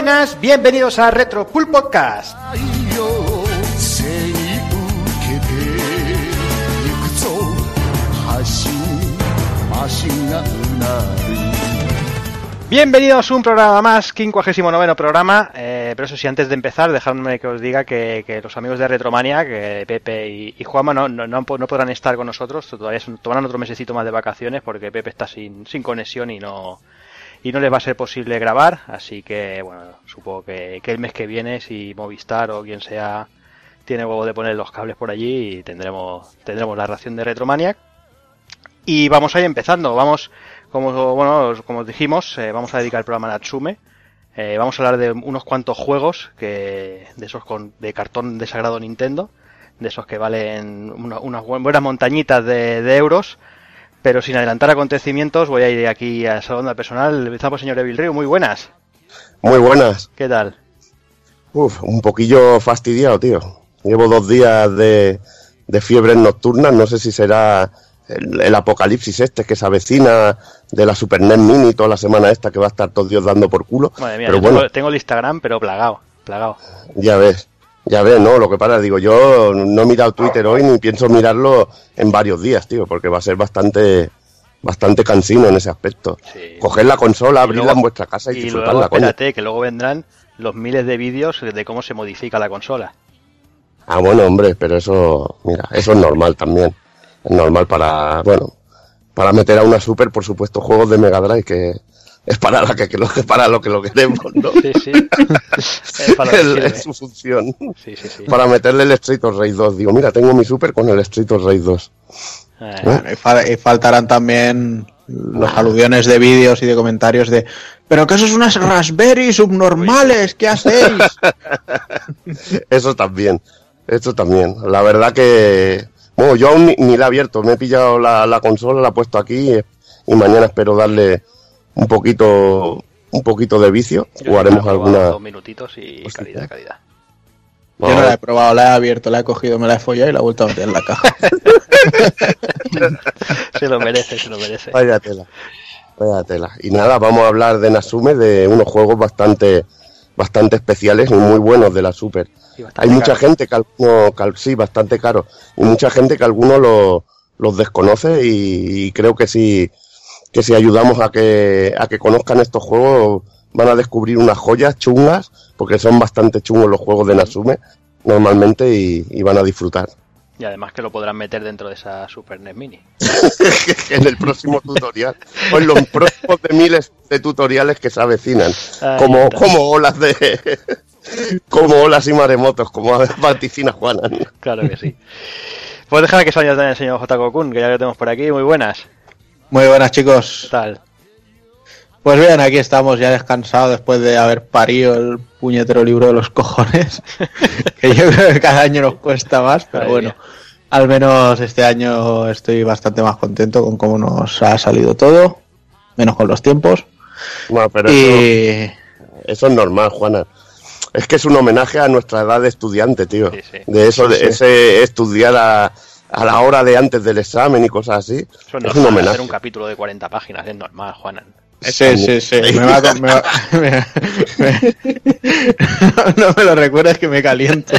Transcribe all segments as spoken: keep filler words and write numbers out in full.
buenas, bienvenidos a Retro Pool Podcast. Bienvenidos a un programa más, quincuagésimo noveno programa, eh, pero eso sí, antes de empezar, dejadme que os diga que, que los amigos de Retromania, que Pepe y, y Juanma no, no, no, no podrán estar con nosotros, todavía tomarán otro mesecito más de vacaciones porque Pepe está sin, sin conexión y no y no les va a ser posible grabar, así que bueno, supongo que, que el mes que viene, si Movistar o quien sea tiene huevo de poner los cables por allí, tendremos tendremos la ración de Retromania. Y vamos ahí empezando, vamos... Como bueno, como os dijimos, eh, vamos a dedicar el programa a Natsume. Eh, vamos a hablar de unos cuantos juegos que de esos con de cartón de sagrado Nintendo, de esos que valen una, unas buenas montañitas de, de euros. Pero sin adelantar acontecimientos, voy a ir aquí a saludando al personal. Empezamos, señor Evil Ryu, muy buenas. Muy buenas. ¿Qué tal? Uf, un poquillo fastidiado, tío. Llevo dos días de, de fiebres nocturnas, no sé si será... El, el apocalipsis este que se avecina de la Super N E S Mini toda la semana esta que va a estar todos Dios dando por culo. Madre mía, pero yo bueno, tengo, tengo el Instagram pero plagado, plagado. Ya ves, ya ves, no, lo que pasa, digo, yo no he mirado Twitter hoy ni pienso mirarlo en varios días, tío, porque va a ser bastante bastante cansino en ese aspecto. Sí. Coger la consola, abrirla luego, en vuestra casa y, y disfrutarla. Y luego, espérate, coño, que luego vendrán los miles de vídeos de cómo se modifica la consola. Ah, bueno, hombre, pero eso, mira, eso es normal también. Es normal para, bueno, para meter a una Super, por supuesto, juegos de Mega Drive, que es para, la que, que lo, para lo que lo queremos, ¿no? Sí, sí. Es, para lo el, es su función. Sí, sí, sí. Para meterle el Street of Rage dos. Digo, mira, tengo mi Super con el Street of Rage dos. Eh, ¿Eh? Y, fal- y faltarán también los ah. aluviones de vídeos y de comentarios de ¿pero que eso es unas Raspberry subnormales? ¿Qué hacéis? Eso también, eso también. La verdad que... Bueno, yo aún ni, ni la he abierto, me he pillado la, la consola, la he puesto aquí y, y mañana espero darle un poquito un poquito de vicio yo o haremos alguna... Dos minutitos y Hostia. calidad, calidad. Yo no la he probado, la he abierto, la he cogido, me la he follado y la he vuelto a meter en la caja. Se lo merece, se lo merece. Vaya tela, vaya tela. Y nada, vamos a hablar de Natsume, de unos juegos bastante bastante especiales y muy buenos de la Super. Hay mucha caro. gente que alguno, cal, sí, bastante caro, y mucha gente que algunos lo, los desconoce y, y creo que si que si ayudamos a que a que conozcan estos juegos van a descubrir unas joyas chungas, porque son bastante chungos los juegos de Natsume normalmente y, y van a disfrutar. Y además que lo podrán meter dentro de esa Super N E S Mini. En el próximo tutorial. O en los próximos de miles de tutoriales que se avecinan. Ay, como, como olas de... como olas y maremotos, como vaticina Juana. Claro que sí. Pues déjame que salga también el señor J. Kokun, que ya lo tenemos por aquí. Muy buenas. Muy buenas, chicos. ¿Qué tal? Pues bien, aquí estamos ya descansados después de haber parido el puñetero libro de los cojones, que yo creo que cada año nos cuesta más, pero bueno, al menos este año estoy bastante más contento con cómo nos ha salido todo, menos con los tiempos. Bueno, pero y... eso, eso es normal, Juana. Es que es un homenaje a nuestra edad de estudiante, tío. Sí, sí. De eso, sí, de sí. ese estudiar a, a la hora de antes del examen y cosas así. Eso es, es un homenaje. Hacer un capítulo de cuarenta páginas es normal, Juana. Sí, sí, sí. Me va, me va, me, me, no, no me lo recuerdas que me caliento.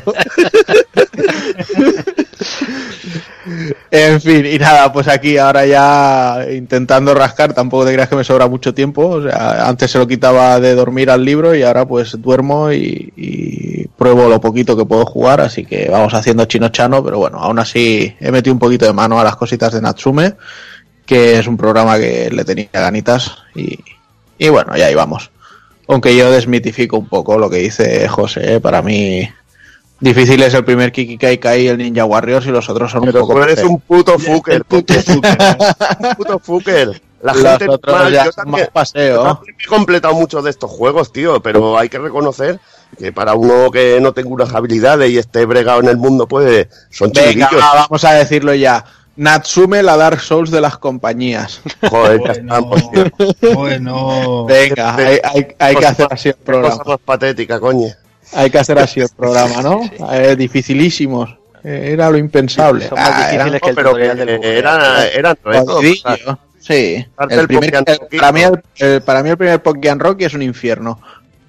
En fin, y nada, pues aquí ahora ya intentando rascar, tampoco te creas que me sobra mucho tiempo. O sea, antes se lo quitaba de dormir al libro y ahora pues duermo y, y pruebo lo poquito que puedo jugar, así que vamos haciendo chino-chano, pero bueno, aún así he metido un poquito de mano a las cositas de Natsume, que es un programa que le tenía ganitas y, y bueno, ya ahí vamos. Aunque yo desmitifico un poco lo que dice José, para mí difícil es el primer Kikikai Kai y el Ninja Warriors y los otros son Pero un poco... Pero eres un puto fucker, puto fucker. Un puto fucker. La los gente otros mal, ya yo son también, más paseo. Yo también he completado muchos de estos juegos, tío, pero hay que reconocer que para uno que no tenga unas habilidades y esté bregado en el mundo, pues son Venga, chiquillos. Va, vamos a decirlo ya. Natsume, la Dark Souls de las compañías. Joder, bueno, estamos, bueno. Venga, hay, hay, hay que hacer así el programa. Cosa más patética, coño. Hay que hacer así el programa, ¿no? Sí, sí. Eh, dificilísimos. Eh, era lo impensable. Son más ah, difíciles eran, que el pero tutorial del que era, eran retos. Sí. El primer, el, para, mí el, el, para mí el primer Pokémon Rocky es un infierno.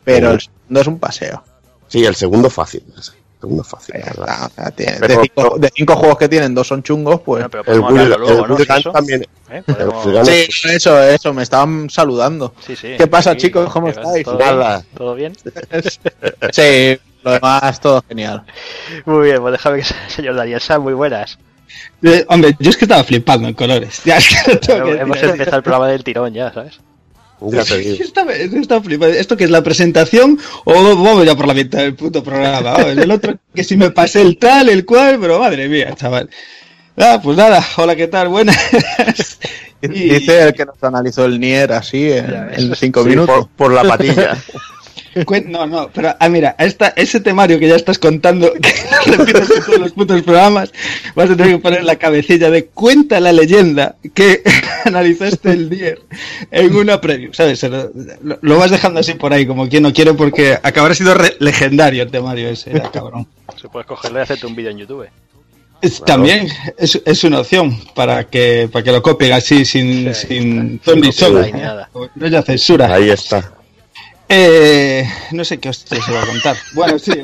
pero el segundo es un paseo. Sí, el segundo fácil. El segundo fácil. Eh, está, o sea, tiene, pero, de, cinco, de cinco juegos que tienen, dos son chungos, pues... Bueno, pero podemos hablarlo luego, ¿no? ¿Eso? También, ¿Eh? ¿Podemos... Sí, eso, eso, me estaban saludando. Sí, sí. ¿Qué pasa, sí, chicos? ¿Cómo estáis? ¿Todo Nada. bien? ¿Todo bien? Sí, lo demás todo genial. Muy bien, pues déjame que señor Daniel, sean muy buenas. Eh, hombre, yo es que estaba flipando en colores. Ya, es que no tengo que Hemos decir. empezado el programa del tirón ya, ¿sabes? Ya te digo. Estaba, estaba flipando. ¿Esto que es la presentación o vamos ya por la mitad del puto programa? Vamos, el otro que si me pasé el tal, el cual, pero madre mía, chaval. Ah, pues nada, hola, ¿qué tal? Buenas. Y... Dice el que nos analizó el Nier así en, en cinco Sí, minutos. por, por la patilla. No, no, pero ah, mira, esta, ese temario que ya estás contando, que repites en todos los putos programas, vas a tener que poner la cabecilla de cuenta la leyenda que analizaste el Nier en una preview, ¿sabes? Lo, lo, lo vas dejando así por ahí, como quien no quiere, porque acabará siendo re- legendario el temario ese, ya, cabrón. Si puedes cogerlo y hacerte un vídeo en YouTube. Es, Claro. También es, es una opción para que para que lo copien así sin, Sí, sin sin ton ni son, copyright ni nada. no haya censura. Ahí está. Eh, no sé qué hostia se va a contar. Bueno, sí.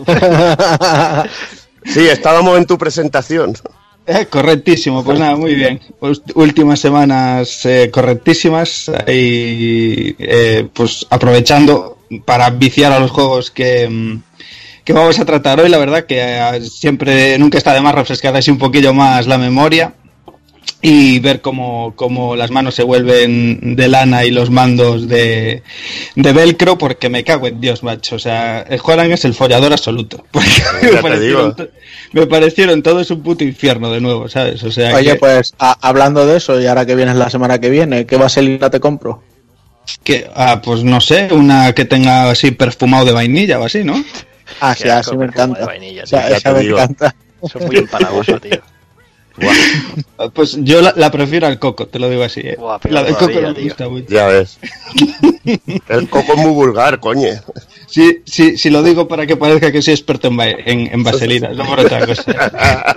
Sí, estábamos en tu presentación. Eh, correctísimo, pues nada, muy bien. Pues, últimas semanas eh, correctísimas y eh, pues aprovechando para viciar a los juegos que, que vamos a tratar hoy. La verdad que eh, siempre, nunca está de más refrescar así un poquillo más la memoria y ver cómo, cómo las manos se vuelven de lana y los mandos de, de velcro, porque me cago en Dios, macho. O sea, el Juan es el follador absoluto. Porque Ya me, te parecieron, digo. me parecieron todo es un puto infierno de nuevo, ¿sabes? O sea, Oye, que, pues a, hablando de eso, y ahora que vienes la semana que viene, ¿qué vaselina te compro? que ah, pues no sé, una que tenga así perfumado de vainilla o así, ¿no? Ah, Qué sí, asco, así me perfume de encanta. vainilla, O sea, tío, ya esa te me digo. encanta. Eso es muy empalagoso, tío. Ah, Pues yo la, la prefiero al coco, te lo digo así, ¿eh? Buah, pero La del coco todavía, me tío. gusta mucho. Ya ves. El coco es muy vulgar, coño. Sí, sí, sí, lo digo para que parezca que soy experto en, va- en, en vaselina, no por otra cosa.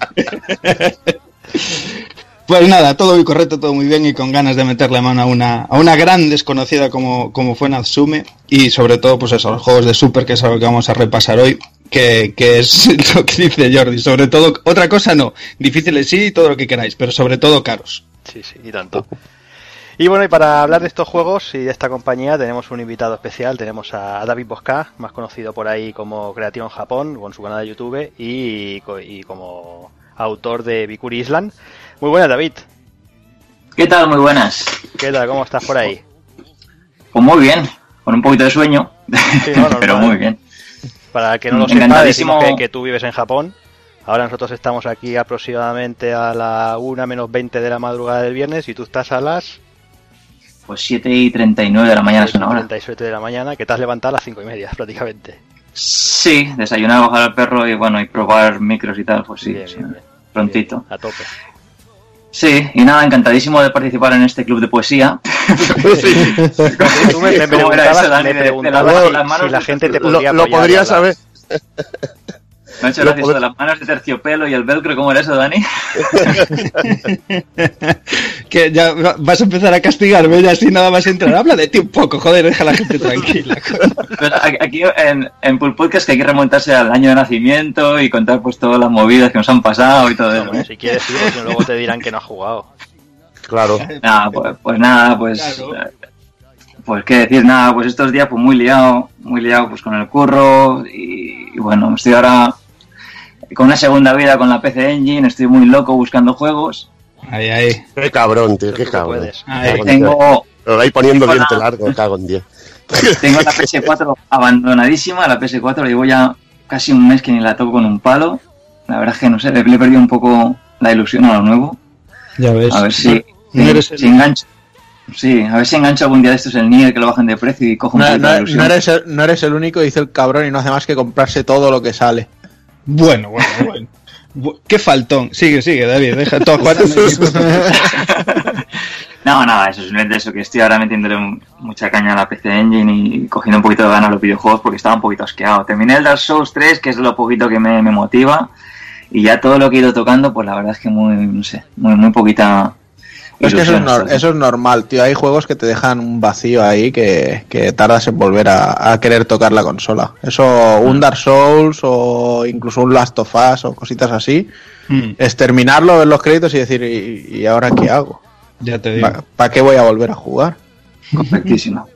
Pues nada, todo muy correcto, todo muy bien y con ganas de meterle mano a una, a una gran desconocida como, como fue Natsume y sobre todo pues eso, los juegos de Super, que es algo que vamos a repasar hoy, que, que es lo que dice Jordi, sobre todo, otra cosa no, difíciles sí, todo lo que queráis, pero sobre todo caros. Sí, sí, y tanto. Y bueno, y para hablar de estos juegos y de esta compañía tenemos un invitado especial, tenemos a David Bosca, más conocido por ahí como Creation Japón, con su canal de YouTube y, y como autor de Bikuri Island. Muy buenas, David. ¿Qué tal? Muy buenas. ¿Qué tal? ¿Cómo estás por ahí? Pues muy bien, con un poquito de sueño, Sí, no, normal. pero muy bien. Para el que no lo sepa, Encantadísimo. decimos que, que tú vives en Japón. Ahora nosotros estamos aquí aproximadamente a la una menos veinte de la madrugada del viernes y tú estás a las Pues siete y treinta y nueve de la mañana son ahora. treinta y siete de la mañana, que te has levantado a las cinco y media prácticamente. Sí, desayunar, bajar al perro y bueno, y probar micros y tal, pues sí, Bien, sí, bien, bien. prontito. Bien, a tope. Sí, y nada, encantadísimo de participar en este club de poesía. Tú me, me ¿Cómo era preguntabas, eso, Dani, me de- de preguntabas las- si, las manos si la de- gente te Lo, podría lo apoyar, podrías ¿verdad? saber. Me ha hecho Lo gracia eso pod- de las manos de terciopelo y el velcro, ¿cómo era eso, Dani? Que ya vas a empezar a castigarme ya así nada más entrar. Habla de ti un poco, joder, deja a la gente tranquila. Pues aquí en, en Pool Podcast que hay que remontarse al año de nacimiento y contar pues todas las movidas que nos han pasado y todo eso. Bueno, si quieres, sí, porque luego te dirán que no has jugado. Claro. Nada, pues, pues nada, pues... Claro. eh, Pues qué decir, nada, pues estos días pues muy liado, muy liado pues con el curro y, y bueno, estoy ahora con una segunda vida con la P C Engine, estoy muy loco buscando juegos. Ahí, ahí. Qué cabrón, tío, Eso qué tú que cabrón. puedes. Ahí. Cago en Dios. Tengo, Lo vais poniendo tengo diente la- largo, cago en diez. tengo la P S cuatro abandonadísima, la P S cuatro, llevo ya casi un mes que ni la toco con un palo. La verdad es que no sé, le le he perdido un poco la ilusión a lo nuevo. Ya ves. A ver si, No si, eres el- si engancho. Sí, a ver si engancho algún día de estos el Nier, que lo bajen de precio y cojo un No, poquito no- de ilusión. no eres el, no eres el único, dice el cabrón, y no hace más que comprarse todo lo que sale. Bueno, bueno, bueno. Bu- Qué faltón. Sigue, sigue, David. Deja todo Juan. No, nada, eso es simplemente eso, que estoy ahora metiéndole mu- mucha caña a la P C Engine y cogiendo un poquito de ganas a los videojuegos porque estaba un poquito asqueado. Terminé el Dark Souls tres, que es lo poquito que me, me motiva, y ya todo lo que he ido tocando, pues la verdad es que muy, no sé, muy, muy poquita Es que eso es, no, eso es normal, tío. Hay juegos que te dejan un vacío ahí que, que tardas en volver a, a querer tocar la consola. Eso, un Dark Souls o incluso un Last of Us o cositas así, mm. es terminarlo, ver los créditos y decir, ¿y, y ahora qué hago? Ya te digo. ¿Para pa qué voy a volver a jugar? Correctísimo.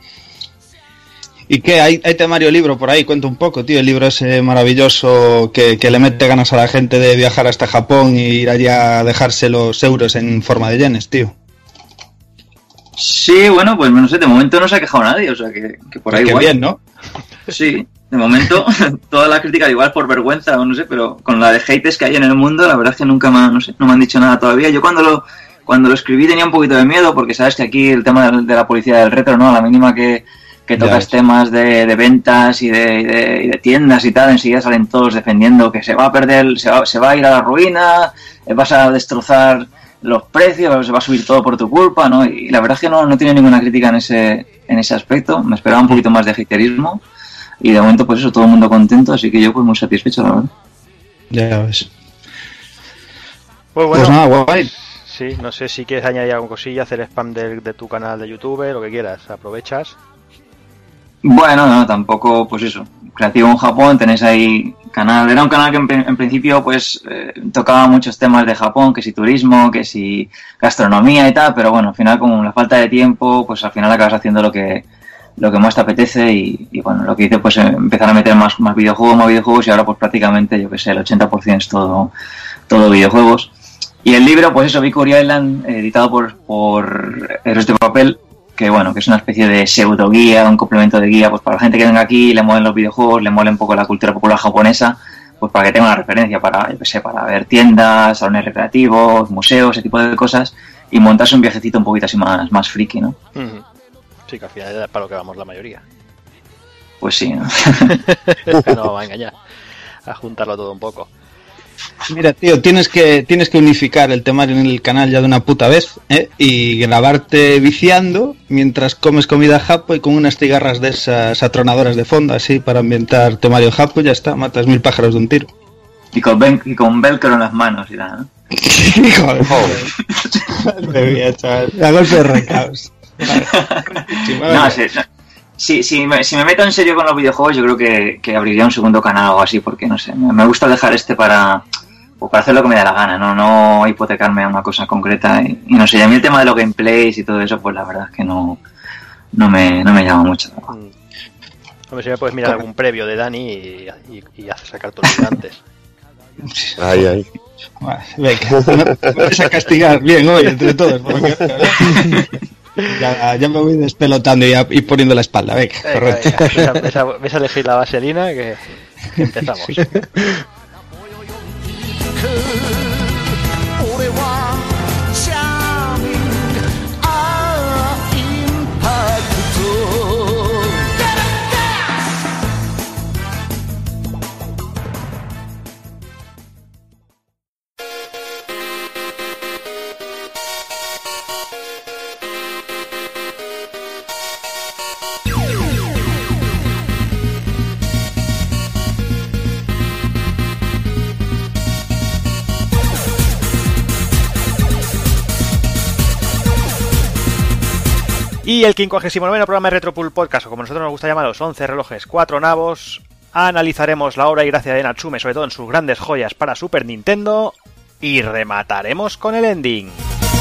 ¿Y qué? ¿Hay, hay temario libro por ahí? Cuenta un poco, tío. El libro ese maravilloso que, que le mete ganas a la gente de viajar hasta Japón y ir allá a dejarse los euros en forma de yenes, tío. Sí, bueno, pues no sé, de momento no se ha quejado nadie, o sea que, que por ahí Qué igual. bien, ¿no? Sí, de momento toda la crítica igual por vergüenza o no sé, pero con la de haters que hay en el mundo, la verdad es que nunca me, no sé, no me han dicho nada todavía. Yo cuando lo cuando lo escribí tenía un poquito de miedo porque sabes que aquí el tema de, de la policía del retro, ¿no? A la mínima que que tocas temas de, de ventas y de, y, de, y de tiendas y tal, enseguida salen todos defendiendo que se va a perder, se va, se va a ir a la ruina, vas a destrozar los precios, se va a subir todo por tu culpa, ¿no? Y la verdad es que no, no tiene ninguna crítica en ese en ese aspecto, me esperaba un poquito más de haterismo y de momento pues eso, todo el mundo contento, así que yo pues muy satisfecho, la verdad. Ya ves. Pues bueno, pues nada, guay. Sí, no sé si quieres añadir alguna cosilla, hacer spam de, de tu canal de YouTube, lo que quieras, aprovechas. Bueno, no, tampoco, pues eso, Creativo en Japón, tenéis ahí canal, era un canal que en, en principio pues eh, tocaba muchos temas de Japón, que si turismo, que si gastronomía y tal, pero bueno, al final con la falta de tiempo, pues al final acabas haciendo lo que lo que más te apetece y, y bueno, lo que hice pues empezar a meter más, más videojuegos, más videojuegos y ahora pues prácticamente, yo que sé, el ochenta por ciento es todo, todo videojuegos. Y el libro, pues eso, Victory Island, editado por, por Héroes de Papel, que bueno, que es una especie de pseudo guía, un complemento de guía, pues para la gente que venga aquí, le molen los videojuegos, le mole un poco la cultura popular japonesa, pues para que tenga una referencia para, yo que sé, para ver tiendas, salones recreativos, museos, ese tipo de cosas, y montarse un viajecito un poquito así más, más friki, ¿no? Uh-huh. Sí, que al final es para lo que vamos la mayoría. Pues sí, ¿no? No va a engañar, a juntarlo todo un poco. Mira, tío, tienes que tienes que unificar el temario en el canal ya de una puta vez, ¿eh? Y grabarte viciando mientras comes comida japo y con unas cigarras de esas atronadoras de fondo, así, para ambientar temario japo, ya está, matas mil pájaros de un tiro. Y con, ben, y con velcro en las manos y nada, ¿no? Hijo de joder. Me voy a echar a golpe de recaos. Vale. No, sí, no. Si, si, me, si me meto en serio con los videojuegos, yo creo que, que abriría un segundo canal o así, porque no sé, me gusta dejar este para, pues para hacer lo que me da la gana, no no hipotecarme a una cosa concreta. Y, y no sé, y a mí el tema de los gameplays y todo eso, pues la verdad es que no, no, me, no me llama mucho. Hombre, si me puedes mirar algún previo de Dani y, y, y hacer sacar tus gigantes. Ahí, ahí. Vale, venga, me vas a castigar bien hoy entre todos. Porque... Ya, ya me voy despelotando y, a, y poniendo la espalda, venga, venga, correcto. Venga, ves, a, ves a elegir la vaselina que, que empezamos. Y el quincuagésimo noveno programa de Retropool Podcast, o como nosotros nos gusta llamar, los once relojes, cuatro nabos. Analizaremos la obra y gracia de Natsume, sobre todo en sus grandes joyas para Super Nintendo. Y remataremos con el ending.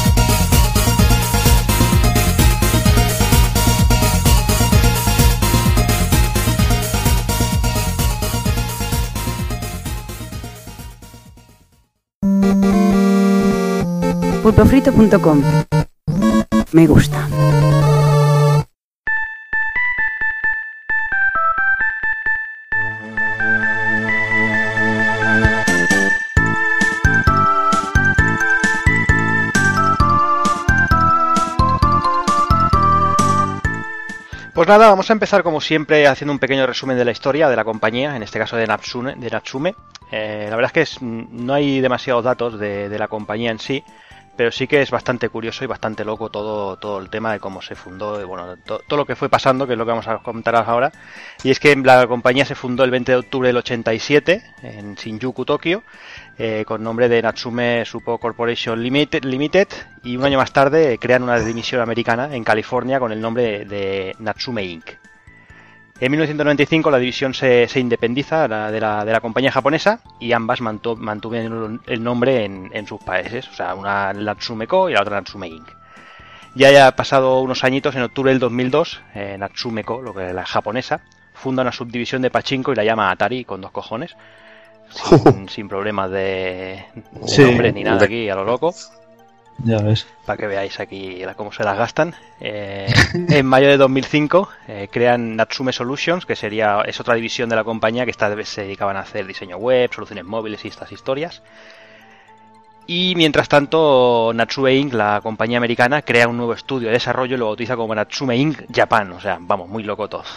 pulpofrito punto com. Me gusta. Pues nada, vamos a empezar como siempre haciendo un pequeño resumen de la historia de la compañía, en este caso de Natsume. De Natsume. Eh, la verdad es que es, no hay demasiados datos de, de la compañía en sí, pero sí que es bastante curioso y bastante loco todo, todo el tema de cómo se fundó, y bueno, to, todo lo que fue pasando, que es lo que vamos a comentar ahora. Y es que la compañía se fundó el veinte de octubre del ochenta y siete en Shinjuku, Tokio, eh, con nombre de Natsume Suppo Corporation Limited, Limited, y un año más tarde eh, crean una división americana en California con el nombre de Natsume incorporated. En mil novecientos noventa y cinco la división se, se independiza la, de, la, de la compañía japonesa, y ambas mantu, mantuvieron el nombre en, en sus países, o sea, una Natsume Co y la otra Natsume incorporated. Ya haya pasado unos añitos, en octubre del dos mil dos, eh, Natsume Co, lo que es la japonesa, funda una subdivisión de pachinko y la llama Atari con dos cojones, sin, sin problemas de, de sí, nombre ni nada aquí a lo loco. Ya ves. Para que veáis aquí cómo se las gastan. Eh, en mayo de dos mil cinco eh, crean Natsume Solutions, que sería es otra división de la compañía que esta vez se dedicaban a hacer diseño web, soluciones móviles y estas historias. Y mientras tanto, Natsume incorporated, la compañía americana, crea un nuevo estudio de desarrollo y lo bautiza como Natsume incorporated Japan. O sea, vamos, muy loco todo.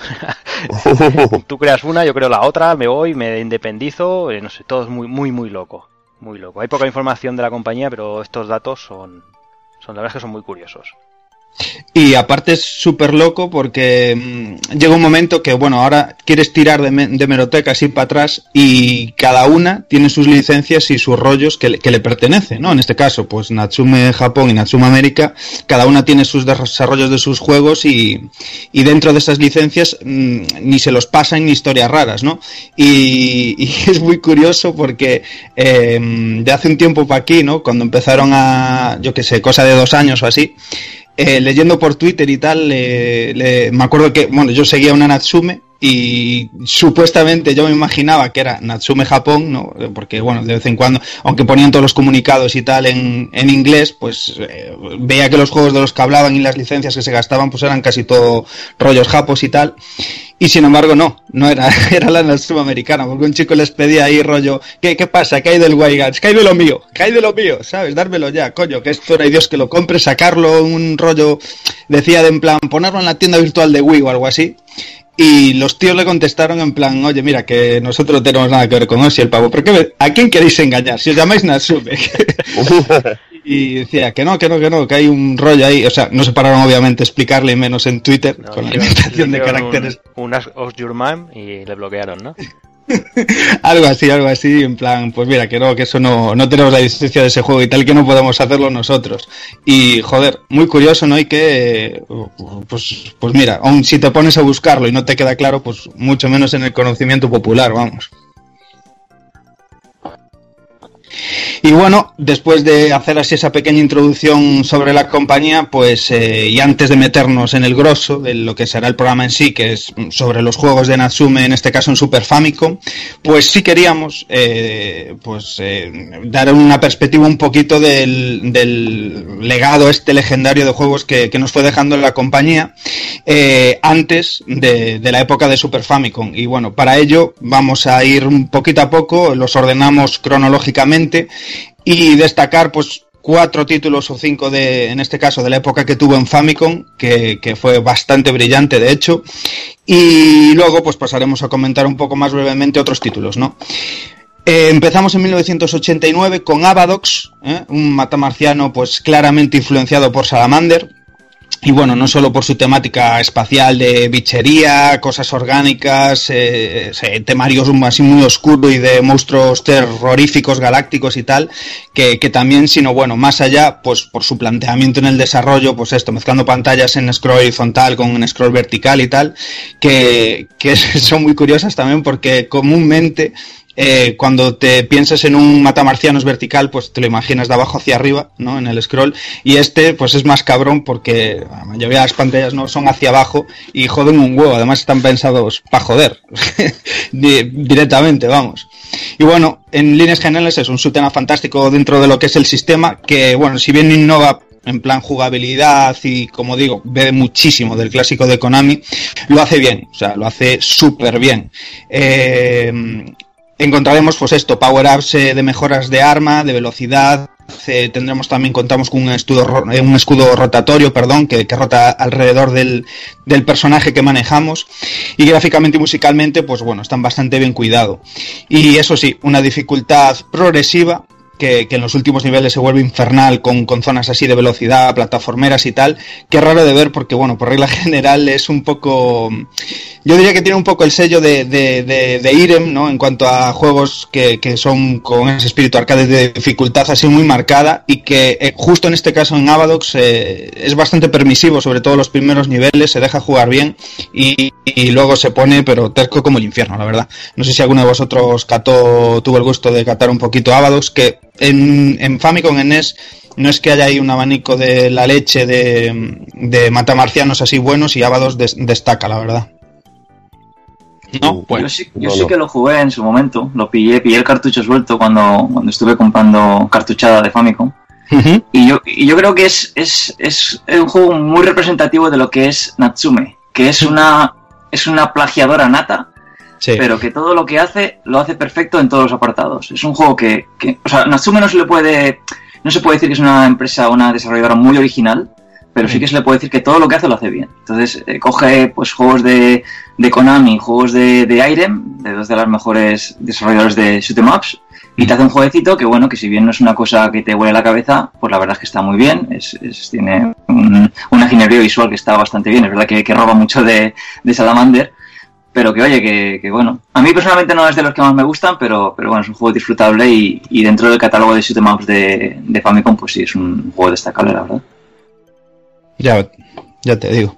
Tú creas una, yo creo la otra, me voy, me independizo, eh, no sé, todo es muy, muy, muy loco. Muy loco. Hay poca información de la compañía, pero estos datos son, son la verdad es que son muy curiosos. Y aparte es súper loco porque mmm, llega un momento que, bueno, ahora quieres tirar de, me- de hemeroteca así para atrás y cada una tiene sus licencias y sus rollos que le, que le pertenecen, ¿no? En este caso, pues Natsume Japón y Natsume América, cada una tiene sus desarrollos de sus juegos y, y dentro de esas licencias mmm, ni se los pasan ni historias raras, ¿no? Y, y es muy curioso porque eh, de hace un tiempo para aquí, ¿no? Cuando empezaron a, yo qué sé, cosa de dos años o así, Eh, leyendo por Twitter y tal, eh, le, me acuerdo que, bueno, yo seguía una Natsume y supuestamente yo me imaginaba que era Natsume Japón, ¿no? Porque, bueno, de vez en cuando, aunque ponían todos los comunicados y tal en, en inglés, pues eh, veía que los juegos de los que hablaban y las licencias que se gastaban pues eran casi todo rollos japos y tal. Y sin embargo no, no era, era la Natsume americana, porque un chico les pedía ahí rollo, ¿qué, qué pasa? ¿Qué hay del Wygans? ¿Qué hay de lo mío? ¿Qué hay de lo mío? ¿Sabes? Dármelo ya, coño, que esto no hay Dios que lo compre, sacarlo un rollo, decía de en plan, ponerlo en la tienda virtual de Wii o algo así. Y los tíos le contestaron en plan, oye, mira, que nosotros no tenemos nada que ver con eso y el pavo, ¿pero qué, a quién queréis engañar? Si os llamáis Natsume. Y decía que no, que no, que no, que hay un rollo ahí. O sea, no se pararon obviamente a explicarle, menos en Twitter, no, con la limitación de caracteres. Un, un Ask of Your Mom y le bloquearon, ¿no? Algo así, algo así, en plan, pues mira, que no, que eso no, no tenemos la licencia de ese juego y tal, que no podemos hacerlo nosotros. Y joder, muy curioso, ¿no? Y que, pues, pues mira, aun si te pones a buscarlo y no te queda claro, pues mucho menos en el conocimiento popular, vamos. Y bueno, después de hacer así esa pequeña introducción sobre la compañía, pues eh, y antes de meternos en el grosso de lo que será el programa en sí, que es sobre los juegos de Natsume, en este caso en Super Famicom, pues sí queríamos eh, pues eh, dar una perspectiva un poquito del, del legado este legendario de juegos que, que nos fue dejando la compañía eh, antes de, de la época de Super Famicom. Y bueno, para ello vamos a ir un poquito a poco, los ordenamos cronológicamente y destacar pues cuatro títulos o cinco de, en este caso, de la época que tuvo en Famicom, que, que fue bastante brillante de hecho, y luego pues pasaremos a comentar un poco más brevemente otros títulos, ¿no? Eh, empezamos en mil novecientos ochenta y nueve con Abadox, ¿eh? Un matamarciano pues claramente influenciado por Salamander. Y bueno, no solo por su temática espacial de bichería, cosas orgánicas, eh, eh, temarios así muy oscuros y de monstruos terroríficos, galácticos y tal, que, que también, sino bueno, más allá, pues por su planteamiento en el desarrollo, pues esto, mezclando pantallas en scroll horizontal con en scroll vertical y tal, que, que son muy curiosas también porque comúnmente Eh, cuando te piensas en un matamarcianos vertical, pues te lo imaginas de abajo hacia arriba, ¿no? En el scroll. Y este, pues es más cabrón porque la mayoría de las pantallas no son hacia abajo y joden un huevo. Además están pensados para joder. Directamente, vamos. Y bueno, en líneas generales es un shoot'em fantástico dentro de lo que es el sistema, que bueno, si bien innova en plan jugabilidad y, como digo, bebe muchísimo del clásico de Konami, lo hace bien, o sea, lo hace súper bien. Eh... Encontraremos pues esto, power-ups eh, de mejoras de arma, de velocidad, eh, tendremos también, contamos con un escudo, eh, un escudo rotatorio, perdón, que, que rota alrededor del, del personaje que manejamos, y gráficamente y musicalmente, pues bueno, están bastante bien cuidados. Y eso sí, una dificultad progresiva, que, que en los últimos niveles se vuelve infernal con, con zonas así de velocidad, plataformeras y tal, que es raro de ver porque, bueno, por regla general es un poco... Yo diría que tiene un poco el sello de, de, de, de Irem, ¿no? En cuanto a juegos que, que son con ese espíritu arcade de dificultad así muy marcada y que eh, justo en este caso en Abadox eh, es bastante permisivo, sobre todo los primeros niveles, se deja jugar bien y, y luego se pone pero terco como el infierno, la verdad. No sé si alguno de vosotros cató, tuvo el gusto de catar un poquito Abadox, que en, en Famicom, en N E S, no es que haya ahí un abanico de la leche de, de matamarcianos así buenos y Abadox des, destaca, la verdad. No, bueno, yo sí, yo no, sí que lo jugué en su momento, lo pillé, pillé el cartucho suelto cuando, cuando estuve comprando cartuchada de Famicom. Uh-huh. Y yo, y yo creo que es, es, es un juego muy representativo de lo que es Natsume, que es una, es una plagiadora nata, sí, pero que todo lo que hace, lo hace perfecto en todos los apartados. Es un juego que, que o sea, Natsume no se le puede, no se puede decir que es una empresa, una desarrolladora muy original, pero sí que se le puede decir que todo lo que hace lo hace bien. Entonces eh, coge pues juegos de, de Konami, juegos de, de Irem, de dos de las mejores desarrolladores de shoot 'em ups, y te hace un jueguecito que, bueno, que si bien no es una cosa que te huele la cabeza, pues la verdad es que está muy bien, es, es tiene un, una ingeniería visual que está bastante bien, es verdad que, que roba mucho de, de Salamander, pero que oye, que, que bueno, a mí personalmente no es de los que más me gustan, pero, pero bueno, es un juego disfrutable y, y dentro del catálogo de shoot 'em ups de, de Famicom, pues sí, es un juego destacable, la verdad. Ya, ya te digo.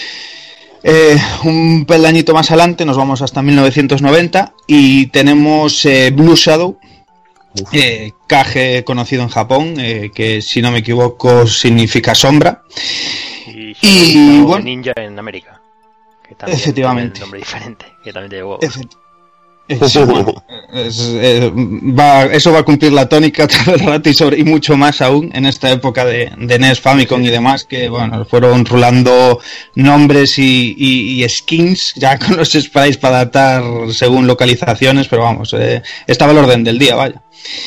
Eh, un peldañito más adelante nos vamos hasta mil novecientos noventa y tenemos eh, Blue Shadow, eh, Kage conocido en Japón, eh, que si no me equivoco significa sombra. Y, y, y bueno, Ninja en América, que también efectivamente tiene un nombre diferente, que también te llevó. Efectivamente. Sí, bueno, es, eh, va, eso va a cumplir la tónica todo el rato y, sobre, y mucho más aún en esta época de, de N E S, Famicom y demás, que bueno, fueron rulando nombres y, y, y skins ya con los sprites para adaptar según localizaciones, pero vamos, eh, estaba al orden del día, vaya.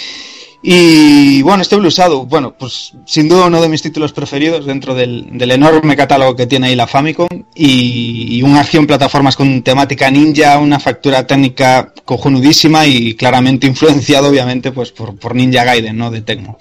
Y bueno, este Blue Shadow, bueno, pues sin duda uno de mis títulos preferidos dentro del, del enorme catálogo que tiene ahí la Famicom y, y una acción plataformas con temática ninja, una factura técnica cojonudísima y claramente influenciado obviamente pues por, por Ninja Gaiden, ¿no? De Tecmo.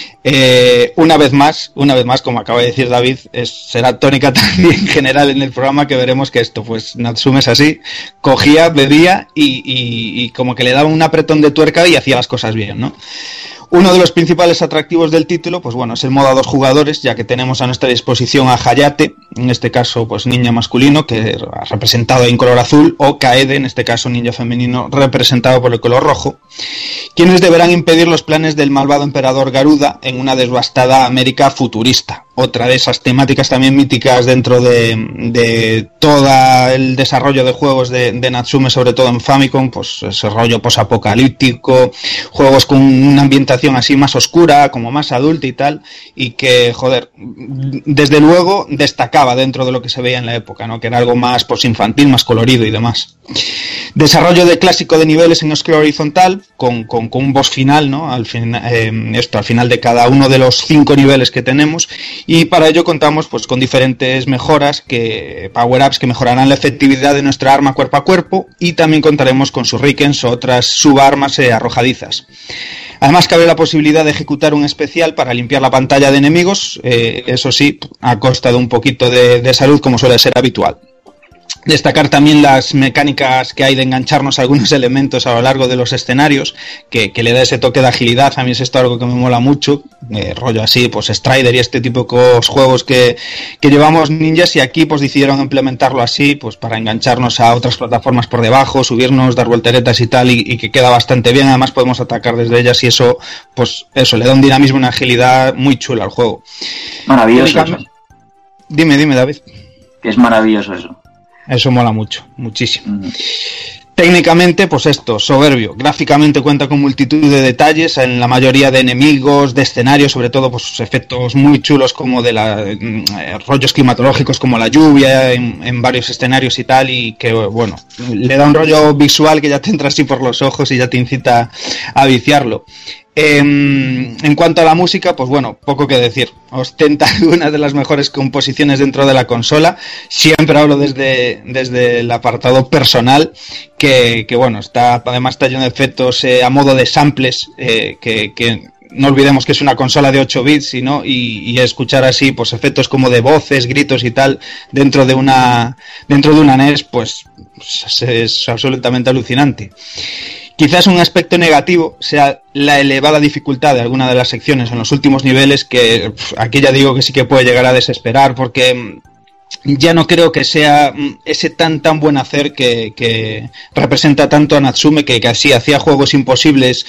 Eh, una vez más, una vez más, como acaba de decir David, es, será tónica también general en el programa que veremos que esto, pues Natsume es así, cogía, bebía y, y, y como que le daba un apretón de tuerca y hacía las cosas bien, ¿no? Uno de los principales atractivos del título, pues bueno, es el modo a dos jugadores, ya que tenemos a nuestra disposición a Hayate, en este caso pues ninja masculino, que representado en color azul, o Kaede, en este caso ninja femenino, representado por el color rojo, quienes deberán impedir los planes del malvado emperador Garuda en una devastada América futurista. Otra de esas temáticas también míticas dentro de, de todo el desarrollo de juegos de, de Natsume, sobre todo en Famicom, pues ese rollo posapocalíptico, juegos con una ambientación así más oscura, como más adulta y tal, y que, joder, desde luego destacaba dentro de lo que se veía en la época, ¿no? Que era algo más pues infantil, más colorido y demás. Desarrollo de clásico de niveles en scroll horizontal, con, con, con un boss final, ¿no? Al fin, eh, esto al final de cada uno de los cinco niveles que tenemos, y para ello contamos pues con diferentes mejoras, que power-ups que mejorarán la efectividad de nuestra arma cuerpo a cuerpo, y también contaremos con shurikens o otras subarmas eh, arrojadizas. Además cabe la posibilidad de ejecutar un especial para limpiar la pantalla de enemigos, eh, eso sí, a costa de un poquito de, de salud, como suele ser habitual. Destacar también las mecánicas que hay de engancharnos a algunos elementos a lo largo de los escenarios, que, que le da ese toque de agilidad. A mí es esto algo que me mola mucho, eh, rollo así, pues Strider y este tipo de juegos que, que llevamos ninjas, y aquí pues decidieron implementarlo así, pues para engancharnos a otras plataformas por debajo, subirnos, dar volteretas y tal, y, y que queda bastante bien. Además podemos atacar desde ellas y eso, pues eso, le da un dinamismo, una agilidad muy chula al juego. Maravilloso eso. Dime, dime David. Que es maravilloso eso. Eso mola mucho, muchísimo. Mm. Técnicamente, pues esto, soberbio. Gráficamente cuenta con multitud de detalles en la mayoría de enemigos, de escenarios, sobre todo pues efectos muy chulos como de la eh, rollos climatológicos como la lluvia en, en varios escenarios y tal, y que bueno, le da un rollo visual que ya te entra así por los ojos y ya te incita a viciarlo. Eh, en cuanto a la música, pues bueno, poco que decir. Ostenta una de las mejores composiciones dentro de la consola. Siempre hablo desde, desde el apartado personal, que, que bueno, está además está lleno de efectos eh, a modo de samples, eh, que, que no olvidemos que es una consola de ocho bits, ¿no? y, y escuchar así pues efectos como de voces, gritos y tal dentro de una dentro de una N E S, pues es, es absolutamente alucinante. Quizás un aspecto negativo sea la elevada dificultad de alguna de las secciones en los últimos niveles, que pff, aquí ya digo que sí que puede llegar a desesperar, porque ya no creo que sea ese tan tan buen hacer que, que representa tanto a Natsume, que, que así hacía juegos imposibles,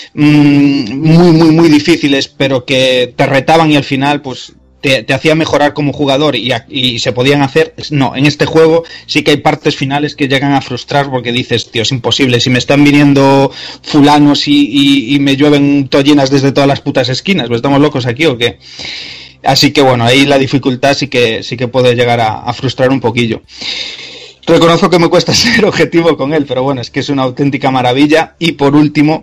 mmm, muy muy muy difíciles, pero que te retaban y al final pues te, te hacía mejorar como jugador y, y se podían hacer. No, en este juego sí que hay partes finales que llegan a frustrar, porque dices, tío, es imposible, si me están viniendo fulanos y, y, y me llueven tollinas desde todas las putas esquinas, ¿pues estamos locos aquí o qué? Así que bueno, ahí la dificultad sí que sí que puede llegar a, a frustrar un poquillo. Reconozco que me cuesta ser objetivo con él, pero bueno, es que es una auténtica maravilla. Y por último,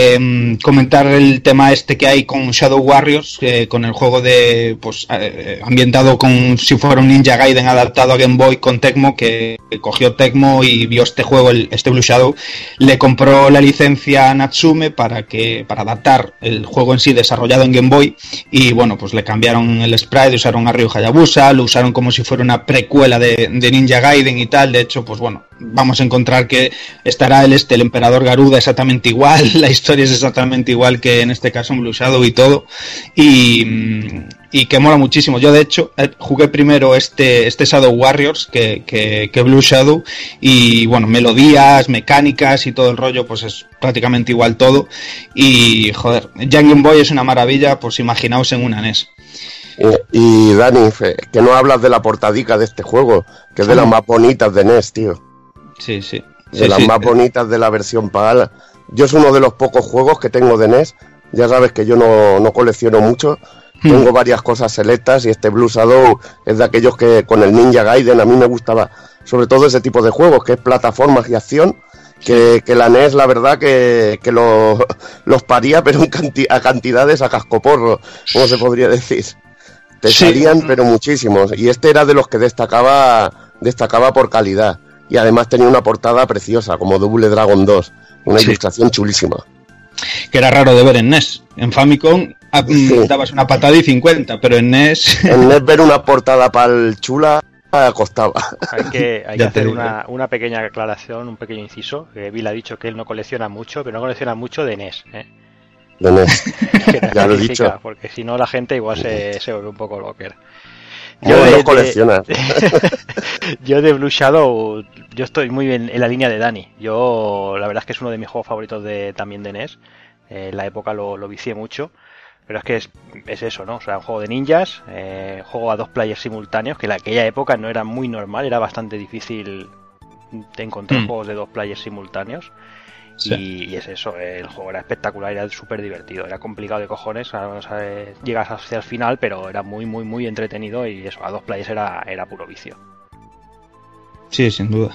eh, comentar el tema este que hay con Shadow Warriors, eh, con el juego de pues eh, ambientado con si fuera un Ninja Gaiden adaptado a Game Boy con Tecmo, que cogió Tecmo y vio este juego, el, este Blue Shadow, le compró la licencia a Natsume para que para adaptar el juego en sí desarrollado en Game Boy, y bueno, pues le cambiaron el sprite, usaron a Ryu Hayabusa, lo usaron como si fuera una precuela de, de Ninja Gaiden y tal. De hecho, pues bueno, vamos a encontrar que estará el este el Emperador Garuda exactamente igual, la historia es exactamente igual que en este caso en Blue Shadow y todo, y, y que mola muchísimo. Yo de hecho jugué primero este, este Shadow Warriors que, que, que Blue Shadow, y bueno, melodías, mecánicas y todo el rollo pues es prácticamente igual todo, y joder, ya en Game Boy es una maravilla, pues imaginaos en una N E S. Y, y Dani, que no hablas de la portadica de este juego, que es de las más bonitas de N E S, tío. Sí, sí. De sí, las sí. más bonitas de la versión pagada. Yo es uno de los pocos juegos que tengo de N E S. Ya sabes que yo no, no colecciono mucho. Hmm. Tengo varias cosas selectas y este Blue Shadow es de aquellos que con el Ninja Gaiden a mí me gustaba. Sobre todo ese tipo de juegos, que es plataformas y acción. Que, que la N E S, la verdad, que, que lo, los paría, pero en canti- a cantidades a cascoporro, como se podría decir. Te sí. salían, pero muchísimos. Y este era de los que destacaba destacaba por calidad. Y además tenía una portada preciosa, como Double Dragon dos. Una sí. ilustración chulísima. Que era raro de ver en N E S. En Famicom sí. dabas una patada y cincuenta, pero en N E S... En N E S ver una portada pal chula costaba. Hay que, hay que hacer una, una pequeña aclaración, un pequeño inciso. Que Bill ha dicho que él no colecciona mucho, pero no colecciona mucho de N E S, ¿eh? De N E S. Ya lo he dicho. Porque si no la gente igual se, se vuelve un poco locker. Yo no, de, no colecciona. De, yo de Blue Shadow, yo estoy muy bien en la línea de Dani. Yo, la verdad es que es uno de mis juegos favoritos de, también de N E S. Eh, en la época lo, lo vicié mucho. Pero es que es, es eso, ¿no? O sea, un juego de ninjas, eh, juego a dos players simultáneos, que en aquella época no era muy normal, era bastante difícil de encontrar mm. juegos de dos players simultáneos. Sí. Y, y es eso, el juego era espectacular, era súper divertido, era complicado de cojones, o sea, llegas hacia el final, pero era muy, muy, muy entretenido, y eso, a dos players era, era puro vicio. Sí, sin duda.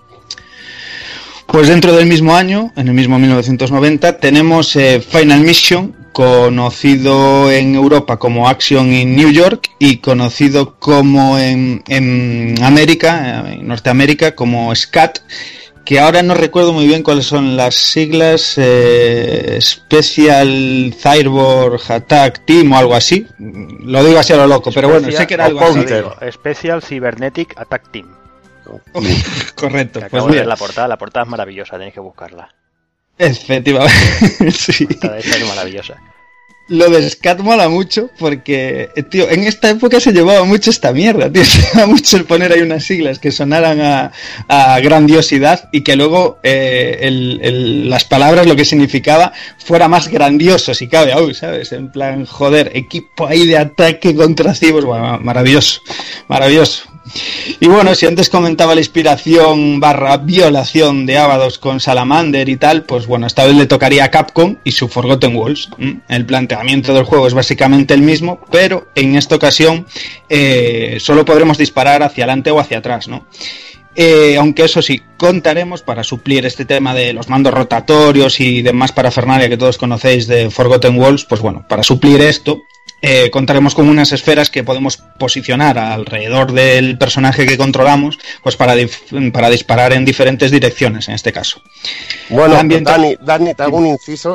Pues dentro del mismo año, en el mismo mil novecientos noventa, tenemos eh, Final Mission, conocido en Europa como Action in New York y conocido como en, en América, en Norteamérica, como SCAT, que ahora no recuerdo muy bien cuáles son las siglas, eh, Special Cyborg Attack Team o algo así. Lo digo así a lo loco, pero Special, bueno, sé que era algo así. Special Cybernetic Attack Team. Correcto. Acabo pues de ver la portada, la portada es maravillosa, tenéis que buscarla. Efectivamente, sí. La portada esa es maravillosa. Lo de SCAT mola mucho porque, tío, en esta época se llevaba mucho esta mierda, tío. Se llevaba mucho el poner ahí unas siglas que sonaran a, a grandiosidad y que luego eh, el, el, las palabras, lo que significaba, fuera más grandioso, si cabe aún, ¿sabes? En plan, joder, equipo ahí de ataque contra cibos, bueno, maravilloso, maravilloso. Y bueno, si antes comentaba la inspiración barra violación de Abados con Salamander y tal, pues bueno, esta vez le tocaría a Capcom y su Forgotten Worlds. El planteamiento del juego es básicamente el mismo, pero en esta ocasión eh, solo podremos disparar hacia adelante o hacia atrás, ¿no? Eh, aunque eso sí, contaremos para suplir este tema de los mandos rotatorios y demás parafernalia que todos conocéis de Forgotten Worlds, pues bueno, para suplir esto, Eh, contaremos con unas esferas que podemos posicionar alrededor del personaje que controlamos, pues para, dif- para disparar en diferentes direcciones, en este caso. Bueno, ambiente... Dani, Dani, te hago un inciso,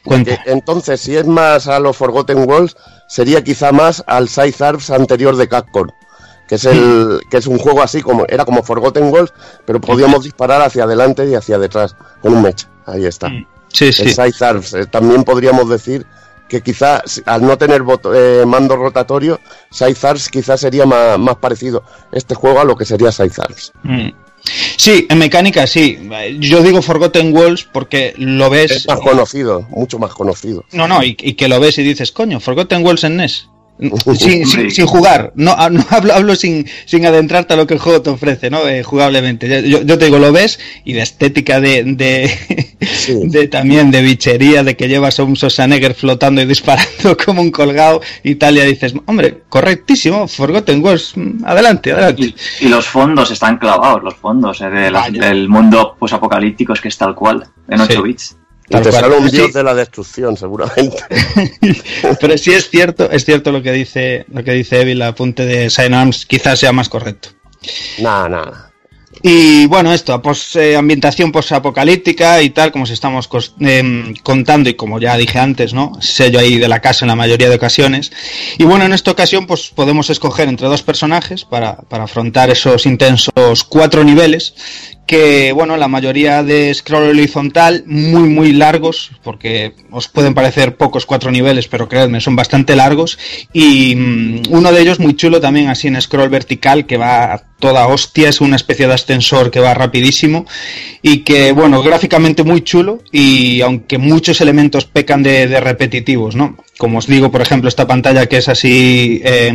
Cuenta. Entonces, si es más a los Forgotten Worlds, sería quizá más al Scythe Arms anterior de Capcom, que es el que es un juego así como era como Forgotten Worlds, pero podíamos disparar hacia adelante y hacia detrás con un mecha. Ahí está. Sí, sí. El Scythe Arms. Eh, también podríamos decir que quizá al no tener bot- eh, mando rotatorio, Scythe Arms quizá sería más, más parecido este juego a lo que sería Scythe Arms. Mm. Sí, en mecánica sí. Yo digo Forgotten Worlds porque lo ves... Es más conocido, mucho más conocido. No, no, y, y que lo ves y dices, coño, Forgotten Worlds en N E S. Sin, sin, sin jugar, no, no hablo, hablo sin, sin adentrarte a lo que el juego te ofrece, ¿no? Eh, jugablemente. Yo, yo te digo, lo ves y la estética de, de, sí. de también de bichería, de que llevas a un Schwarzenegger flotando y disparando como un colgado y tal, y dices, hombre, correctísimo, Forgotten Worlds, adelante, adelante. Y, y los fondos están clavados, los fondos eh, de la, del mundo posapocalíptico es que es tal cual, en ocho sí. bits. Y te sale un dios sí. de la destrucción, seguramente. Pero sí es cierto, es cierto lo que dice, lo que dice Evil, el apunte de Scythe Arms quizás sea más correcto. Nada, nada. Y bueno, esto, pues eh, ambientación posapocalíptica y tal, como se estamos cos- eh, contando y como ya dije antes, ¿no? Sello ahí de la casa en la mayoría de ocasiones. Y bueno, en esta ocasión pues podemos escoger entre dos personajes para, para afrontar esos intensos cuatro niveles que, bueno, la mayoría de scroll horizontal, muy muy largos, porque os pueden parecer pocos cuatro niveles, pero creedme, son bastante largos, y um, uno de ellos muy chulo también así en scroll vertical, que va a toda hostia, es una especie de ascensor que va rapidísimo, y que, bueno, gráficamente muy chulo, y aunque muchos elementos pecan de, de repetitivos, ¿no? Como os digo, por ejemplo, esta pantalla que es así eh,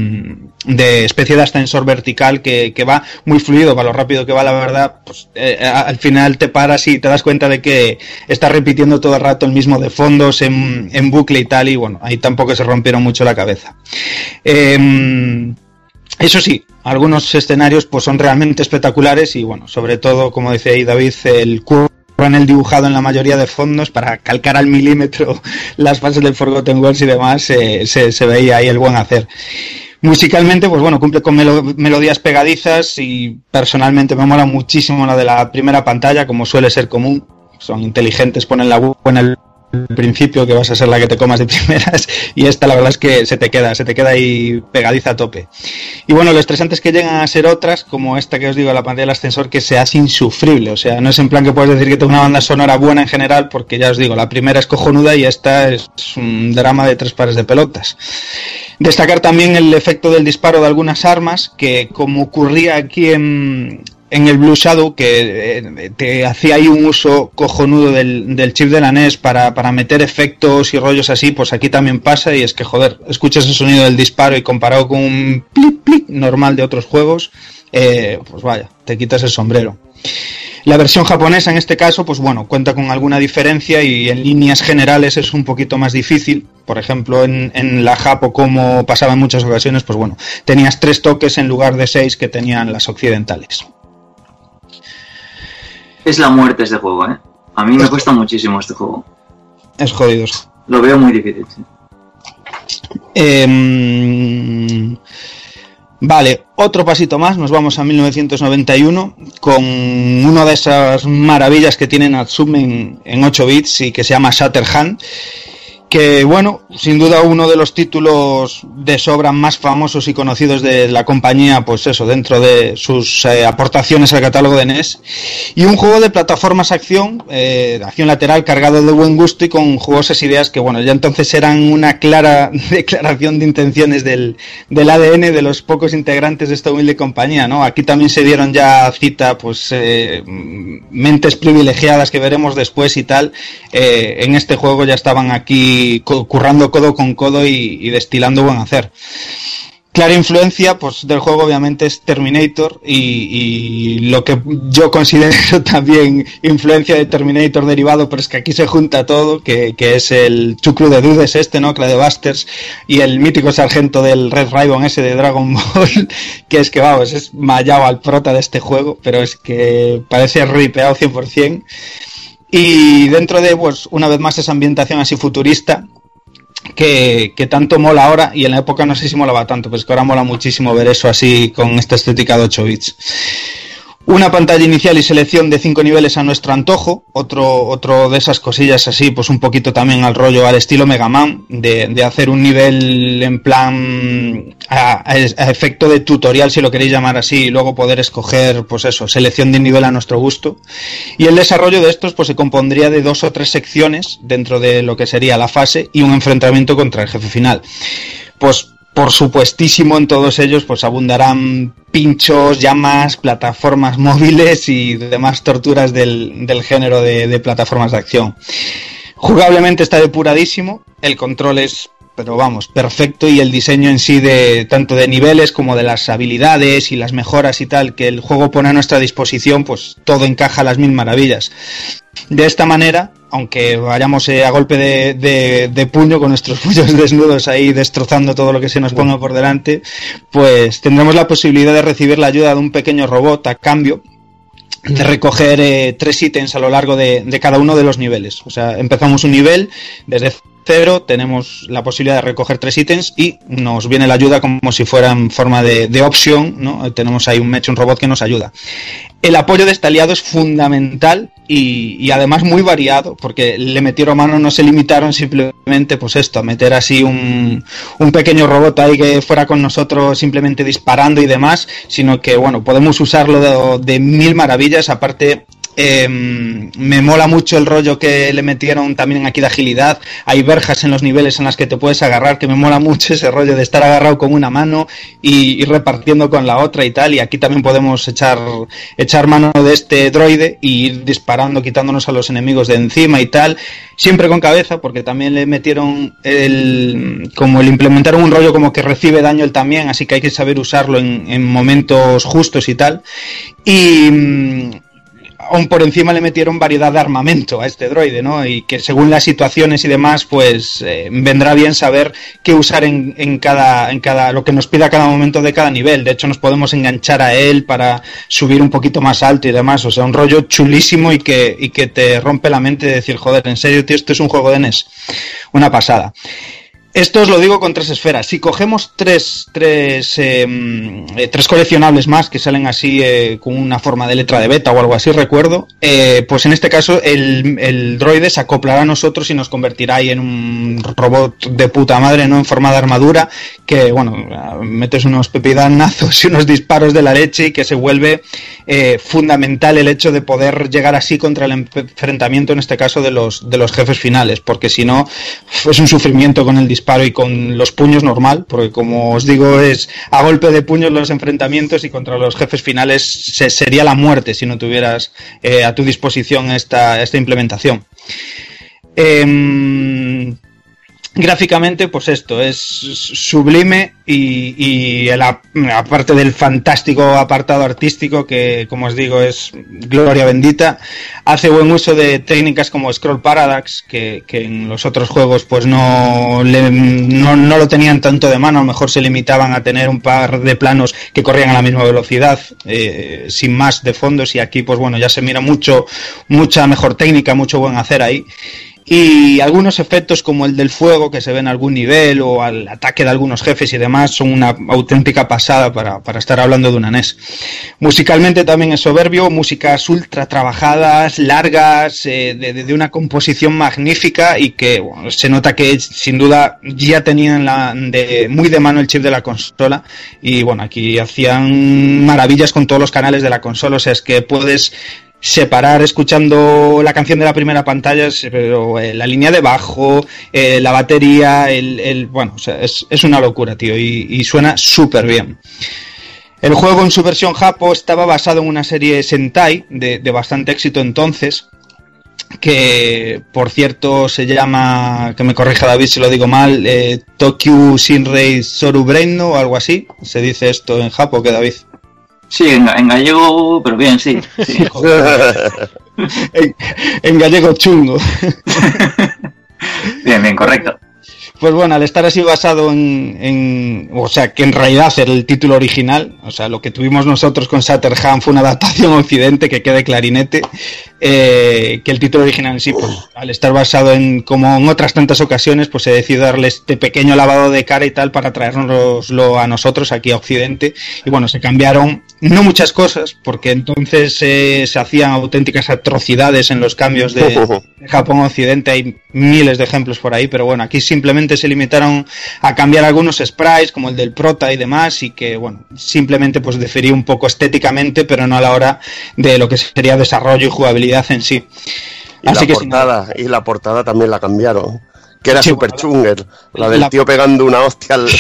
de especie de ascensor vertical que, que va muy fluido, para lo rápido que va, la verdad, pues eh, al final te paras y te das cuenta de que estás repitiendo todo el rato el mismo de fondos en, en bucle y tal, y bueno, ahí tampoco se rompieron mucho la cabeza. Eh, Eso sí, algunos escenarios pues son realmente espectaculares y bueno, sobre todo, como decía ahí David, el curro en el dibujado en la mayoría de fondos para calcar al milímetro las fases del Forgotten Worlds y demás, eh, se, se veía ahí el buen hacer. Musicalmente, pues bueno, cumple con melo- melodías pegadizas y personalmente me mola muchísimo la de la primera pantalla, como suele ser común. Son inteligentes, ponen la buena el principio, que vas a ser la que te comas de primeras, y esta la verdad es que se te queda, se te queda ahí pegadiza a tope. Y bueno, lo estresantes que llegan a ser otras, como esta que os digo, la pantalla del ascensor, que se hace insufrible, o sea, no es en plan que puedes decir que tengo una banda sonora buena en general, porque ya os digo, la primera es cojonuda y esta es un drama de tres pares de pelotas. Destacar también el efecto del disparo de algunas armas, que como ocurría aquí en... en el Blue Shadow, que eh, te hacía ahí un uso cojonudo del, del chip de la N E S para, para meter efectos y rollos así, pues aquí también pasa, y es que joder, escuchas el sonido del disparo y comparado con un plip plip normal de otros juegos, eh, pues vaya, te quitas el sombrero. La versión japonesa en este caso, pues bueno, cuenta con alguna diferencia y en líneas generales es un poquito más difícil. Por ejemplo, en, en la Japo, como pasaba en muchas ocasiones, pues bueno, tenías tres toques en lugar de seis que tenían las occidentales. Es la muerte este juego, ¿eh? A mí me cuesta muchísimo este juego. Es jodido. Lo veo muy difícil, sí. Eh, vale, otro pasito más. Nos vamos a mil novecientos noventa y uno con una de esas maravillas que tiene Natsume en, en ocho bits y que se llama Shatterhand. Que bueno, sin duda uno de los títulos de sobra más famosos y conocidos de la compañía, pues eso, dentro de sus eh, aportaciones al catálogo de N E S, y un juego de plataformas acción, eh, acción lateral, cargado de buen gusto y con jugosas ideas que bueno, ya entonces eran una clara declaración de intenciones del, del A D N de los pocos integrantes de esta humilde compañía, ¿no? Aquí también se dieron ya cita, pues eh, mentes privilegiadas que veremos después y tal, eh, en este juego ya estaban aquí currando codo con codo y, y destilando buen hacer. Clara influencia pues del juego obviamente es Terminator y, y lo que yo considero también influencia de Terminator derivado, pero es que aquí se junta todo, que, que es el chucro de dudes este, ¿no? Cladebusters, y el mítico sargento del Red Ribbon ese de Dragon Ball, que es que vamos, es mallado al prota de este juego, pero es que parece ripeado cien por ciento. Y dentro de, pues, una vez más esa ambientación así futurista que, que tanto mola ahora, y en la época no sé si molaba tanto, pero es que ahora mola muchísimo ver eso así con esta estética de ocho bits. Una pantalla inicial y selección de cinco niveles a nuestro antojo, otro otro de esas cosillas así, pues un poquito también al rollo, al estilo Mega Man, de, de hacer un nivel en plan a, a, a efecto de tutorial, si lo queréis llamar así, y luego poder escoger, pues eso, selección de nivel a nuestro gusto. Y el desarrollo de estos pues se compondría de dos o tres secciones dentro de lo que sería la fase y un enfrentamiento contra el jefe final. Pues por supuestísimo, en todos ellos pues abundarán pinchos, llamas, plataformas móviles y demás torturas del, del género de, de plataformas de acción. Jugablemente está depuradísimo, el control es, pero vamos, perfecto, y el diseño en sí de tanto de niveles como de las habilidades y las mejoras y tal que el juego pone a nuestra disposición, pues todo encaja a las mil maravillas. De esta manera, aunque vayamos eh, a golpe de, de, de puño con nuestros puños desnudos ahí destrozando todo lo que se nos ponga por delante, pues tendremos la posibilidad de recibir la ayuda de un pequeño robot a cambio de recoger eh, tres ítems a lo largo de, de cada uno de los niveles. O sea, empezamos un nivel desde cero, tenemos la posibilidad de recoger tres ítems y nos viene la ayuda como si fuera en forma de, de opción, ¿no? Tenemos ahí un mech, un robot que nos ayuda. El apoyo de este aliado es fundamental y, y además muy variado, porque le metieron mano, no se limitaron simplemente pues esto, a meter así un, un pequeño robot ahí que fuera con nosotros simplemente disparando y demás, sino que bueno, podemos usarlo de, de mil maravillas. Aparte, Eh, me mola mucho el rollo que le metieron también aquí de agilidad. Hay verjas en los niveles en las que te puedes agarrar, que me mola mucho ese rollo de estar agarrado con una mano y, y repartiendo con la otra y tal. Y aquí también podemos echar, echar mano de este droide y ir disparando, quitándonos a los enemigos de encima y tal. Siempre con cabeza, porque también le metieron el, como el implementaron un rollo como que recibe daño él también, así que hay que saber usarlo en, en momentos justos y tal. Y aún por encima le metieron variedad de armamento a este droide, ¿no? Y que según las situaciones y demás, pues eh, vendrá bien saber qué usar en, en cada, en cada, lo que nos pida cada momento de cada nivel. De hecho, nos podemos enganchar a él para subir un poquito más alto y demás. O sea, un rollo chulísimo y que, y que te rompe la mente de decir, joder, en serio, tío, esto es un juego de N E S. Una pasada. Esto os lo digo con tres esferas. Si cogemos tres, tres, eh, eh, tres coleccionables más que salen así eh, con una forma de letra de beta o algo así, recuerdo, eh, pues en este caso el, el droide se acoplará a nosotros y nos convertirá ahí en un robot de puta madre, ¿no? En forma de armadura, que bueno, metes unos pepidanazos y unos disparos de la leche y que se vuelve eh, fundamental el hecho de poder llegar así contra el enfrentamiento, en este caso de los, de los jefes finales, porque si no es un sufrimiento con el disparo y con los puños normal, porque como os digo es a golpe de puños los enfrentamientos y contra los jefes finales se, sería la muerte si no tuvieras eh, a tu disposición esta, esta implementación. Eh, Gráficamente, pues esto, es sublime y, y el, aparte del fantástico apartado artístico, que como os digo es gloria bendita, hace buen uso de técnicas como Scroll Parallax, que, que en los otros juegos pues no, le, no, no lo tenían tanto de mano, a lo mejor se limitaban a tener un par de planos que corrían a la misma velocidad, eh, sin más de fondos, y aquí pues bueno, ya se mira mucho, mucha mejor técnica, mucho buen hacer ahí. Y algunos efectos como el del fuego que se ve en algún nivel o al ataque de algunos jefes y demás son una auténtica pasada para, para estar hablando de una N E S. Musicalmente también es soberbio, músicas ultra trabajadas, largas, eh, de, de una composición magnífica y que bueno, se nota que sin duda ya tenían la, de, muy de mano el chip de la consola y bueno, aquí hacían maravillas con todos los canales de la consola, o sea, es que puedes separar escuchando la canción de la primera pantalla, pero eh, la línea de bajo, eh, la batería, el, el bueno, o sea, es, es una locura, tío, y, y suena súper bien. El juego en su versión japo estaba basado en una serie Sentai de, de bastante éxito entonces, que por cierto se llama, que me corrija David si lo digo mal, eh, Tokyu Shinrei Sorubreino o algo así, se dice esto en japo, ¿qué, David? Sí, en, en gallego, pero bien, sí. sí. en, en gallego chungo. Bien, bien, correcto. Pues bueno, al estar así basado en, en... O sea, que en realidad era el título original, o sea, lo que tuvimos nosotros con Shatterhand fue una adaptación a Occidente, que quede clarinete. eh, que el título original en sí, pues, al estar basado en, como en otras tantas ocasiones, pues se decidió darle este pequeño lavado de cara y tal para traernoslo a nosotros aquí a Occidente. Y bueno, se cambiaron no muchas cosas, porque entonces eh, se hacían auténticas atrocidades en los cambios de, de Japón a Occidente. Hay miles de ejemplos por ahí, pero bueno, aquí simplemente se limitaron a cambiar algunos sprites, como el del prota y demás, y que bueno, simplemente pues difería un poco estéticamente, pero no a la hora de lo que sería desarrollo y jugabilidad en sí. Y Así la que portada, si no... y la portada también la cambiaron, que era sí, Super bueno, Chunger, la del la... tío pegando una hostia al...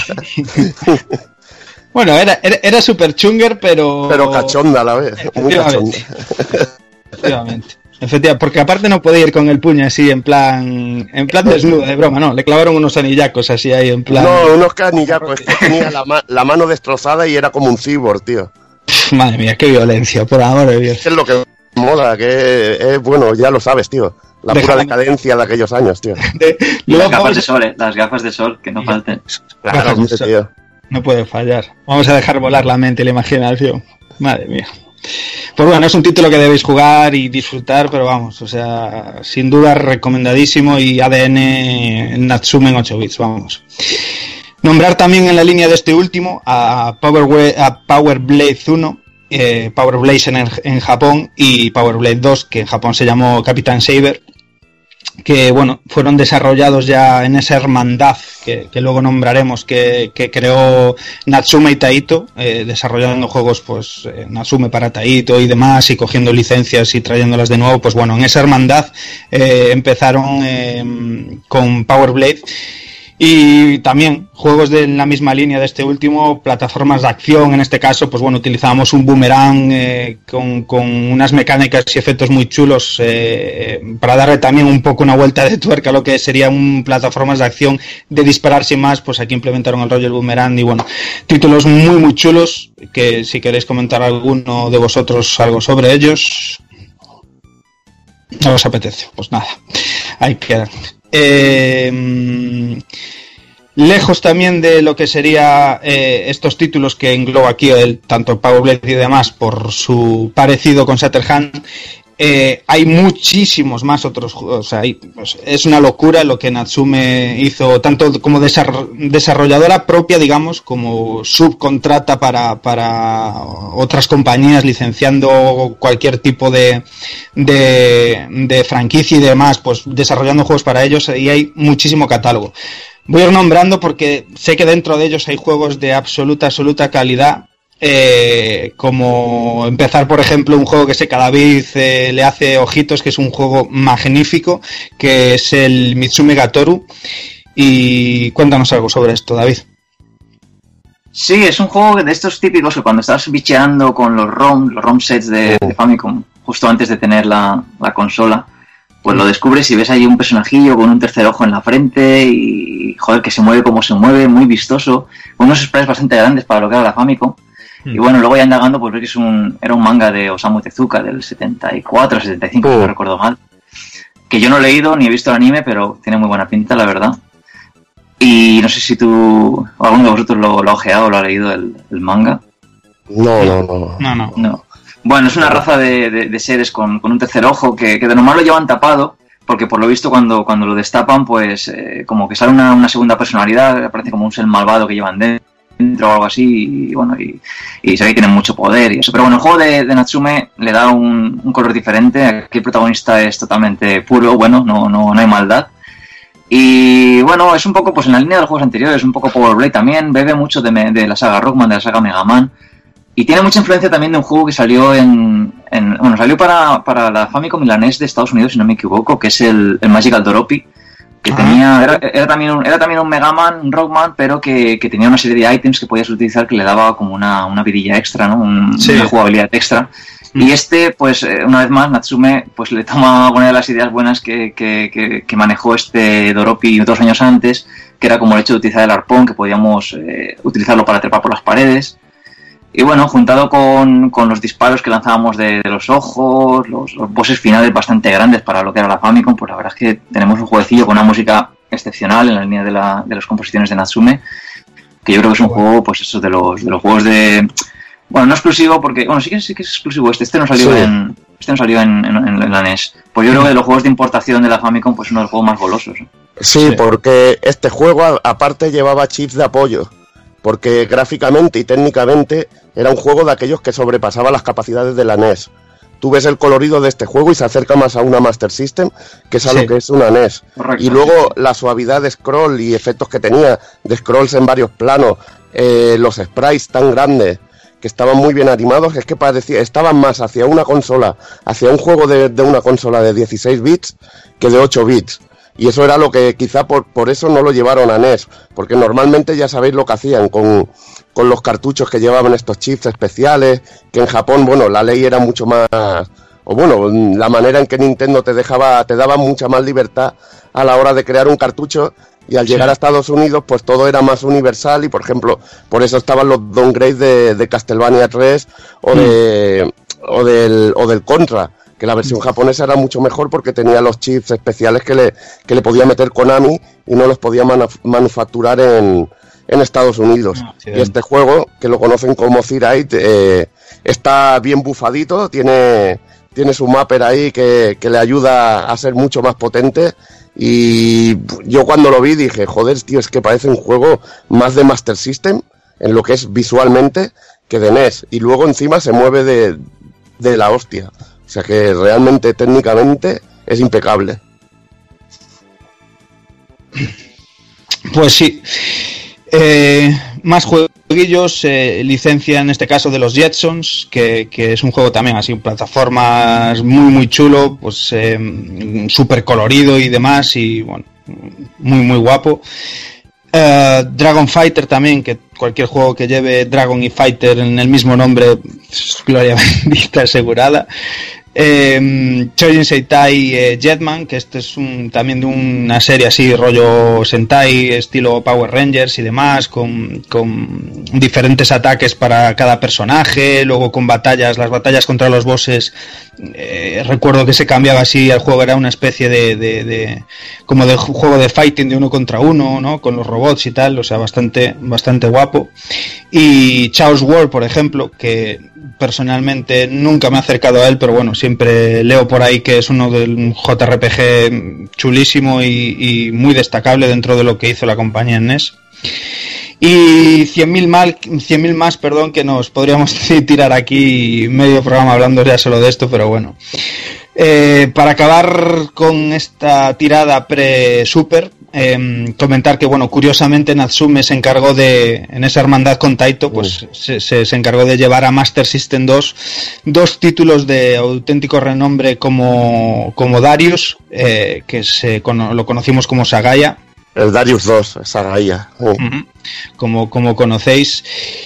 Bueno, era, era, era Super Chunger, pero... Pero cachonda a la vez, muy cachonda. Efectivamente. Efectivamente, porque aparte no podía ir con el puño así en plan en plan desnudo, de broma, no, le clavaron unos anillacos así ahí en plan... No, unos anillacos, es que tenía la, ma- la mano destrozada y era como un cyborg, tío. Madre mía, qué violencia, por amor de Dios. Es lo que mola, que es, es bueno, ya lo sabes, tío. La Deja pura decadencia de aquellos años, tío. De, las gafas de sol, eh, las gafas de sol, que no falten. Claro, hombre, tío. No puede fallar. Vamos a dejar volar la mente y la imaginación. Madre mía. Pues bueno, es un título que debéis jugar y disfrutar, pero vamos, o sea, sin duda recomendadísimo y A D N Natsume en ocho bits, vamos. Nombrar también en la línea de este último a Power, a Power Blade uno, eh, Power Blade en, en Japón, y Power Blade dos, que en Japón se llamó Captain Saber, que bueno, fueron desarrollados ya en esa hermandad que, que luego nombraremos, que, que creó Natsume y Taito, eh, desarrollando juegos pues eh, Natsume para Taito y demás, y cogiendo licencias y trayéndolas de nuevo. Pues bueno, en esa hermandad eh, empezaron eh, con Power Blade. Y también juegos de la misma línea de este último, plataformas de acción, en este caso, pues bueno, utilizábamos un boomerang eh, con, con unas mecánicas y efectos muy chulos eh, para darle también un poco una vuelta de tuerca a lo que sería un plataformas de acción de disparar sin más. Pues aquí implementaron el rollo del boomerang y bueno, títulos muy muy chulos, que si queréis comentar alguno de vosotros algo sobre ellos, no os apetece, pues nada, ahí quedan. Eh, lejos también de lo que sería eh, estos títulos que engloba aquí el, tanto Power Blade y demás por su parecido con Shatterhand, eh, hay muchísimos más otros juegos. O sea, hay, pues, es una locura lo que Natsume hizo, tanto como desarro- desarrolladora propia, digamos, como subcontrata para, para otras compañías, licenciando cualquier tipo de, de, de franquicia y demás, pues desarrollando juegos para ellos, y hay muchísimo catálogo. Voy a ir nombrando porque sé que dentro de ellos hay juegos de absoluta, absoluta calidad. Eh, como empezar, por ejemplo, un juego que sé que a David eh, le hace ojitos, que es un juego magnífico, que es el Mitsume Gatoru. Y cuéntanos algo sobre esto, David. Sí, es un juego de estos típicos que cuando estás bicheando con los ROM, los ROM sets de, de Famicom, justo antes de tener la, la consola, pues lo descubres y ves ahí un personajillo con un tercer ojo en la frente y, joder, que se mueve como se mueve, muy vistoso, con unos sprites bastante grandes para lo que era la Famicom. Y bueno, luego ya indagando, pues ves que es un, era un manga de Osamu Tezuka del setenta y cuatro, setenta y cinco, oh. si no recuerdo mal. Que yo no he leído ni he visto el anime, pero tiene muy buena pinta, la verdad. Y no sé si tú, o alguno de vosotros lo, lo ha ojeado o lo ha leído el, el manga. No, no, no. No, no. no. Bueno, es una raza de, de, de seres con, con un tercer ojo que, que de normal lo llevan tapado, porque por lo visto cuando, cuando lo destapan, pues eh, como que sale una, una segunda personalidad, parece como un ser malvado que llevan dentro. o algo así, y bueno, y, y se ve que tienen mucho poder y eso. Pero bueno, el juego de, de Natsume le da un, un color diferente. Aquí el protagonista es totalmente puro, bueno, no, no, no hay maldad. Y bueno, es un poco, pues en la línea de los juegos anteriores, un poco Power Blade también, bebe mucho de, de la saga Rockman, de la saga Mega Man. Y tiene mucha influencia también de un juego que salió en... en bueno, salió para, para la Famicom y la N E S de Estados Unidos, si no me equivoco, que es el, el Magical Doropi. Que tenía, era, era, también un, era también un Mega Man, un Rockman, pero que, que tenía una serie de ítems que podías utilizar que le daba como una, una vidilla extra, ¿no? Un, sí. Una jugabilidad extra. Mm. Y este, pues, una vez más, Natsume pues le toma una de las ideas buenas que, que, que, que manejó este Doropi otros años antes, que era como el hecho de utilizar el arpón, que podíamos eh, utilizarlo para trepar por las paredes. Y bueno, juntado con, con los disparos que lanzábamos de, de los ojos, los, los bosses finales bastante grandes para lo que era la Famicom, pues la verdad es que tenemos un jueguecillo con una música excepcional en la línea de, la, de las composiciones de Natsume, que yo creo que es un juego, pues eso, de los, de los juegos de... Bueno, no exclusivo porque... Bueno, sí que, sí que es exclusivo este. Este no salió sí. en, Este no salió en, en, en la N E S. Pues yo creo que de los juegos de importación de la Famicom, pues uno de los juegos más golosos. ¿eh? Sí, sí, porque este juego aparte llevaba chips de apoyo, porque gráficamente y técnicamente era un juego de aquellos que sobrepasaba las capacidades de la N E S. Tú ves el colorido de este juego y se acerca más a una Master System que es a sí. lo que es una N E S. Correcto, y luego sí. la suavidad de scroll y efectos que tenía, de scrolls en varios planos, eh, los sprites tan grandes, que estaban muy bien animados, es que parecía, estaban más hacia una consola, hacia un juego de, de una consola de dieciséis bits que de ocho bits. Y eso era lo que quizá por, por eso no lo llevaron a N E S, porque normalmente ya sabéis lo que hacían con, con los cartuchos que llevaban estos chips especiales, que en Japón, bueno, la ley era mucho más, o bueno, la manera en que Nintendo te dejaba, te daba mucha más libertad a la hora de crear un cartucho, y al llegar sí. a Estados Unidos, pues todo era más universal, y por ejemplo, por eso estaban los downgrades de, de Castlevania tres o mm. de, o del, o del Contra, que la versión japonesa era mucho mejor porque tenía los chips especiales que le, que le podía meter Konami y no los podía manuf- manufacturar en, en Estados Unidos. Ah, sí, y este juego, que lo conocen como Zeroid, eh, está bien bufadito, tiene, tiene su mapper ahí que, que le ayuda a ser mucho más potente. Y yo cuando lo vi dije, joder, tío, es que parece un juego más de Master System en lo que es visualmente que de N E S. Y luego encima se mueve de, de la hostia. O sea que realmente, técnicamente, es impecable. Pues sí. Eh, más jueguillos, eh, licencia en este caso de los Jetsons, que, que es un juego también así, plataformas muy muy chulo, pues eh, súper colorido y demás, y bueno, muy muy guapo. Uh, Dragon Fighter también, que cualquier juego que lleve Dragon y Fighter en el mismo nombre, gloria bendita asegurada. Eh, Chojin Sentai eh, Jetman, que este es un, también de una serie así rollo Sentai, estilo Power Rangers y demás, con, con diferentes ataques para cada personaje, luego con batallas, las batallas contra los bosses, eh, recuerdo que se cambiaba así, el juego era una especie de, de, de como de juego de fighting de uno contra uno, ¿no? Con los robots y tal, o sea, bastante, bastante guapo. Y Chaos War, por ejemplo, que personalmente nunca me he acercado a él, pero bueno, siempre leo por ahí que es uno del J R P G chulísimo y, y muy destacable dentro de lo que hizo la compañía en N E S. Y cien mil más, perdón, que nos podríamos tirar aquí medio programa hablando ya solo de esto, pero bueno. Eh, para acabar con esta tirada pre-super, eh, comentar que, bueno, curiosamente Natsume se encargó de, en esa hermandad con Taito, pues uh. se, se, se encargó de llevar a Master System dos dos títulos de auténtico renombre como, como Darius, eh, que se, lo conocimos como Sagaya. El Darius dos, Sagaya. Uh. Uh-huh. Como, como conocéis.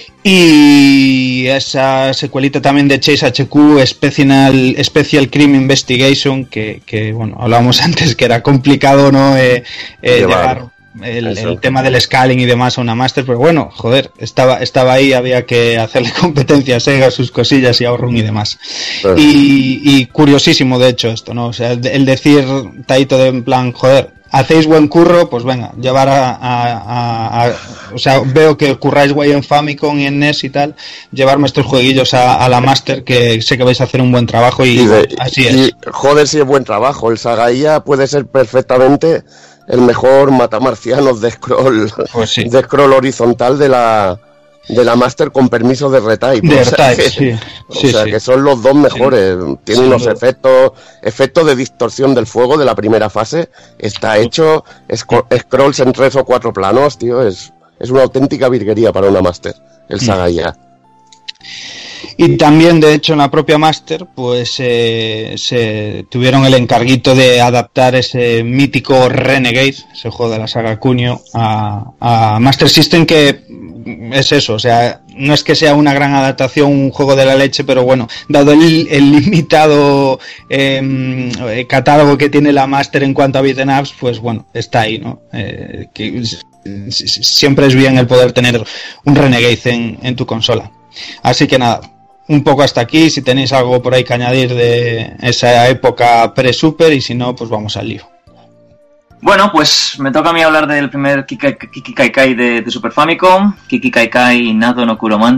Y esa secuelita también de Chase H Q, Special, Special Crime Investigation, que, que bueno, hablábamos antes que era complicado, ¿no? Eh, eh, llevar el, el tema del scaling y demás a una Master, pero bueno, joder, estaba, estaba ahí, había que hacerle competencia a Sega, sus cosillas y a Outrun y demás. Uh-huh. Y, y curiosísimo, de hecho, esto, ¿no? O sea, el, el decir, Taito, de en plan, joder, hacéis buen curro, pues venga, llevar a, a, a, a... O sea, veo que curráis guay en Famicom y en N E S y tal, llevarme estos jueguillos a, a la Master, que sé que vais a hacer un buen trabajo y, y de, así es. Y, joder, si es buen trabajo. El Sagaya puede ser perfectamente el mejor matamarcianos de scroll, pues sí. de scroll horizontal de la... de la Master con permiso de retype. De o sea, retype, que, sí. O sí, sea sí. que son los dos mejores. Sí. Tiene sí, unos no. efectos efectos de distorsión del fuego de la primera fase. Está sí. hecho sc- scrolls en tres o cuatro planos, tío. Es, es una auténtica virguería para una Master, el sí. Sagaya. Y también, de hecho, en la propia Master, pues eh, se tuvieron el encarguito de adaptar ese mítico Renegade, ese juego de la saga Kunio, a, a Master System, que es eso, o sea, no es que sea una gran adaptación, un juego de la leche, pero bueno, dado el, el limitado eh, catálogo que tiene la Master en cuanto a beat'em ups, pues bueno, está ahí, ¿no? Eh, que siempre es bien el poder tener un Renegade en, en tu consola. Así que nada, un poco hasta aquí, si tenéis algo por ahí que añadir de esa época pre-super, y si no, pues vamos al lío. Bueno, pues me toca a mí hablar del primer Kiki Kai Kai de, de Super Famicom, Kiki Kai Kai Nado no Kuromanto,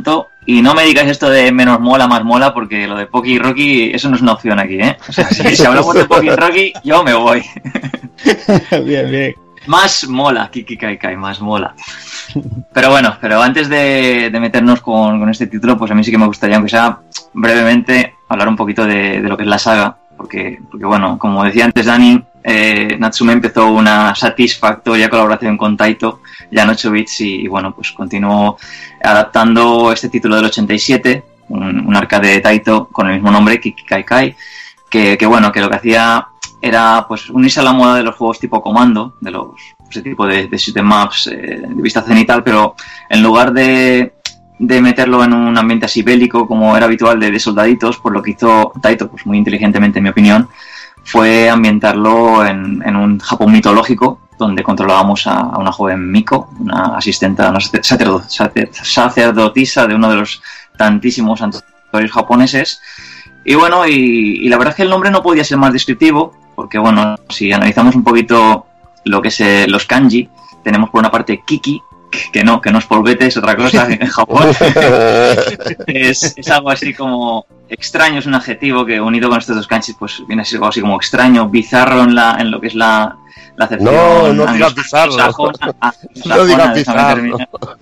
Y no me digáis esto de menos mola, más mola, porque lo de Poki Rocky, eso no es una opción aquí, ¿eh? O sea, si, si hablamos de Poki Rocky, yo me voy. Bien, bien. Más mola, Kiki Kai Kai, más mola. Pero bueno, pero antes de, de meternos con, con este título, pues a mí sí que me gustaría, aunque sea brevemente, hablar un poquito de, de lo que es la saga. Porque, porque bueno, como decía antes Dani, eh, Natsume empezó una satisfactoria colaboración con Taito, ya en ocho bits, y, y bueno, pues continuó adaptando este título del ochenta y siete, un, un arcade de Taito con el mismo nombre, Kiki Kai Kai, que, que bueno, que lo que hacía era pues unirse a la moda de los juegos tipo Comando, de los ese tipo de, de shoot 'em ups eh, de vista cenital, pero en lugar de, de meterlo en un ambiente así bélico como era habitual de, de soldaditos, pues lo que hizo Taito, pues muy inteligentemente en mi opinión, fue ambientarlo en, en un Japón mitológico, donde controlábamos a, a una joven Miko, una asistenta, una sacerdot, sacerdotisa de uno de los tantísimos santuarios japoneses. Y bueno, y, y la verdad es que el nombre no podía ser más descriptivo, porque bueno, si analizamos un poquito lo que es eh, los kanji, tenemos por una parte Kiki, que no, que no es polvete, es otra cosa en Japón. es, es algo así como extraño, es un adjetivo que unido con estos dos kanjis pues viene a ser algo así como extraño, bizarro en la en lo que es la, la acepción. No, no digas bizarro. No digas bizarro.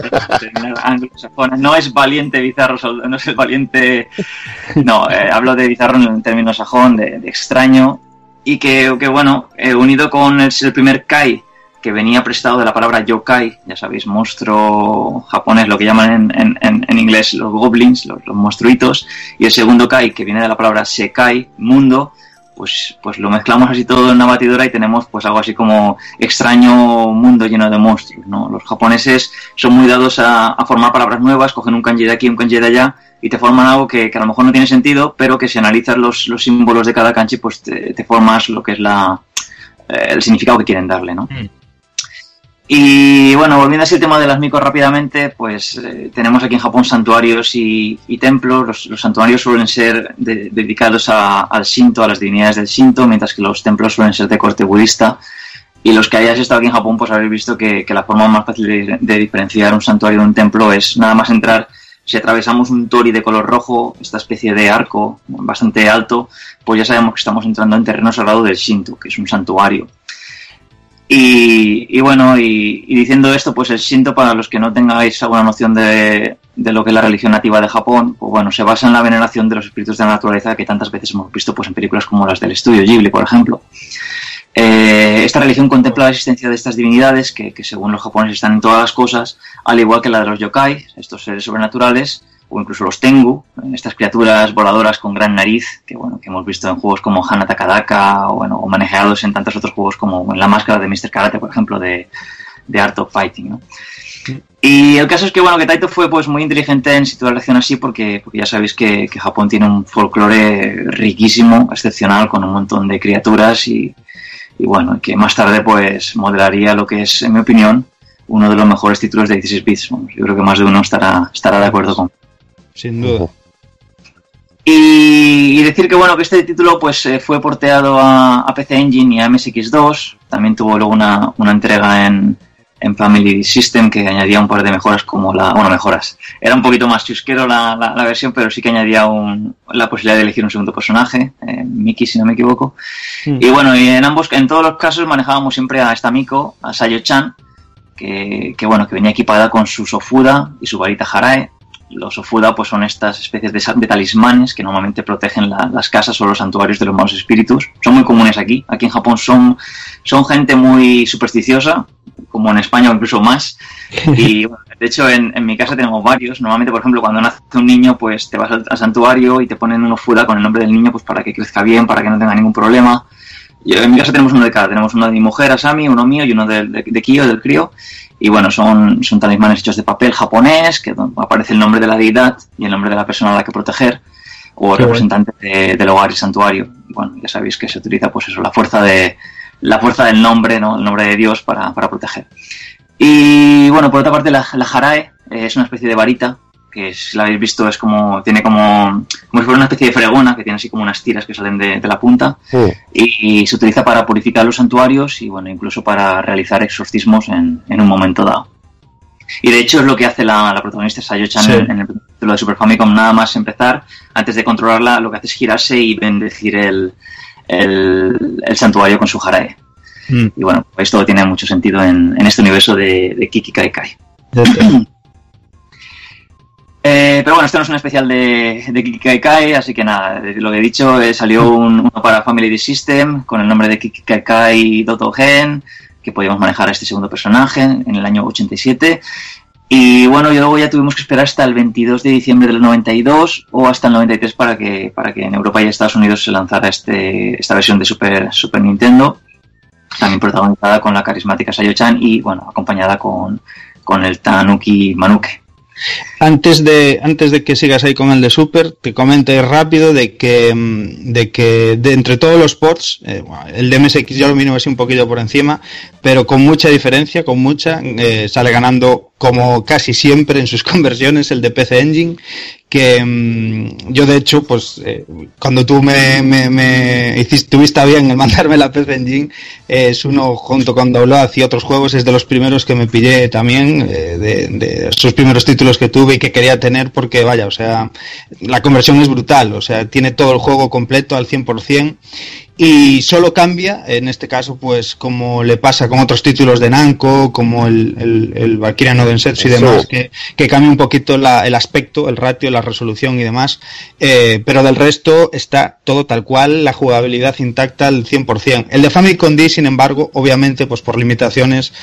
No es valiente bizarro, no es el valiente... No, eh, hablo de bizarro en términos sajón, de, de extraño, y que, que bueno, eh, unido con el, el primer kai, que venía prestado de la palabra yokai, ya sabéis, monstruo japonés, lo que llaman en, en, en inglés los goblins, los, los monstruitos, y el segundo kai, que viene de la palabra sekai, mundo, pues, pues lo mezclamos así todo en una batidora y tenemos pues algo así como extraño mundo lleno de monstruos, ¿no? Los japoneses son muy dados a, a formar palabras nuevas, cogen un kanji de aquí, un kanji de allá, y te forman algo que, que a lo mejor no tiene sentido, pero que si analizas los, los símbolos de cada kanji, pues te, te formas lo que es la eh, el significado que quieren darle, ¿no? Mm. Y bueno, volviendo así al tema de las micos rápidamente, pues eh, tenemos aquí en Japón santuarios y, y templos. Los, los santuarios suelen ser de, dedicados a, al Shinto, a las divinidades del Shinto, mientras que los templos suelen ser de corte budista. Y los que hayáis estado aquí en Japón, pues habréis visto que, que la forma más fácil de, de diferenciar un santuario de un templo es nada más entrar. Si atravesamos un tori de color rojo, esta especie de arco bastante alto, pues ya sabemos que estamos entrando en terreno sagrado del Shinto, que es un santuario. Y, y bueno, y, y diciendo esto, pues el Shinto, para los que no tengáis alguna noción de, de lo que es la religión nativa de Japón, pues bueno, se basa en la veneración de los espíritus de la naturaleza que tantas veces hemos visto pues en películas como las del estudio Ghibli, por ejemplo. Eh, esta religión contempla la existencia de estas divinidades que, que según los japoneses están en todas las cosas, al igual que la de los yokai, estos seres sobrenaturales, o incluso los tengu, estas criaturas voladoras con gran nariz, que bueno, que hemos visto en juegos como Hana Takadaka, o bueno, o manejados en tantos otros juegos como en la máscara de míster Karate, por ejemplo, de, de Art of Fighting, ¿no? Y el caso es que bueno, que Taito fue pues muy inteligente en situar la acción así, porque, porque ya sabéis que, que Japón tiene un folclore riquísimo, excepcional, con un montón de criaturas y, y bueno, que más tarde pues modelaría lo que es, en mi opinión, uno de los mejores títulos de dieciséis bits. Bueno, yo creo que más de uno estará, estará de acuerdo con. Sin duda. Y, y decir que bueno, que este título pues eh, fue porteado a, a P C Engine y a M S X dos. También tuvo luego una, una entrega en, en Family System que añadía un par de mejoras como la... Bueno, mejoras. Era un poquito más chusquero la, la, la versión, pero sí que añadía un, la posibilidad de elegir un segundo personaje, eh, Miki si no me equivoco. Mm. Y bueno, y en ambos, en todos los casos manejábamos siempre a esta Miko, a Sayo-chan, que, que bueno, que venía equipada con su Sofuda y su varita Harae. Los Ofuda pues son estas especies de, de talismanes que normalmente protegen la, las casas o los santuarios de los malos espíritus. Son muy comunes aquí. Aquí en Japón son, son gente muy supersticiosa, como en España o incluso más. Y bueno, de hecho en, en mi casa tenemos varios. Normalmente, por ejemplo, cuando nace un niño, pues te vas al, al santuario y te ponen un Ofuda con el nombre del niño pues para que crezca bien, para que no tenga ningún problema. Y en mi casa tenemos uno de cada. Tenemos uno de mi mujer, Asami, uno mío y uno de, de, de Kyo, del crío. Y bueno, son, son talismanes hechos de papel japonés, que aparece el nombre de la deidad y el nombre de la persona a la que proteger, o el representante de, del hogar y santuario. Bueno, ya sabéis que se utiliza pues eso, la fuerza de la fuerza del nombre, ¿no? El nombre de Dios para, para proteger. Y bueno, por otra parte, la, la Harae es una especie de varita, que si la habéis visto es como, tiene como, como si fuera una especie de fregona, que tiene así como unas tiras que salen de, de la punta, sí. y, y se utiliza para purificar los santuarios y bueno, incluso para realizar exorcismos en, en un momento dado. Y de hecho es lo que hace la, la protagonista Sayo-chan sí. en, en el de lo de Super Famicom, nada más empezar, antes de controlarla, lo que hace es girarse y bendecir el, el, el santuario con su jarae. Mm. Y bueno, esto tiene mucho sentido en, en este universo de, de Kiki Kai Kai. Eh, pero bueno, esto no es un especial de, de Kiki Kai Kai, así que nada, lo que he dicho, eh, salió un, uno para Family System con el nombre de Kiki Kai Kai Doto Gen, que podíamos manejar a este segundo personaje en el año ochenta y siete. Y bueno, y luego ya tuvimos que esperar hasta el veintidós de diciembre del noventa y dos o hasta el noventa y tres para que, para que en Europa y Estados Unidos se lanzara este, esta versión de Super, Super Nintendo, también protagonizada con la carismática Sayo-chan y bueno, acompañada con, con el Tanuki Manuke. Antes de antes de que sigas ahí con el de Super, te comento rápido de que de que de entre todos los ports, eh, bueno, el de M S X ya lo miro así un poquito por encima, pero con mucha diferencia, con mucha, eh, sale ganando como casi siempre en sus conversiones el de P C Engine, que mmm, yo de hecho, pues eh, cuando tú me, me, me hiciste, tuviste bien el mandarme la P C Engine, eh, es uno junto con Download y otros juegos, es de los primeros que me pillé también, eh, de, de esos primeros títulos que tuve y que quería tener porque vaya, o sea, la conversión es brutal, o sea, tiene todo el juego completo al cien por ciento. Y solo cambia, en este caso, pues como le pasa con otros títulos de Namco, como el, el, el Valkyria no Densetsu y demás, que, que cambia un poquito la, el aspecto, el ratio, la resolución y demás, eh, pero del resto está todo tal cual, la jugabilidad intacta al cien por ciento. El de Famicom D, sin embargo, obviamente, pues por limitaciones,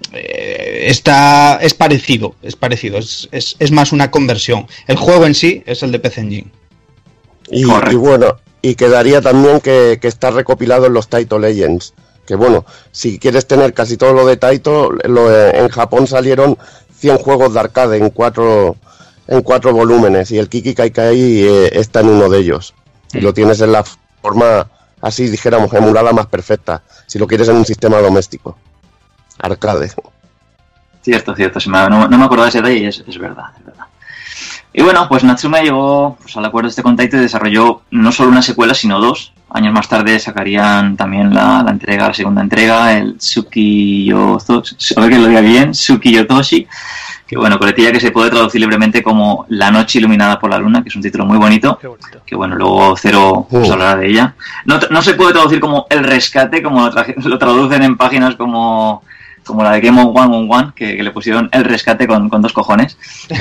eh, está es parecido, es parecido, es, es, es más una conversión. El juego en sí es el de P C Engine. Y, y bueno... Y quedaría también que, que está recopilado en los Taito Legends. Que bueno, si quieres tener casi todo lo de Taito, lo, en Japón salieron cien juegos de arcade en cuatro, en cuatro volúmenes. Y el Kiki Kai Kai eh, está en uno de ellos. Y lo tienes en la forma, así dijéramos, emulada más perfecta. Si lo quieres en un sistema doméstico. Arcade. Cierto, cierto. No, no me acordaba de ese detalle y es, es verdad, es verdad. Y bueno, pues Natsume llegó pues, al acuerdo este con Taito y desarrolló no solo una secuela, sino dos. Años más tarde sacarían también la, la entrega, la segunda entrega, el Tsukiyotoshi, a ver que lo diga bien, Tsukiyotoshi, que bueno, coletilla que se puede traducir libremente como La noche iluminada por la luna, que es un título muy bonito, bonito. Que bueno, luego Cero pues, uh. hablará de ella. No, no se puede traducir como El rescate, como lo, tra- lo traducen en páginas como... como la de Game on One on One, que, que le pusieron El rescate con, con dos cojones.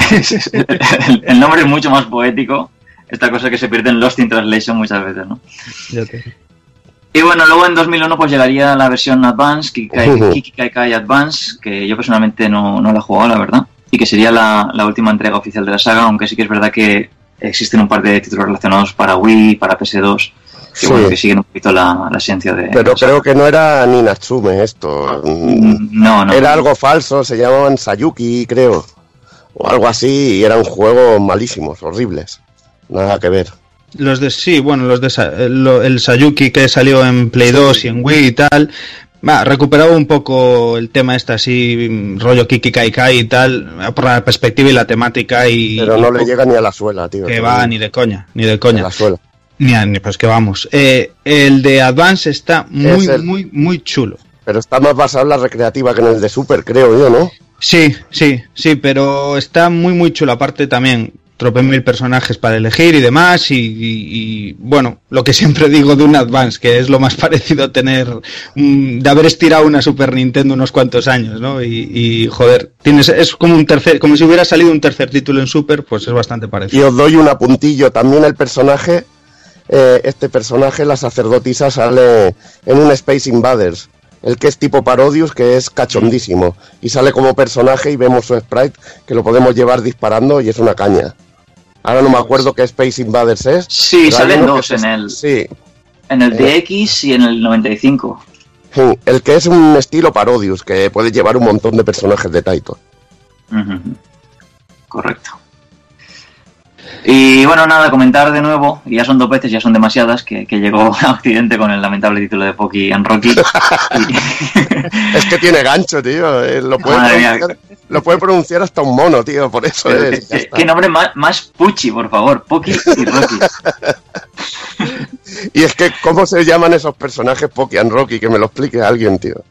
el, el nombre es mucho más poético, esta cosa que se pierde en Lost in Translation muchas veces, ¿no? Ya te... Y bueno, luego en dos mil uno pues llegaría la versión Advance, Kiki Kai, Kiki Kai Kai Advance, que yo personalmente no, no la he jugado, la verdad, y que sería la, la última entrega oficial de la saga, aunque sí que es verdad que existen un par de títulos relacionados para Wii, para P S dos, que, sí. Bueno, que siguen un poquito la, la esencia de... Pero creo que no era ni Natsume esto. No, no. Era algo falso, se llamaban Sayuki, creo. O algo así, y eran juegos malísimos, horribles. Nada que ver. Los de... Sí, bueno, los de... El, el Sayuki que salió en Play sí. dos y en Wii y tal... Va, recuperaba un poco el tema este así, rollo Kiki Kai Kai y tal, por la perspectiva y la temática y... Pero no y le llega ni a la suela, tío. Que va, ni de coña, ni de coña. A la suela. Ni, ni pues que vamos. Eh, el de Advance está muy, el... muy, muy chulo. Pero está más basado en la recreativa que en el de Super, creo yo, ¿no? Sí, sí, sí, pero está muy, muy chulo. Aparte también, trope mil personajes para elegir y demás. Y, y, y bueno, lo que siempre digo de un Advance, que es lo más parecido a tener, um, de haber estirado una Super Nintendo unos cuantos años, ¿no? Y, y joder, tienes, es como un tercer, como si hubiera salido un tercer título en Super, pues es bastante parecido. Y os doy un apuntillo, también el personaje... Eh, este personaje, la sacerdotisa, sale en un Space Invaders, el que es tipo Parodius, que es cachondísimo, y sale como personaje y vemos su sprite, que lo podemos llevar disparando y es una caña. Ahora no me acuerdo qué Space Invaders es. Sí, salen dos en es, el sí. en el D X eh, y en el noventa y cinco. Sí, el que es un estilo Parodius, que puede llevar un montón de personajes de Taito. Uh-huh. Correcto. Y bueno, nada, comentar de nuevo, y ya son dos veces, ya son demasiadas, que, que llegó a Occidente con el lamentable título de Poki and Rocky. Y... es que tiene gancho, tío, eh, lo, puede pronunciar, lo puede pronunciar hasta un mono, tío, por eso Pero es. ¿Qué, qué nombre más, más puchi, por favor, Poki y Rocky. Y es que, ¿cómo se llaman esos personajes Poki and Rocky? Que me lo explique alguien, tío.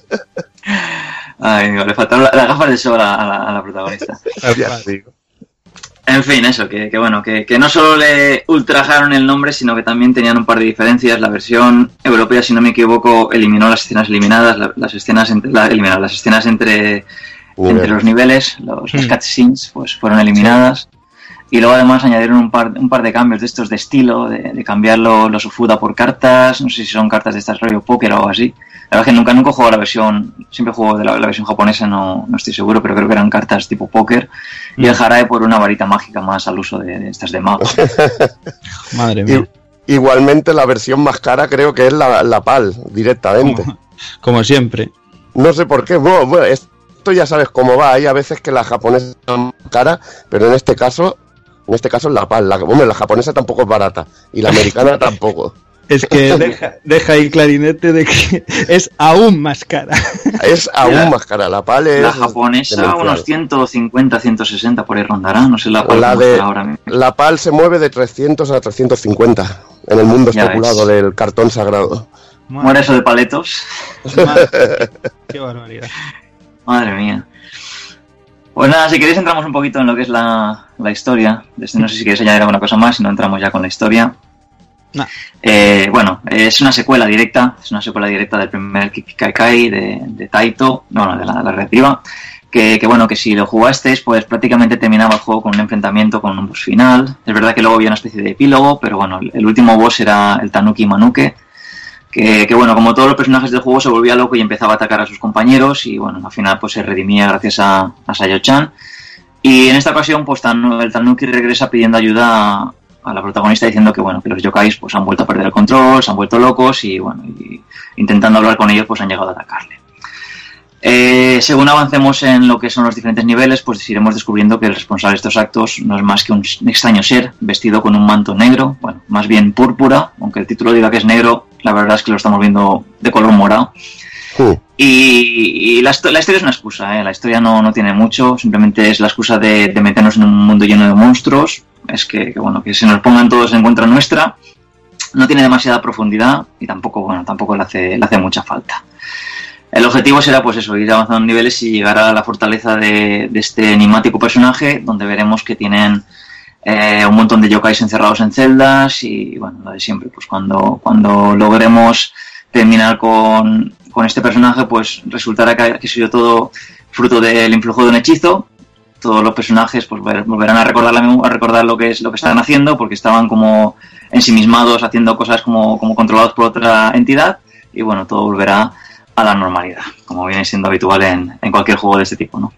Ay, digo, le faltaron las la gafas de sol a la, a la protagonista. Ya digo. En fin, eso, que, que bueno, que, que no solo le ultrajaron el nombre, sino que también tenían un par de diferencias. La versión europea, si no me equivoco, eliminó las escenas eliminadas, la, las escenas entre, la, eliminó las escenas entre, entre los niveles, los, mm. las cutscenes, pues fueron eliminadas. Sí. Y luego además añadieron un par, un par de cambios de estos de estilo, de, de cambiar los lo Ufuda por cartas, no sé si son cartas de estas rollo póker o algo así. La verdad es que nunca, nunca he jugado la versión, siempre juego de la, la versión japonesa, no, no estoy seguro, pero creo que eran cartas tipo póker. Mm. Y el Jarae por una varita mágica más al uso de, de estas de mago. Madre mía. I, igualmente la versión más cara creo que es la, la PAL, directamente. Como, como siempre. No sé por qué, bueno, bueno, esto ya sabes cómo va, hay a veces que la japonesa es más cara, pero en este caso... En este caso es la PAL. La, hombre, la japonesa tampoco es barata. Y la americana tampoco. Es que deja, deja ahí clarinete de que es aún más cara. Es aún ya, más cara. La PAL es... La japonesa demencial. Unos ciento cincuenta, ciento sesenta por ahí rondará. No sé la PAL. La, de, ahora mismo. La PAL se mueve de trescientos a trescientos cincuenta en el mundo ya especulado ves. Del cartón sagrado. Muere eso de paletos. Madre, qué barbaridad. Madre mía. Pues nada, si queréis entramos un poquito en lo que es la, la historia. Desde, no sé si queréis añadir alguna cosa más, si no entramos ya con la historia. No. Eh, bueno, es una secuela directa, es una secuela directa del primer Kikaikai de, de Taito, bueno, de la, la recreativa, que, que bueno, que si lo jugasteis, pues prácticamente terminaba el juego con un enfrentamiento con un boss final. Es verdad que luego había una especie de epílogo, pero bueno, el, el último boss era el Tanuki Manuke, que, que bueno, como todos los personajes del juego se volvía loco y empezaba a atacar a sus compañeros y bueno, al final pues se redimía gracias a, a Sayo-chan. Y en esta ocasión pues tan, el Tanuki regresa pidiendo ayuda a, a la protagonista diciendo que bueno, que los yokais pues han vuelto a perder el control, se han vuelto locos y bueno, y, intentando hablar con ellos pues han llegado a atacarle. Eh, según avancemos en lo que son los diferentes niveles, pues iremos descubriendo que el responsable de estos actos no es más que un extraño ser vestido con un manto negro, bueno, más bien púrpura, aunque el título diga que es negro, la verdad es que lo estamos viendo de color morado. Sí. Y, y la, la historia es una excusa, ¿eh? La historia no, no tiene mucho, simplemente es la excusa de, de meternos en un mundo lleno de monstruos, es que, que bueno, que se nos pongan todos en contra nuestra, no tiene demasiada profundidad y tampoco, bueno, tampoco le hace, le hace mucha falta. El objetivo será pues eso, ir avanzando en niveles y llegar a la fortaleza de, de este enigmático personaje, donde veremos que tienen eh, un montón de yokais encerrados en celdas y bueno, lo de siempre, pues cuando, cuando logremos terminar con, con este personaje, pues resultará que, que ha sido todo fruto del influjo de un hechizo. Todos los personajes pues volverán a recordar, la, a recordar lo que es lo que estaban haciendo, porque estaban como ensimismados haciendo cosas como, como controlados por otra entidad y bueno, todo volverá a la normalidad, como viene siendo habitual en, en cualquier juego de este tipo, ¿no?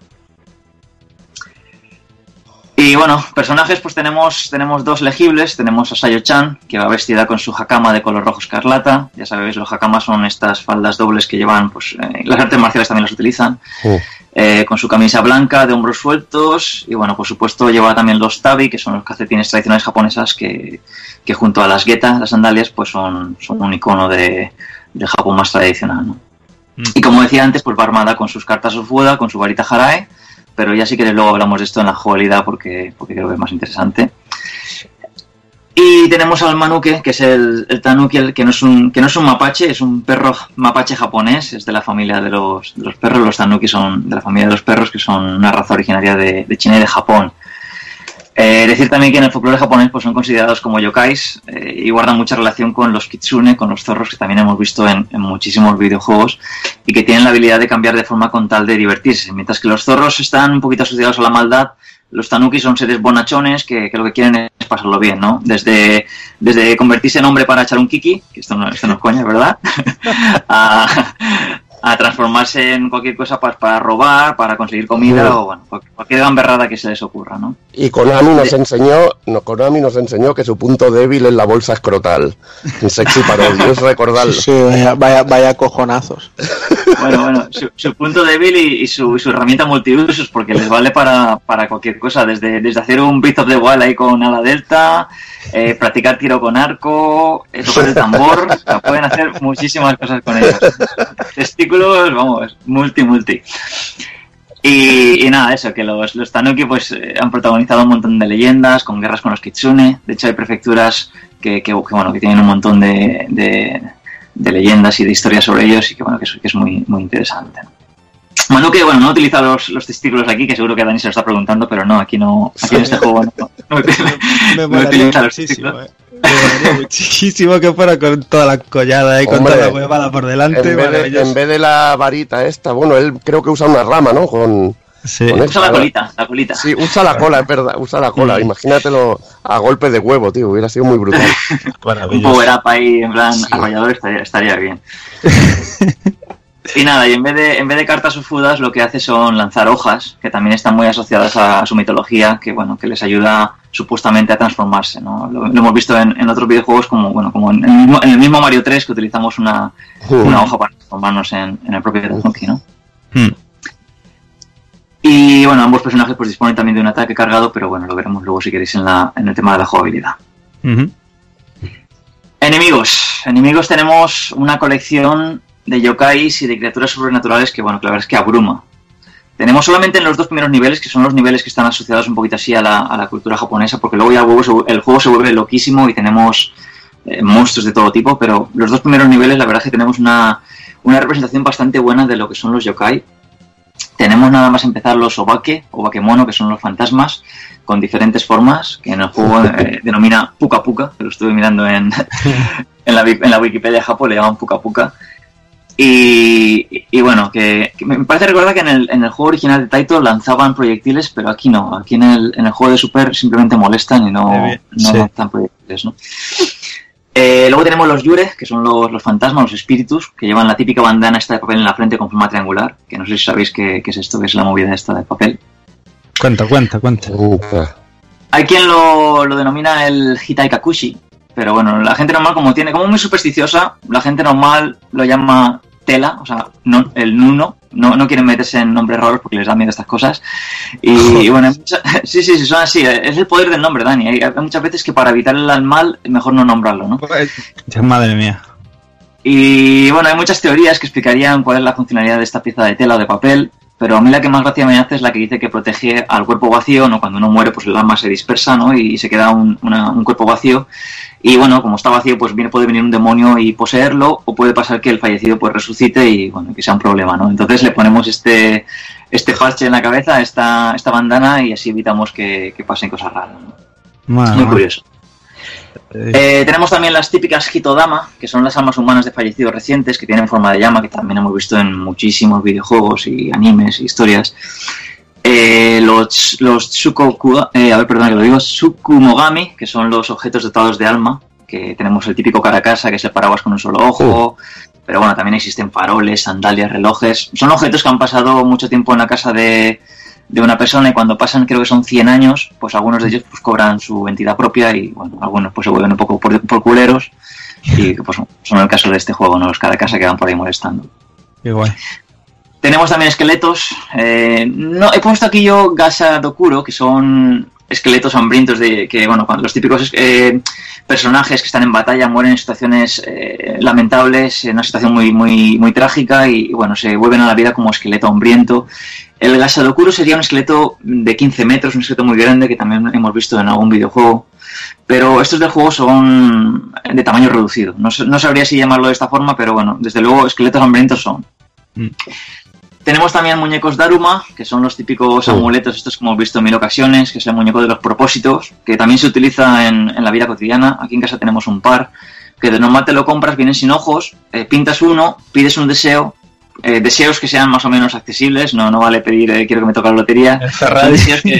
Y bueno, personajes, pues tenemos tenemos dos legibles. Tenemos a Sayo-chan, que va vestida con su hakama de color rojo escarlata. Ya sabéis, los hakamas son estas faldas dobles que llevan, pues eh, las artes marciales también las utilizan. Sí. Eh, con su camisa blanca de hombros sueltos. Y bueno, por supuesto lleva también los tabi, que son los calcetines tradicionales japonesas que, que junto a las geta, las sandalias, pues son, son un icono de, de Japón más tradicional, ¿no? Y como decía antes, pues va armada con sus cartas Ufuda, con su varita Jarae, pero ya si queréis luego hablamos de esto en la jugabilidad porque, porque creo que es más interesante. Y tenemos al Manuke, que es el, el Tanuki, el, que, no es un, que no es un mapache, es un perro mapache japonés, es de la familia de los, de los perros. Los Tanuki son de la familia de los perros, que son una raza originaria de, de China y de Japón. Eh, decir también que en el folclore japonés pues son considerados como yokais eh, y guardan mucha relación con los kitsune, con los zorros, que también hemos visto en, en muchísimos videojuegos y que tienen la habilidad de cambiar de forma con tal de divertirse. Mientras que los zorros están un poquito asociados a la maldad, los tanuki son seres bonachones que, que lo que quieren es pasarlo bien, ¿no? Desde, desde convertirse en hombre para echar un kiki, que esto no, esto no es coña, ¿verdad? a, a transformarse en cualquier cosa para, para robar, para conseguir comida, sí. O bueno, cualquier gamberrada que se les ocurra, ¿no? Y Konami nos enseñó, no, Konami nos enseñó que su punto débil es la bolsa escrotal. En Sexy Parodius, recordarlo. Sí, vaya, vaya, vaya cojonazos. Bueno, bueno, su, su punto débil y, y, su, y su herramienta multiusos, porque les vale para, para cualquier cosa, desde, desde hacer un beat of the wall ahí con ala delta, eh, practicar tiro con arco, eh, tocar el tambor, o sea, pueden hacer muchísimas cosas con ellos. Testículos, vamos, multi, multi. Y, y nada, eso, que los, los tanuki pues eh, han protagonizado un montón de leyendas, con guerras con los kitsune. De hecho hay prefecturas que, que, que bueno, que tienen un montón de, de, de leyendas y de historias sobre ellos y que bueno, que es, que es muy, muy interesante. Manu que, bueno, no he utilizado los, los testículos aquí, que seguro que Dani se lo está preguntando, pero no, aquí no, aquí en este juego no, no, no, me, me, me utiliza los testículos. Eh. Me molaría muchísimo que fuera con toda la collada y eh, con toda la huevada por delante. En vez, de, en vez de la varita esta, bueno, él creo que usa una rama, ¿no? Con... Sí. Con usa la colita, la colita. Sí, usa la cola, es verdad, usa la cola. Mm. Imagínatelo a golpe de huevo, tío, hubiera sido muy brutal. Un power up ahí, en plan, sí. Arrollador, estaría, estaría bien. Y nada, y en vez de en vez de cartas ufudas, lo que hace son lanzar hojas, que también están muy asociadas a, a su mitología, que bueno, que les ayuda supuestamente a transformarse, ¿no? Lo, lo hemos visto en, en otros videojuegos, como bueno, como en el mismo, en el mismo Mario tres, que utilizamos una, mm. una hoja para transformarnos en, en el propio Tanuki, ¿no? Mm. Y bueno, ambos personajes pues disponen también de un ataque cargado, pero bueno, lo veremos luego si queréis en, la, en el tema de la jugabilidad. Uh-huh. Enemigos. Enemigos tenemos una colección de yokais y de criaturas sobrenaturales que bueno, que la verdad es que abruma. Tenemos solamente en los dos primeros niveles, que son los niveles que están asociados un poquito así a la, a la cultura japonesa, porque luego ya el juego se, el juego se vuelve loquísimo y tenemos eh, monstruos de todo tipo, pero los dos primeros niveles la verdad es que tenemos una, una representación bastante buena de lo que son los yokai. Tenemos nada más empezar los obake, o bakemono, que son los fantasmas, con diferentes formas, que en el juego eh, denomina puka puka, que lo estuve mirando en, en, la, en la Wikipedia de Japón, le llaman puka puka. Y, y bueno, que, que me parece recordar que en el, en el juego original de Taito lanzaban proyectiles, pero aquí no, aquí en el, en el juego de Super simplemente molestan y no, no sí. lanzan proyectiles, ¿no? Eh, luego tenemos los yure, que son los, los fantasmas, los espíritus, que llevan la típica bandana esta de papel en la frente con forma triangular, que no sé si sabéis qué, qué es esto, que es la movida esta de papel. Cuenta, cuenta, cuenta. Hay quien lo, lo denomina el Hitai Kakushi, pero bueno, la gente normal como tiene, como muy supersticiosa, la gente normal lo llama tela, o sea, no, el nuno, no, no quieren meterse en nombres raros porque les da miedo estas cosas. Y, y bueno, muchas, sí, sí, sí, son así, es el poder del nombre, Dani. Hay, hay muchas veces que para evitar el mal, mejor no nombrarlo, ¿no? Madre mía. Y bueno, hay muchas teorías que explicarían cuál es la funcionalidad de esta pieza de tela o de papel, pero a mí la que más gracia me hace es la que dice que protege al cuerpo vacío, ¿no? Cuando uno muere, pues el alma se dispersa, ¿no? Y se queda un, una, un cuerpo vacío. Y bueno, como está vacío, pues viene, puede venir un demonio y poseerlo, o puede pasar que el fallecido pues resucite y bueno, que sea un problema, ¿no? Entonces le ponemos este este parche en la cabeza, esta esta bandana, y así evitamos que, que pasen cosas raras, ¿no? Bueno, muy curioso. Eh, tenemos también las típicas Hitodama, que son las almas humanas de fallecidos recientes, que tienen forma de llama, que también hemos visto en muchísimos videojuegos y animes y historias. Eh, los los tsukoku, eh, a ver, perdón que lo digo, Tsukumogami, que son los objetos dotados de alma, que tenemos el típico caracasa, que es el paraguas con un solo ojo, uh. pero bueno, también existen faroles, sandalias, relojes. Son objetos que han pasado mucho tiempo en la casa de, de una persona, y cuando pasan, creo que son cien años, pues algunos de ellos pues cobran su entidad propia y bueno, algunos pues se vuelven un poco por, por culeros, y pues son el caso de este juego, ¿no? Los caracasa que van por ahí molestando. Qué guay. Tenemos también esqueletos. Eh, no he puesto aquí yo Gasa Dokuro, que son esqueletos hambrientos de que, bueno, cuando los típicos eh, personajes que están en batalla mueren en situaciones eh, lamentables, en una situación muy muy muy trágica, y, y bueno, se vuelven a la vida como esqueleto hambriento. El Gasa Dokuro sería un esqueleto de quince metros, un esqueleto muy grande que también hemos visto en algún videojuego. Pero estos del juego son de tamaño reducido. No, no sabría si llamarlo de esta forma, pero bueno, desde luego esqueletos hambrientos son. Mm. Tenemos también muñecos Daruma, que son los típicos amuletos, estos que hemos visto en mil ocasiones, que es el muñeco de los propósitos, que también se utiliza en, en la vida cotidiana. Aquí en casa tenemos un par, que de normal te lo compras, vienen sin ojos, eh, pintas uno, pides un deseo, eh, deseos que sean más o menos accesibles, no, no vale pedir eh, quiero que me toque la lotería, son deseos que,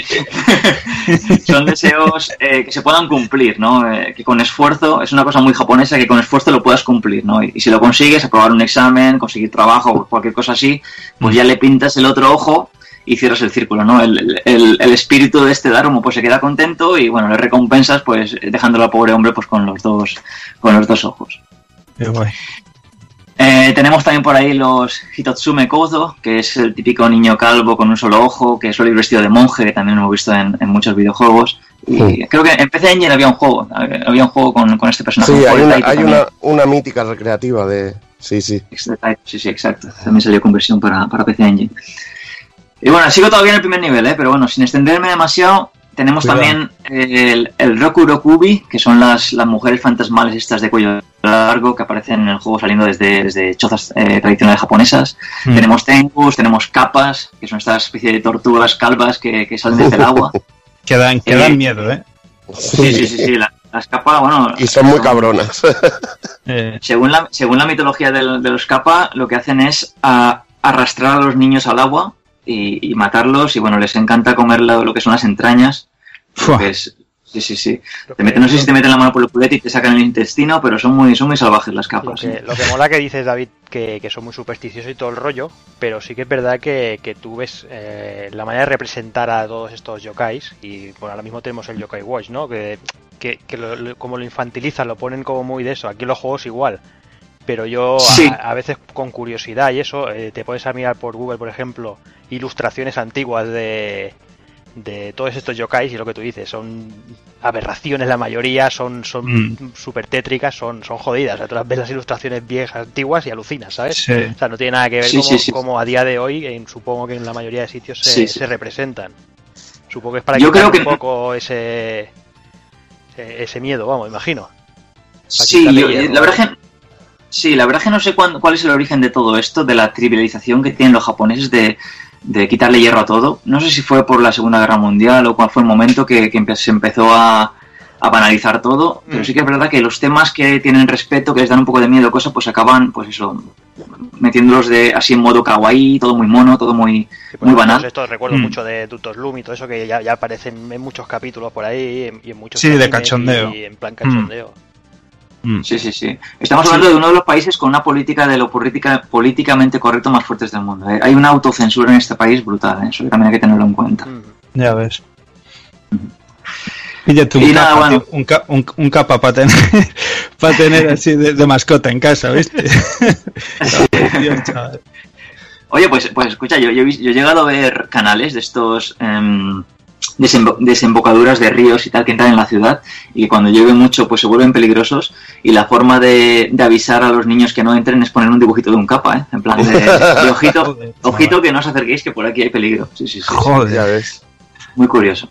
son deseos eh, que se puedan cumplir, ¿no? Eh, que con esfuerzo, es una cosa muy japonesa, que con esfuerzo lo puedas cumplir, ¿no? Y, y si lo consigues, aprobar un examen, conseguir trabajo o cualquier cosa así, pues ya le pintas el otro ojo y cierras el círculo, ¿no? El, el, el espíritu de este Darumo pues se queda contento y bueno, le recompensas pues dejándolo al pobre hombre pues con los dos, con los dos ojos. Qué guay. Eh, tenemos también por ahí los Hitotsume Kozo, que es el típico niño calvo con un solo ojo, que suele ir vestido de monje, que también lo hemos visto en, en muchos videojuegos. Y sí. Creo que en P C Engine había un juego, había un juego con, con este personaje. Sí, hay, una, hay una, una mítica recreativa de... Sí, sí. Sí, sí, exacto. También salió con versión para, para P C Engine. Y bueno, sigo todavía en el primer nivel, ¿eh? Pero bueno, sin extenderme demasiado, Tenemos Cuidado. también el, el Rokurokubi, que son las, las mujeres fantasmales estas de cuello largo que aparecen en el juego saliendo desde, desde chozas eh, tradicionales japonesas. Mm. Tenemos Tengus, tenemos Kappas, que son estas especie de tortugas calvas que, que salen desde el agua. Que dan, que eh, dan miedo, ¿eh? Sí, sí, sí, sí. La, las Kappas, bueno... Y son muy cabronas. eh. Según la, según la mitología de, de los Kappa, lo que hacen es a, arrastrar a los niños al agua y, y matarlos, y bueno, les encanta comer lo, lo que son las entrañas. Lo que es, sí, sí, sí. Te meten, no sé si te meten la mano por el culete y te sacan el intestino, pero son muy, son muy salvajes las capas. Lo que, lo que mola que dices, David, que, que son muy supersticiosos y todo el rollo, pero sí que es verdad que, que tú ves eh, la manera de representar a todos estos yokais, y bueno, ahora mismo tenemos el Yokai Watch, ¿no? Que, que, que lo, lo, como lo infantilizan, lo ponen como muy de eso. Aquí en los juegos igual. Pero yo sí. a, a veces con curiosidad y eso, eh, te puedes a mirar por Google, por ejemplo, ilustraciones antiguas de, de todos estos yokais, y lo que tú dices, son aberraciones la mayoría, son son mm. súper tétricas, son, son jodidas. O sea, tú las ves las ilustraciones viejas, antiguas y alucinas, ¿sabes? Sí. O sea, no tiene nada que ver sí, como, sí, sí. como a día de hoy, en, supongo que en la mayoría de sitios se, sí, sí. se representan. Supongo que es para yo quitar creo que... un poco ese, ese, ese miedo, vamos, imagino. Sí, yo, la verdad que... Sí, la verdad que no sé cuándo, cuál es el origen de todo esto, de la trivialización que tienen los japoneses de, de quitarle hierro a todo. No sé si fue por la Segunda Guerra Mundial o cuál fue el momento que, que se empezó a, a banalizar todo, pero sí que es verdad que los temas que tienen respeto, que les dan un poco de miedo, cosas, pues acaban, pues eso, metiéndolos de así en modo kawaii, todo muy mono, todo muy, sí, muy banal. Esto recuerdo mm. mucho de Tutos Loom y todo eso, que ya, ya aparecen en muchos capítulos por ahí y en muchos sí, de cachondeo. Y, y en plan cachondeo. Mm. Sí, sí, sí. Estamos hablando sí. de uno de los países con una política de lo política, políticamente correcto más fuertes del mundo. ¿eh? Hay una autocensura en este país brutal, ¿eh? Eso también hay que tenerlo en cuenta. Mm. Ya ves. Píllate un, y capa, nada, bueno. tío, un, ca, un, un capa para tener, para tener así de, de mascota en casa, ¿viste? Dios, chaval. Oye, pues, pues escucha, yo, yo, yo he llegado a ver canales de estos... Um, Desembo- desembocaduras de ríos y tal que entran en la ciudad y que cuando llueve mucho pues se vuelven peligrosos, y la forma de, de avisar a los niños que no entren es poner un dibujito de un capa, ¿eh? En plan de, de ojito, Joder, ojito que no os acerquéis, que por aquí hay peligro. Sí, sí, sí. Joder, ya ves. Muy curioso.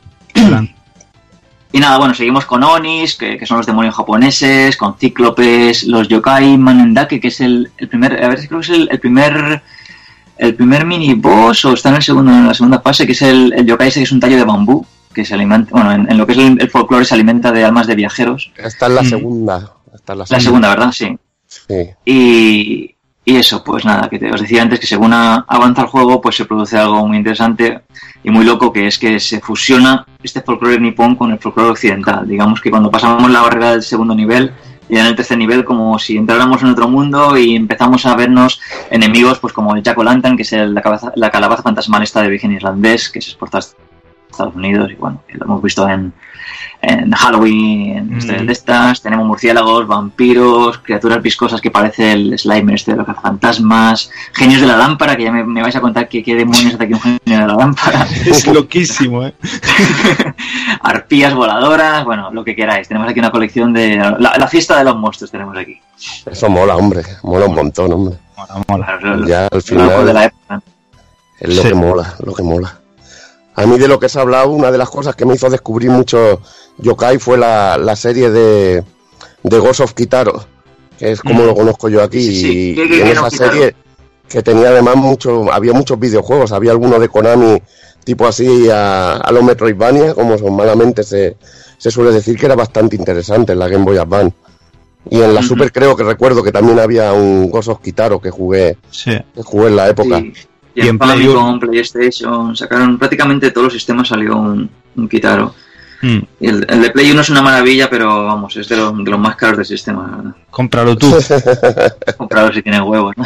Y nada, bueno, seguimos con Onis, que, que son los demonios japoneses, con Cíclopes, los Yokai Manendake, que es el, el primer, a ver si creo que es el, el primer... El primer mini boss, o está en el segundo, en la segunda fase, que es el, el yokai ese, que es un tallo de bambú, que se alimenta, bueno, en, en lo que es el, el folclore se alimenta de almas de viajeros. Esta es la mm. segunda. Esta es la, la segunda, ¿verdad? Sí. Sí. Y, y eso, pues nada, que te, os decía antes que según a, avanza el juego, pues se produce algo muy interesante y muy loco, que es que se fusiona este folclore nipón con el folclore occidental. Digamos que cuando pasamos la barrera del segundo nivel, y en el tercer nivel, como si entráramos en otro mundo y empezamos a vernos enemigos, pues como el Jack-o'-lantern, que es el, la, calabaza, la calabaza fantasmal esta de origen irlandés, que se exporta a Estados Unidos, y bueno, que lo hemos visto en, en Halloween, en historias mm. de estas. Tenemos murciélagos, vampiros, criaturas viscosas que parece el Slimer este de los cazafantasmas, genios de la lámpara, que ya me, me vais a contar que qué demonios hace aquí un genio de la lámpara. Es loquísimo, ¿eh? Arpías voladoras, bueno, lo que queráis. Tenemos aquí una colección de... La, la fiesta de los monstruos tenemos aquí. Eso mola, hombre. Mola un montón, hombre. Mola, mola. Claro, ya al final de la época. Es lo sí. que mola, lo que mola. A mí de lo que se ha hablado, una de las cosas que me hizo descubrir mucho yokai fue la, la serie de, de Ghost of Kitaro, que es como mm. lo conozco yo aquí, sí, sí. y, y en esa serie que tenía además mucho, había muchos videojuegos, había algunos de Konami tipo así a, a los Metroidvania, como son malamente se, se suele decir, que era bastante interesante en la Game Boy Advance. Y en la mm-hmm. Super creo que recuerdo que también había un Ghost of Kitaro que jugué, sí. que jugué en la época. Sí. Y, y en Famicom, PlayStation, sacaron prácticamente todos los sistemas, salió un, un Kitaro. Mm. Y el, el de Play uno es una maravilla, pero vamos, es de, lo, de los más caros del sistema, ¿verdad? Cómpralo tú. Cómpralo si tienes huevos, ¿no?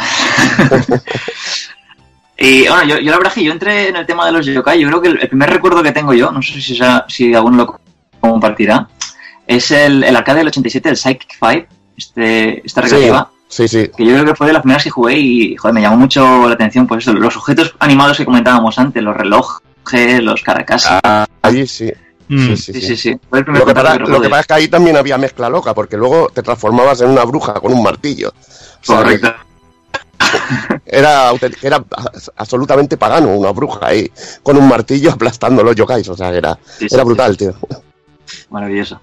Y bueno, yo, yo la verdad que yo entré en el tema de los yokai. Yo creo que el, el primer recuerdo que tengo yo, no sé si, sea, si alguno lo compartirá, es el, el arcade del ochenta y siete, el Psychic Five, este, esta recreativa. Sí. Sí, sí. Que yo creo que fue de las primeras que jugué y, joder, me llamó mucho la atención, pues eso, los objetos animados que comentábamos antes, los relojes, los caracasas. Ah, ahí sí. Mm. Sí, sí, sí. sí, sí. Fue el primer lo que, para, que lo que pasa es que ahí también había mezcla loca, porque luego te transformabas en una bruja con un martillo. Correcto. Era, era absolutamente pagano, una bruja ahí, con un martillo aplastando los yokais, o sea, era, sí, sí, era brutal, sí. tío. Maravilloso.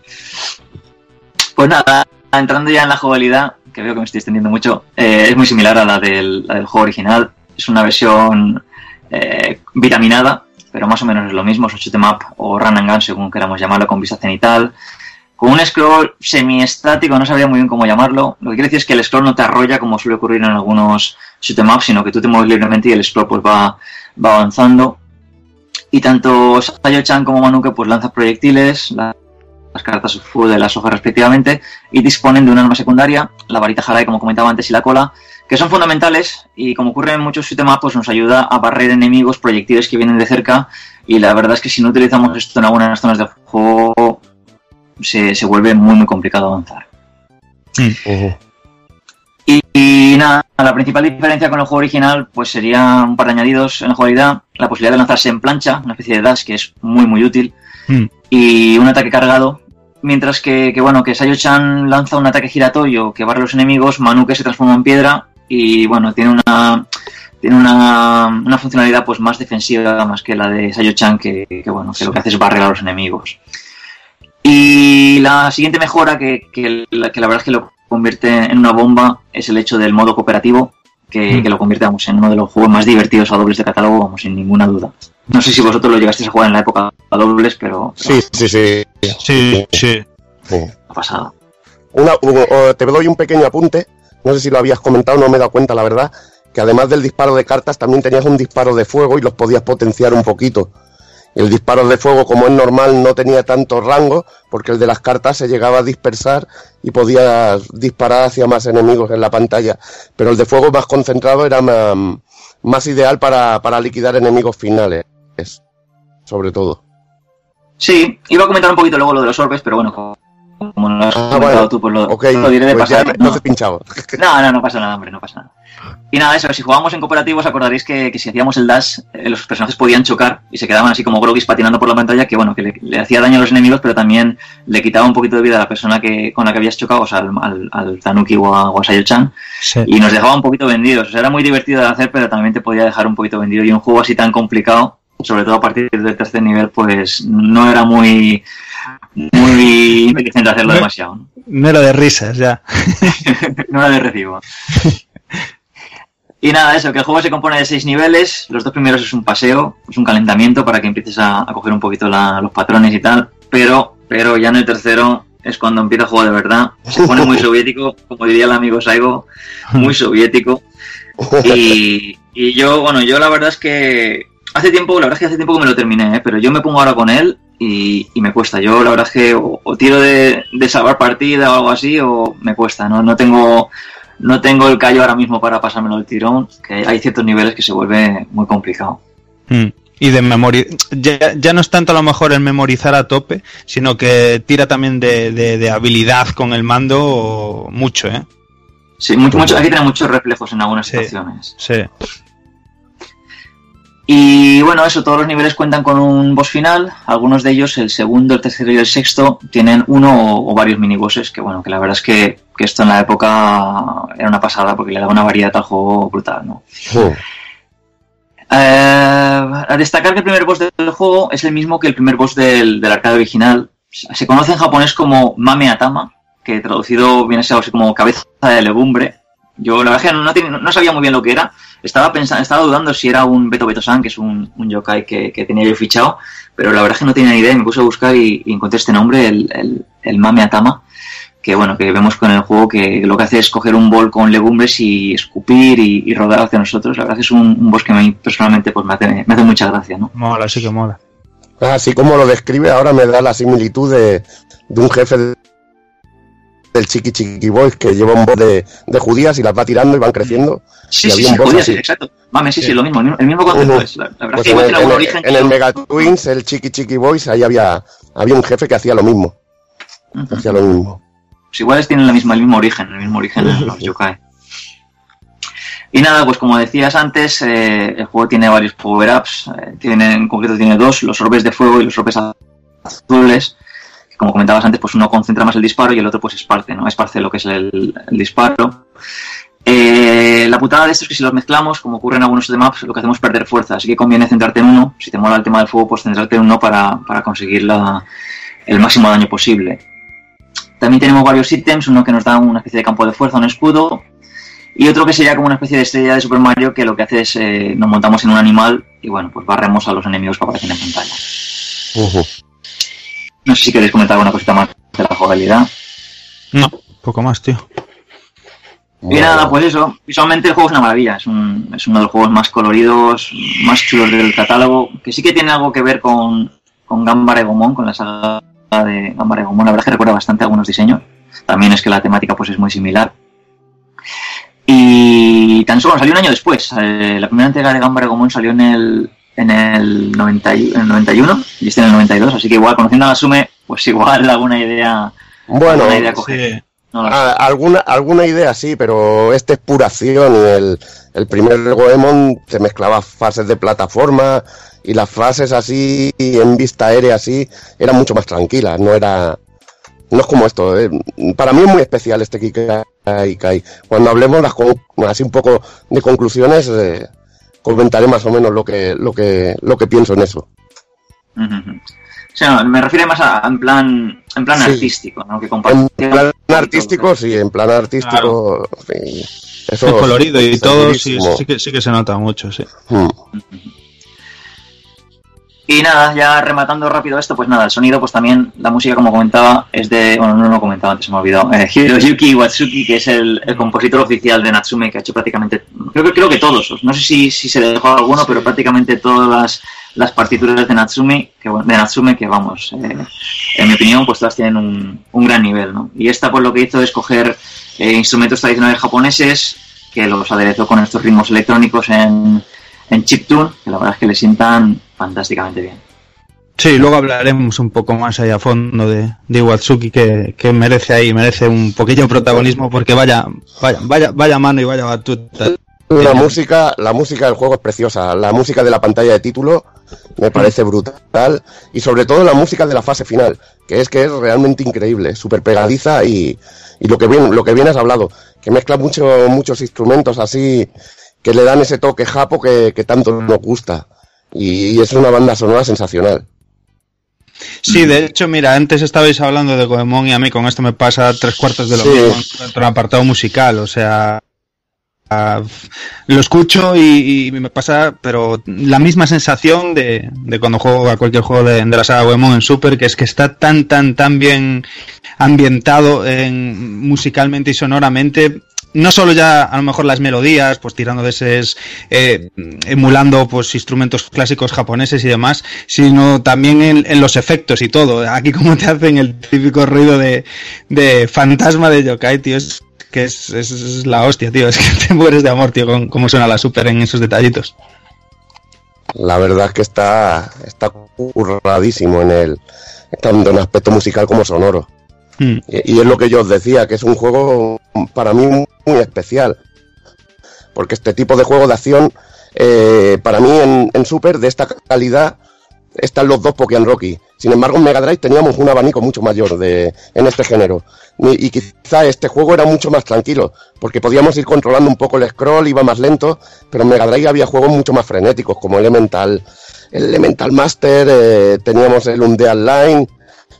Pues nada, entrando ya en la jugabilidad, que veo que me estoy extendiendo mucho, eh, es muy similar a la del, la del juego original. Es una versión eh, vitaminada, pero más o menos es lo mismo, es un shoot 'em up o run and gun, según queramos llamarlo, con vista cenital, con un scroll semi-estático, no sabría muy bien cómo llamarlo. Lo que quiere decir es que el scroll no te arrolla como suele ocurrir en algunos shoot 'em up, sino que tú te mueves libremente y el scroll pues va, va avanzando. Y tanto Sayo-chan como Manuke pues lanzan proyectiles, la, las cartas full de las hojas respectivamente, y disponen de un arma secundaria, la varita Harai, como comentaba antes, y la cola, que son fundamentales y, como ocurre en muchos shoot 'em up, pues nos ayuda a barrer enemigos, proyectiles que vienen de cerca, y la verdad es que si no utilizamos esto en algunas zonas del juego se, se vuelve muy muy complicado avanzar. Mm. Uh-huh. y, y nada, la principal diferencia con el juego original pues sería un par de añadidos en la jugabilidad, la posibilidad de lanzarse en plancha, una especie de dash que es muy muy útil, mm. y un ataque cargado. Mientras que, que bueno, que Sayo-chan lanza un ataque giratorio que barre a los enemigos, Manuke se transforma en piedra y bueno, tiene una tiene una, una funcionalidad pues más defensiva más que la de Sayo-chan, que, que bueno, que lo que hace es barrer a los enemigos. Y la siguiente mejora, que, que, la, que la verdad es que lo convierte en una bomba, es el hecho del modo cooperativo, que, mm. que lo convierte, vamos, en uno de los juegos más divertidos a dobles de catálogo, vamos, sin ninguna duda. No sé si vosotros lo llegasteis a jugar en la época a dobles, pero... Sí, sí, sí. Sí, sí. sí. Ha pasado. Una, uh, te doy un pequeño apunte, no sé si lo habías comentado, no me he dado cuenta, la verdad, que además del disparo de cartas también tenías un disparo de fuego y los podías potenciar un poquito. El disparo de fuego, como es normal, no tenía tanto rango, porque el de las cartas se llegaba a dispersar y podías disparar hacia más enemigos en la pantalla. Pero el de fuego más concentrado era más, más ideal para, para liquidar enemigos finales, sobre todo. Sí, iba a comentar un poquito luego lo de los orbes, pero bueno, como, como lo has ah, comentado bueno, tú, pues lo, okay, lo diré de pues pasar. Ya, no, no te he pinchado. No, no, no pasa nada, hombre, no pasa nada. Y nada, eso, si jugábamos en cooperativo os acordaréis que, que si hacíamos el dash, eh, los personajes podían chocar y se quedaban así como groggies patinando por la pantalla, que bueno, que le, le hacía daño a los enemigos, pero también le quitaba un poquito de vida a la persona que con la que habías chocado, o sea, al, al, al Tanuki o a, o a Sayo-chan, sí. Y nos dejaba un poquito vendidos. O sea, era muy divertido de hacer, pero también te podía dejar un poquito vendido. Y un juego así tan complicado, sobre todo a partir del tercer nivel, pues no era muy muy inteligente hacerlo no, demasiado, ¿no? No era de risas, ya. No era de recibo. Y nada, eso, que el juego se compone de seis niveles. Los dos primeros es un paseo, es un calentamiento para que empieces a, a coger un poquito la, los patrones y tal. Pero, pero ya en el tercero es cuando empieza el juego de verdad. Se pone muy soviético, como diría el amigo Saigo, muy soviético. Y, y yo, bueno, yo la verdad es que hace tiempo, la verdad es que hace tiempo que me lo terminé, ¿eh? Pero yo me pongo ahora con él y, y me cuesta. Yo la verdad es que o, o tiro de, de salvar partida o algo así, o me cuesta, ¿no? No tengo... No tengo el callo ahora mismo para pasármelo del tirón, que hay ciertos niveles que se vuelve muy complicado. Mm. Y de memorizar, ya, ya no es tanto a lo mejor el memorizar a tope, sino que tira también de, de, de habilidad con el mando mucho, ¿eh? Sí, mucho, mucho, hay que tener muchos reflejos en algunas sí, situaciones. Sí. Y bueno, eso, todos los niveles cuentan con un boss final. Algunos de ellos, el segundo, el tercero y el sexto, tienen uno o, o varios minibosses, que bueno, que la verdad es que, que esto en la época era una pasada porque le daba una variedad al juego brutal, ¿no? Sí. Eh, a destacar que el primer boss del juego es el mismo que el primer boss del, del arcade original. Se conoce en japonés como Mame Atama, que traducido viene a ser así como cabeza de legumbre. Yo la verdad es que no, tenía, no sabía muy bien lo que era. Estaba pensando, estaba dudando si era un Beto Beto-san, que es un, un yokai que, que tenía yo fichado, pero la verdad es que no tenía ni idea y me puse a buscar y, y encontré este nombre, el, el, el Mame Atama, que bueno, que vemos con el juego que lo que hace es coger un bol con legumbres y escupir y, y rodar hacia nosotros. La verdad es que es un, un boss que a mí personalmente pues me hace, me hace mucha gracia, ¿no? Mola, sí que mola. Así como lo describe ahora me da la similitud de, de un jefe de del Chiqui Chiqui Boys que lleva un boss de, de judías y las va tirando y van creciendo. Sí, y sí, sí, judías, sí, exacto. Mame, sí, sí, sí, lo mismo, el mismo concepto uh-huh. es. La, la verdad pues que igual tiene algún origen. En el Mega Twins, el Chiqui Chiqui Boys, ahí había, había un jefe que hacía lo mismo. Uh-huh. Hacía lo mismo. Pues iguales tienen la misma, el mismo origen, el mismo origen en los yokai. Y nada, pues como decías antes, eh, el juego tiene varios power-ups. Eh, tiene, en concreto tiene dos, los orbes de fuego y los orbes azules. Como comentabas antes, pues uno concentra más el disparo y el otro pues esparce, ¿no? Esparce lo que es el, el disparo. Eh, la putada de esto es que si los mezclamos, como ocurre en algunos de maps, lo que hacemos es perder fuerza, así que conviene centrarte en uno. Si te mola el tema del fuego, pues centrarte en uno para, para conseguir la, el máximo daño posible. También tenemos varios ítems, uno que nos da una especie de campo de fuerza, un escudo, y otro que sería como una especie de estrella de Super Mario, que lo que hace es, eh, nos montamos en un animal y bueno, pues barremos a los enemigos que aparecen en pantalla. Uh-huh. No sé si queréis comentar alguna cosita más de la jugabilidad. No, poco más, tío. Y nada, pues eso, visualmente el juego es una maravilla, es, un, es uno de los juegos más coloridos, más chulos del catálogo, que sí que tiene algo que ver con, con Ganbare Goemon, con la saga de Ganbare Goemon. La verdad es que recuerda bastante algunos diseños, también es que la temática pues es muy similar. Y tan solo salió un año después, eh, la primera entrega de Ganbare Goemon salió en el, en, el noventa, en el noventa y uno y este en el noventa y dos, así que igual, conociendo a Natsume, pues igual alguna idea, bueno, alguna idea coger. Sí. No lo Ah, alguna alguna idea sí, pero este es pura acción y el, el primer Goemon te mezclaba fases de plataforma y las fases así en vista aérea así eran mucho más tranquilas, no era no es como esto, eh. Para mí es muy especial este Kikai Kai. Cuando hablemos las con, así un poco de conclusiones eh, comentaré más o menos lo que lo que lo que pienso en eso. Uh-huh. O sea, me refiero más a en plan en plan Sí. artístico, ¿no? Que En comparte plan artístico, sí, en plan artístico, sí. Eso El colorido y todo, sí, segurísimo. sí, que, sí que se nota mucho, sí. Hmm. Y nada, ya rematando rápido esto, pues nada, el sonido, pues también la música, como comentaba, es de... Bueno, no lo comentaba antes, se me ha olvidado. Eh, Hiroyuki Watsuki, que es el, el compositor oficial de Natsume, que ha hecho prácticamente... Creo que creo que todos, no sé si, si se le dejó alguno, pero prácticamente todas las, las partituras de Natsume, que, de Natsume, que vamos, eh, en mi opinión, pues todas tienen un, un gran nivel, ¿no? Y esta, pues lo que hizo es coger eh, instrumentos tradicionales japoneses, que los aderezó con estos ritmos electrónicos en, en chiptune, que la verdad es que le sientan fantásticamente bien. Sí, luego hablaremos un poco más ahí a fondo de, de Iwatsuki, que, que merece ahí, merece un poquillo protagonismo, porque vaya, vaya, vaya, vaya mano y vaya batuta. La música, la música del juego es preciosa, la música de la pantalla de título me parece brutal y sobre todo la música de la fase final, que es que es realmente increíble, súper pegadiza y, y lo que bien, lo que bien has hablado, que mezcla mucho, muchos instrumentos así que le dan ese toque japo que, que tanto nos gusta y, y es una banda sonora sensacional. Sí, de hecho, mira, antes estabais hablando de Goemon y a mí con esto me pasa tres cuartos de lo Sí. mismo en el apartado musical, o sea, uh, lo escucho y, y me pasa, pero la misma sensación de, de cuando juego a cualquier juego de, de la saga Goemon en Super, que es que está tan, tan, tan bien ambientado en, musicalmente y sonoramente. No solo ya a lo mejor las melodías, pues tirando de esos, eh, emulando pues instrumentos clásicos japoneses y demás, sino también en, en los efectos y todo. Aquí como te hacen el típico ruido de, de fantasma de yokai, tío, es que es, es, es la hostia, tío, es que te mueres de amor, tío, con cómo suena la Super en esos detallitos. La verdad es que está, está curradísimo en el, tanto en aspecto musical como sonoro. Mm. Y, y es lo que yo os decía, que es un juego para mí muy especial, porque este tipo de juego de acción, eh, para mí en, en Super, de esta calidad, están los dos Pokémon Rocky. Sin embargo, en Mega Drive teníamos un abanico mucho mayor de, en este género. Y, y quizá este juego era mucho más tranquilo, porque podíamos ir controlando un poco el scroll, iba más lento, pero en Mega Drive había juegos mucho más frenéticos, como Elemental, el Elemental Master, eh, teníamos el Undead Line,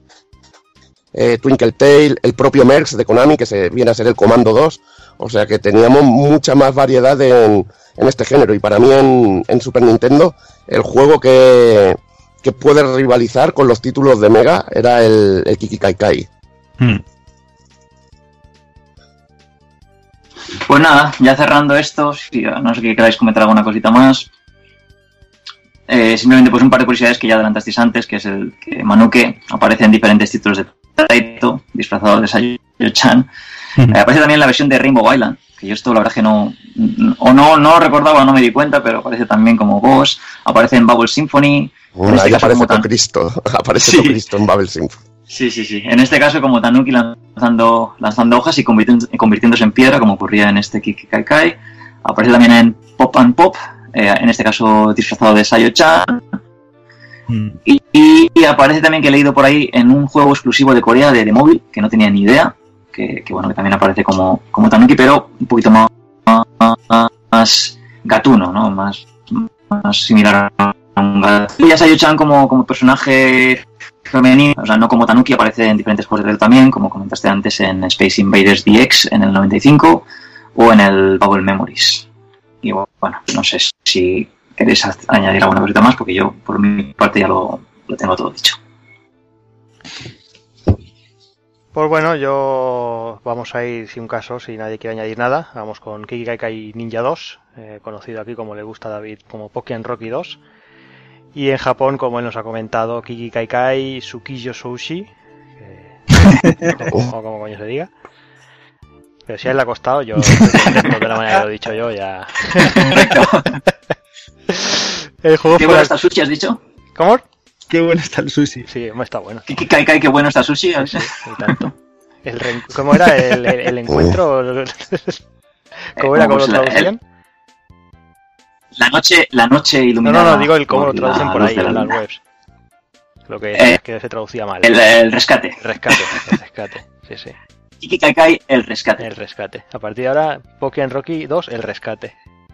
eh, Twinkle Tail, el propio Mercs de Konami, que se viene a ser el Comando dos, o sea que teníamos mucha más variedad en, en este género, y para mí en, en Super Nintendo, el juego que, que puede rivalizar con los títulos de Mega era el, el Kikai Kai. Mm. Pues nada, ya cerrando esto, si, no sé si queráis comentar alguna cosita más. Eh, simplemente pues un par de curiosidades que ya adelantasteis antes, que es el que Manuke aparece en diferentes títulos de Taito, disfrazado de Sayo-chan. Mm. Eh, aparece también en la versión de Rainbow Island, que yo esto la verdad es que no, o no, no recordaba o no me di cuenta, pero aparece también como boss. Aparece en Bubble Symphony. En este Ahí caso, aparece como todo tan... Cristo, aparece Sí. todo Cristo en Bubble Symphony. Sí, sí, sí. En este caso como Tanuki lanzando, lanzando hojas y convirtiendo- convirtiéndose en piedra, como ocurría en este Kikai Kai. Aparece también en Pop and Pop, eh, en este caso disfrazado de Sayo-chan. Mm. Y, y aparece también, que he leído por ahí, en un juego exclusivo de Corea de, de móvil, que no tenía ni idea, que, que bueno, que también aparece como, como Tanuki, pero un poquito más, más gatuno, ¿no? Más, más similar a un gato. Y a Sayo-chan como, como personaje femenino, o sea, no como Tanuki, aparece en diferentes juegos de rol también, como comentaste antes en Space Invaders D X en el noventa y cinco o en el Bubble Memories. Y bueno, no sé si queréis añadir alguna cosita más, porque yo por mi parte ya lo, lo tengo todo dicho. Pues bueno, yo vamos a ir sin un caso, si nadie quiere añadir nada. Vamos con Kiki Kaikai Ninja dos, eh, conocido aquí como le gusta a David como Pokémon Rocky dos. Y en Japón, como él nos ha comentado, Kiki Kaikai Tsukiyo Soushi, eh, o como coño se diga. Pero si a él le ha costado, yo de la manera que lo he dicho yo ya. El juego ¿Qué bueno está el sushi, has dicho? ¿Cómo? Qué bueno está el sushi. Sí, está bueno. Kiki Kaikai, qué bueno está el sushi. Sí, sí, y tanto. El re... ¿Cómo era el, el, el encuentro? ¿Cómo era? ¿Cómo lo traducían? La noche, la noche iluminada. No, no, no, digo el cómo lo traducen por ahí en las webs. Lo que eh, es que se traducía mal. El, el rescate. Rescate, el rescate, sí, sí. Kiki Kaikai, el rescate. El rescate. A partir de ahora, Pokémon Rocky dos, el rescate.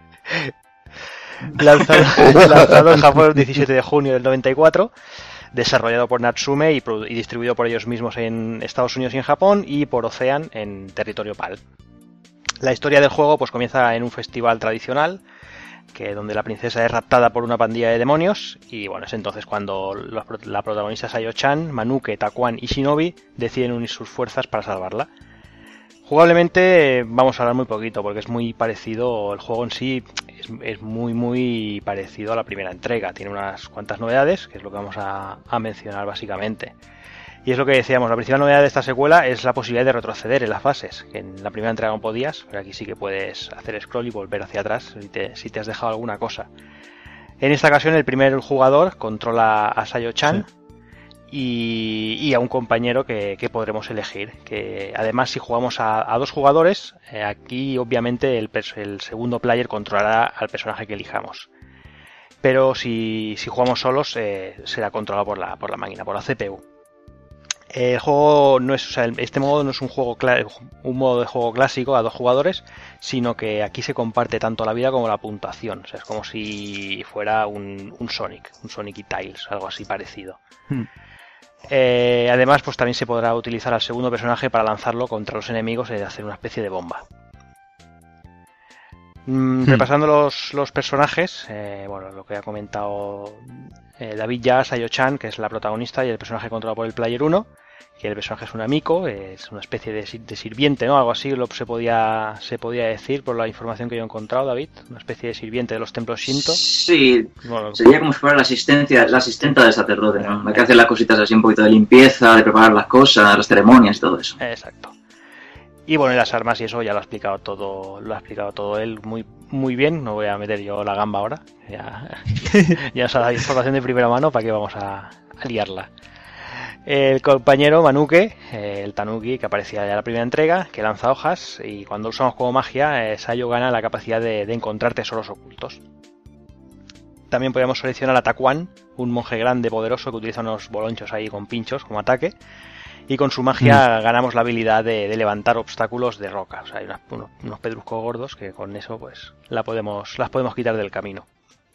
Lanzado, lanzado en Japón el diecisiete de junio del noventa y cuatro, desarrollado por Natsume y, y distribuido por ellos mismos en Estados Unidos y en Japón, y por Ocean en territorio PAL. La historia del juego pues comienza en un festival tradicional, que donde la princesa es raptada por una pandilla de demonios, y bueno, es entonces cuando los, la protagonista Sayo-chan, Manuke, Takuan y Shinobi deciden unir sus fuerzas para salvarla. Jugablemente vamos a hablar muy poquito porque es muy parecido, el juego en sí es, es muy muy parecido a la primera entrega, tiene unas cuantas novedades, que es lo que vamos a, a mencionar básicamente. Y es lo que decíamos, la principal novedad de esta secuela es la posibilidad de retroceder en las fases, que en la primera entrega no podías, pero aquí sí que puedes hacer scroll y volver hacia atrás si te, si te has dejado alguna cosa. En esta ocasión el primer jugador controla a Sayo-chan, sí. Y, y a un compañero que, que podremos elegir, que además si jugamos a, a dos jugadores, eh, aquí obviamente el, el segundo player controlará al personaje que elijamos, pero si, si jugamos solos eh, será controlado por la, por la máquina, por la C P U. El juego no es, o sea, este modo no es un juego un modo de juego clásico a dos jugadores, sino que aquí se comparte tanto la vida como la puntuación, o sea, es como si fuera un, un Sonic, un Sonic y Tails, algo así parecido. Hmm. Eh, además, pues también se podrá utilizar al segundo personaje para lanzarlo contra los enemigos y hacer una especie de bomba. Mm, hmm. Repasando los, los personajes, eh, bueno, lo que ha comentado eh, David ya, Sayo-chan, que es la protagonista y el personaje controlado por el Player uno, que el personaje es un amico, es una especie de, de sirviente, ¿no? Algo así lo se podía se podía decir por la información que yo he encontrado, David, una especie de sirviente de los templos Shinto. Sí, bueno, sería como si fuera la asistencia, la asistenta del sacerdote, ¿no? La que hace las cositas así un poquito de limpieza, de preparar las cosas, las ceremonias y todo eso. Exacto. Y bueno, y las armas y eso ya lo ha explicado todo, lo ha explicado todo él muy muy bien, no voy a meter yo la gamba ahora, ya, ya os ha dado información de primera mano, para que vamos a, a liarla. El compañero Manuke, eh, el Tanuki que aparecía ya en la primera entrega, que lanza hojas y cuando lo usamos como magia, eh, Sayo gana la capacidad de, de encontrar tesoros ocultos. También podemos seleccionar a Takuan, un monje grande poderoso que utiliza unos bolonchos ahí con pinchos como ataque, y con su magia mm. ganamos la habilidad de, de levantar obstáculos de roca. O sea, hay unas, unos, unos pedruscos gordos que con eso pues la podemos, las podemos quitar del camino.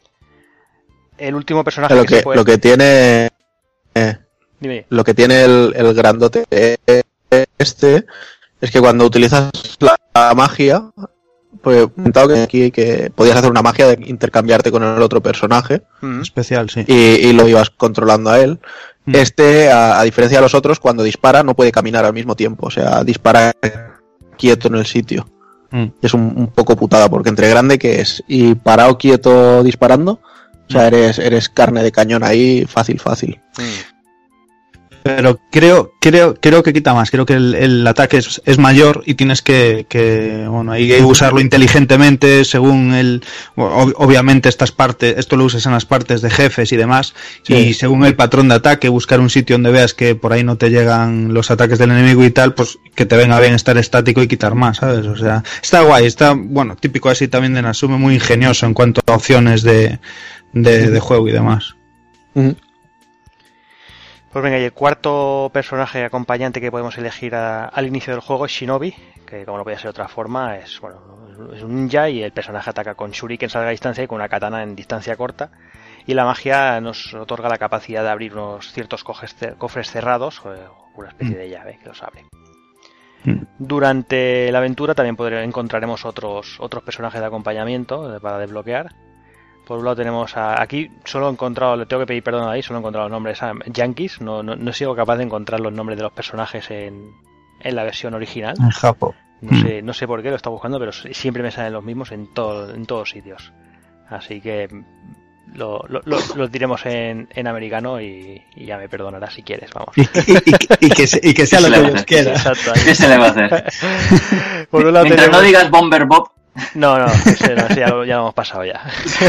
El último personaje lo que, que se puede... Lo que tiene... Eh... Dime. Lo que tiene el, el grandote este es que cuando utilizas la magia, pues he comentado que aquí que podías hacer una magia de intercambiarte con el otro personaje. Mm. Especial, sí. Y, y lo ibas controlando a él. Mm. Este, a, a diferencia de los otros, cuando dispara no puede caminar al mismo tiempo. O sea, dispara quieto en el sitio. Mm. Es un, un poco putada, porque entre grande que es y parado quieto disparando, o sea, eres, eres carne de cañón ahí, fácil, fácil. Mm. Pero creo creo creo que quita más, creo que el, el ataque es, es mayor y tienes que, que bueno, hay que usarlo inteligentemente según el ob, obviamente estas partes, esto lo usas en las partes de jefes y demás, sí. Y según el patrón de ataque, buscar un sitio donde veas que por ahí no te llegan los ataques del enemigo y tal, pues que te venga bien estar estático y quitar más, ¿sabes? O sea, está guay, está, bueno, típico así también de Natsume, muy ingenioso en cuanto a opciones de, de, de juego y demás. Uh-huh. Pues venga, y el cuarto personaje acompañante que podemos elegir a, al inicio del juego es Shinobi, que como no podía ser de otra forma, es bueno es un ninja y el personaje ataca con shurikens a larga distancia y con una katana en distancia corta. Y la magia nos otorga la capacidad de abrir unos ciertos cofres cerrados, o una especie de llave que los abre. Durante la aventura también podremos, encontraremos otros otros personajes de acompañamiento para desbloquear. Por un lado tenemos a, aquí solo he encontrado, le tengo que pedir perdón ahí, solo he encontrado los nombres a Yankees, no, no, no he sido capaz de encontrar los nombres de los personajes en, en la versión original. En Japón. No mm. sé, no sé por qué lo está buscando, pero siempre me salen los mismos en todo, en todos sitios. Así que lo, lo, lo, los diremos en, en americano y, y ya me perdonarás si quieres, vamos. Y, y, y, y, que, se, y que sea lo que Dios quiera. Exacto. ¿Qué se le va a hacer? Por un lado Mientras tenemos... no digas Bomber Bob. No, no, ese, no ese ya, lo, ya lo hemos pasado ya.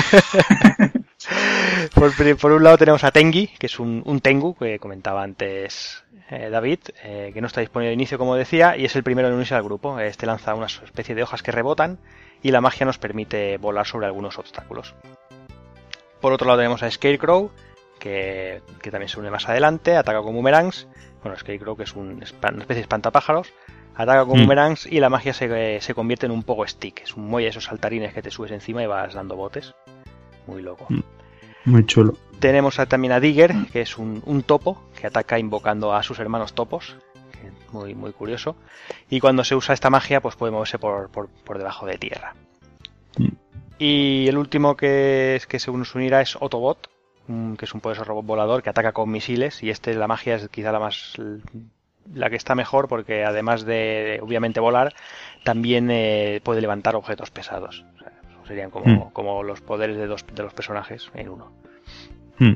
por, por un lado tenemos a Tengi, que es un, un Tengu, que comentaba antes eh, David, eh, que no está disponible de inicio, como decía, y es el primero en unirse al grupo. Este lanza una especie de hojas que rebotan y la magia nos permite volar sobre algunos obstáculos. Por otro lado tenemos a Scarecrow, que, que también se une más adelante, ataca con boomerangs. Bueno, Scarecrow, que es un, una especie de espantapájaros, ataca con mm. boomerangs y la magia se, se convierte en un pogo stick. Es un muelle de esos saltarines que te subes encima y vas dando botes. Muy loco. Muy chulo. Tenemos a, también a Digger, que es un, un topo que ataca invocando a sus hermanos topos. Muy, muy curioso. Y cuando se usa esta magia, pues puede moverse por, por, por debajo de tierra. Mm. Y el último que, es, que se nos unirá es Autobot, que es un poderoso robot volador que ataca con misiles. Y este, la magia es quizá la más... la que está mejor porque además de obviamente volar también eh, puede levantar objetos pesados. O sea, serían como, mm. como los poderes de, dos, de los personajes en uno. Mm.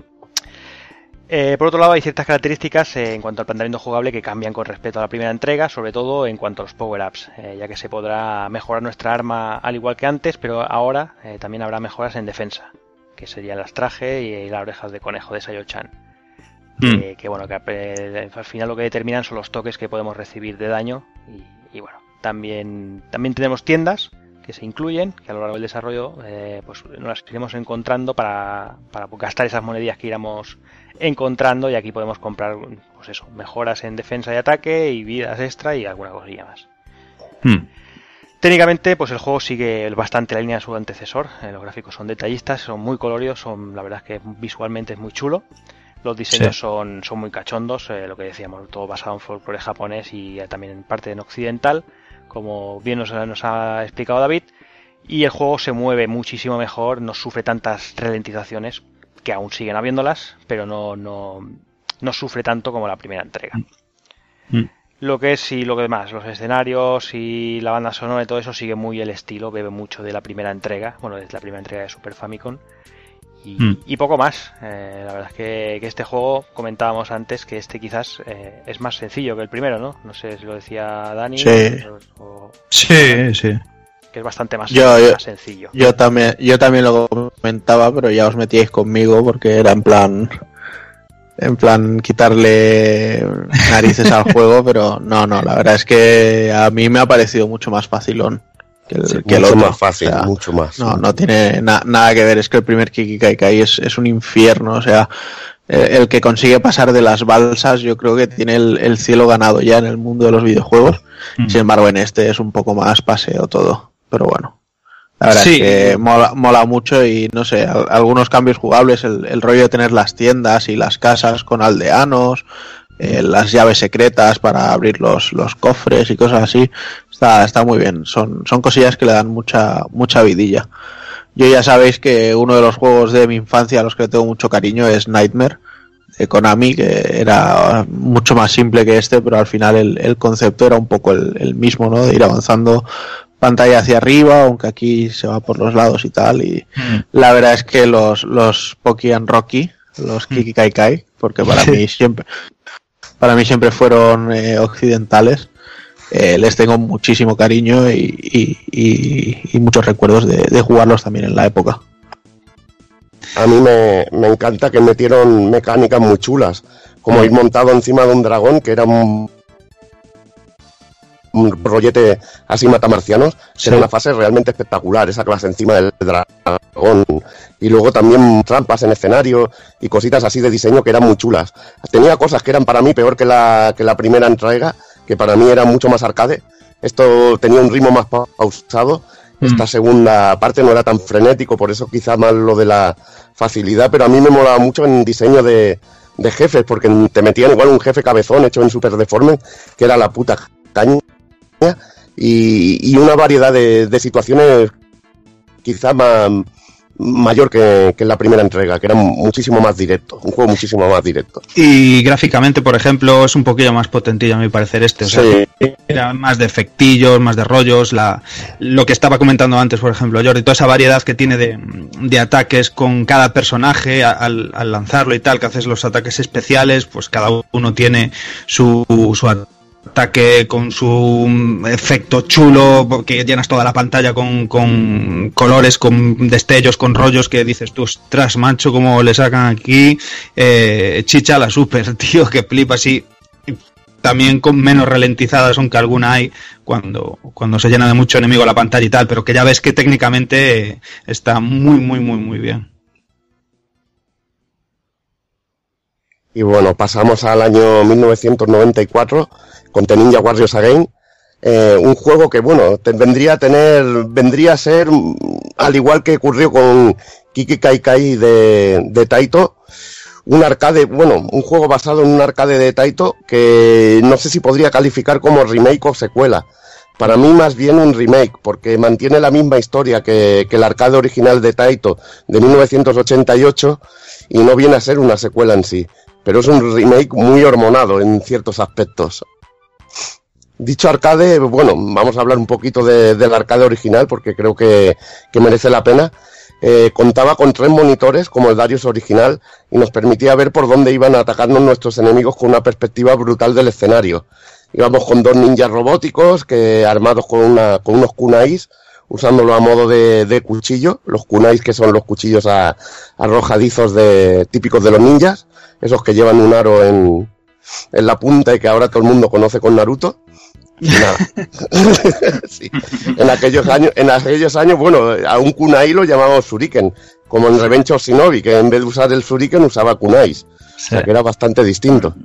Eh, por otro lado hay ciertas características eh, en cuanto al planteamiento jugable que cambian con respecto a la primera entrega, sobre todo en cuanto a los power-ups, eh, ya que se podrá mejorar nuestra arma al igual que antes, pero ahora eh, también habrá mejoras en defensa, que serían las traje y, y las orejas de conejo de Sayo-chan. Mm. Eh, que bueno, que eh, al final lo que determinan son los toques que podemos recibir de daño y, y bueno, también también tenemos tiendas que se incluyen, que a lo largo del desarrollo eh, pues nos las iremos encontrando para, para gastar esas monedillas que iremos encontrando, y aquí podemos comprar pues eso, mejoras en defensa y ataque y vidas extra y alguna cosilla más. Mm. Técnicamente, pues el juego sigue bastante la línea de su antecesor. Eh, los gráficos son detallistas, son muy coloridos, son la verdad es que visualmente es muy chulo. Los diseños sí. son, son muy cachondos, eh, lo que decíamos, todo basado en folclore japonés y eh, también en parte en occidental, como bien nos, nos ha explicado David. Y el juego se mueve muchísimo mejor, no sufre tantas ralentizaciones, que aún siguen habiéndolas, pero no, no, no sufre tanto como la primera entrega. Mm. Lo que es y lo que demás, los escenarios y la banda sonora y todo eso sigue muy el estilo, bebe mucho de la primera entrega, bueno, desde la primera entrega de Super Famicom. Y, mm. y poco más. Eh, la verdad es que, que este juego, comentábamos antes que este quizás eh, es más sencillo que el primero, ¿no? No sé si lo decía Dani. Sí, o, o, sí, o, sí. Que es bastante más, yo, más yo, sencillo. Yo también, yo también lo comentaba, pero ya os metíais conmigo porque era en plan... En plan, quitarle narices al juego, pero no, no, la verdad es que a mí me ha parecido mucho más facilón. Que el, sí, que el mucho otro. más fácil, o sea, mucho más. No, no tiene na- nada que ver, es que el primer Kiki Kai Kai es, es un infierno, o sea, el, el que consigue pasar de las balsas yo creo que tiene el, el cielo ganado ya en el mundo de los videojuegos, mm. sin embargo en este es un poco más paseo todo, pero bueno, la verdad sí. es que mola, mola mucho y no sé, al, algunos cambios jugables, el, el rollo de tener las tiendas y las casas con aldeanos, Eh, las llaves secretas para abrir los, los cofres y cosas así, está, está muy bien, son, son cosillas que le dan mucha, mucha vidilla. Yo ya sabéis que uno de los juegos de mi infancia a los que tengo mucho cariño es Nightmare de Konami, que era mucho más simple que este, pero al final el, el concepto era un poco el, el mismo, ¿no? De ir avanzando pantalla hacia arriba, aunque aquí se va por los lados y tal, y mm. la verdad es que los, los Poki and Rocky, los Kiki Kai Kai, porque para mí siempre para mí siempre fueron eh, occidentales, eh, les tengo muchísimo cariño y, y, y, y muchos recuerdos de, de jugarlos también en la época. A mí me, me encanta que metieron mecánicas muy chulas, como ir montado encima de un dragón, que era un un rollete así matamarcianos, sí. Era una fase realmente espectacular, esa clase encima del dragón. Y luego también trampas en escenario y cositas así de diseño que eran muy chulas. Tenía cosas que eran para mí peor que la, que la primera entrega, que para mí era mucho más arcade. Esto tenía un ritmo más pausado. Mm. Esta segunda parte no era tan frenético, por eso quizá más lo de la facilidad, pero a mí me molaba mucho en diseño de, de jefes, porque te metían igual un jefe cabezón hecho en super deforme, que era la puta caña, y, y una variedad de, de situaciones quizá más... mayor que, que en la primera entrega, que era muchísimo más directo, un juego muchísimo más directo. Y gráficamente, por ejemplo, es un poquillo más potentillo a mi parecer este, o sea, sí. Era más de efectillos, más de rollos, la, lo que estaba comentando antes, por ejemplo, Jordi, toda esa variedad que tiene de, de ataques con cada personaje al, al lanzarlo y tal, que haces los ataques especiales, pues cada uno tiene su, su ataque con su efecto chulo, que llenas toda la pantalla con, con colores, con destellos, con rollos que dices tú, ostras, macho, como le sacan aquí eh, chicha a la super, tío, que flipas. Y también con menos ralentizadas, aunque alguna hay cuando, cuando se llena de mucho enemigo la pantalla y tal, pero que ya ves que técnicamente está muy, muy, muy, muy bien. Y bueno, pasamos al año mil novecientos noventa y cuatro con The Ninja Warriors Again, eh, un juego que, bueno, te, vendría a tener, vendría a ser, al igual que ocurrió con Kiki Kai Kai de, de Taito, un arcade, bueno, un juego basado en un arcade de Taito que no sé si podría calificar como remake o secuela. Para mí más bien un remake, porque mantiene la misma historia que, que el arcade original de Taito de mil novecientos ochenta y ocho y no viene a ser una secuela en sí, pero es un remake muy hormonado en ciertos aspectos. Dicho arcade, bueno, vamos a hablar un poquito de, del arcade original porque creo que, que merece la pena. Eh, contaba con tres monitores como el Darius original y nos permitía ver por dónde iban a atacarnos nuestros enemigos con una perspectiva brutal del escenario. Íbamos con dos ninjas robóticos que armados con, una, con unos kunais, usándolo a modo de, de cuchillo, los kunais que son los cuchillos a, arrojadizos de, típicos de los ninjas, esos que llevan un aro en, en la punta y que ahora todo el mundo conoce con Naruto. Nada. Sí. En aquellos años, en aquellos años, bueno, a un kunai lo llamábamos shuriken, como en Revenge of Shinobi, que en vez de usar el shuriken usaba kunais, sí. O sea que era bastante distinto.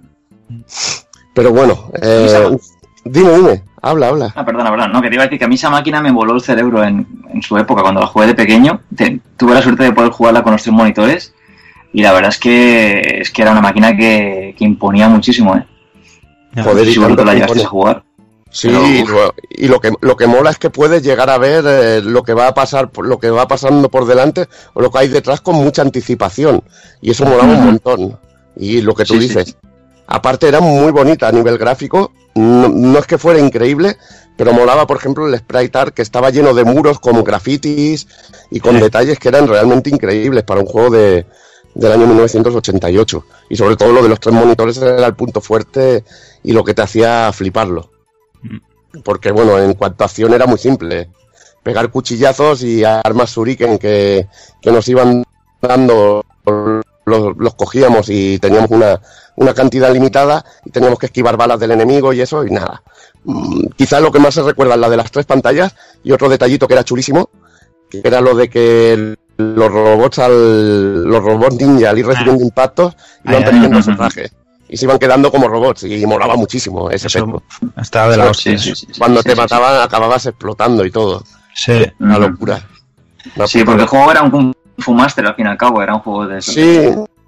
Pero bueno, eh, dime, dime, habla, habla. Ah, perdona, perdona, no, que te iba a decir que a mí esa máquina me voló el cerebro en, en su época, cuando la jugué de pequeño. Te, tuve la suerte de poder jugarla con los tres monitores y la verdad es que es que era una máquina que, que imponía muchísimo, ¿eh? Joder, si vosotros la llegasteis a jugar. Sí, pero... y lo que lo que mola es que puedes llegar a ver eh, lo que va a pasar, lo que va pasando por delante o lo que hay detrás con mucha anticipación, y eso molaba uh-huh. un montón. Y lo que tú sí, dices, sí. Aparte era muy bonita a nivel gráfico, no, no es que fuera increíble, pero molaba, por ejemplo, el sprite art, que estaba lleno de muros con grafitis y con sí. detalles que eran realmente increíbles para un juego de del año mil novecientos ochenta y ocho, y sobre todo lo de los tres monitores era el punto fuerte y lo que te hacía fliparlo. Porque bueno, en cuanto a acción era muy simple, pegar cuchillazos y armas shuriken que, que nos iban dando, los, los cogíamos y teníamos una, una cantidad limitada y teníamos que esquivar balas del enemigo y eso, y nada. Mm, quizás lo que más se recuerda es la de las tres pantallas, y otro detallito que era chulísimo, que era lo de que los robots al los robots ninja al ir recibiendo impactos iban perdiendo su traje y se iban quedando como robots, y molaba muchísimo ese efecto. Estaba de la hostia. Sí, sí, sí, Cuando sí, te sí, mataban sí. acababas explotando y todo. Sí. Una locura. Una sí, puta. porque el juego era un Kung Fu Master al fin y al cabo, era un juego de eso. Sí.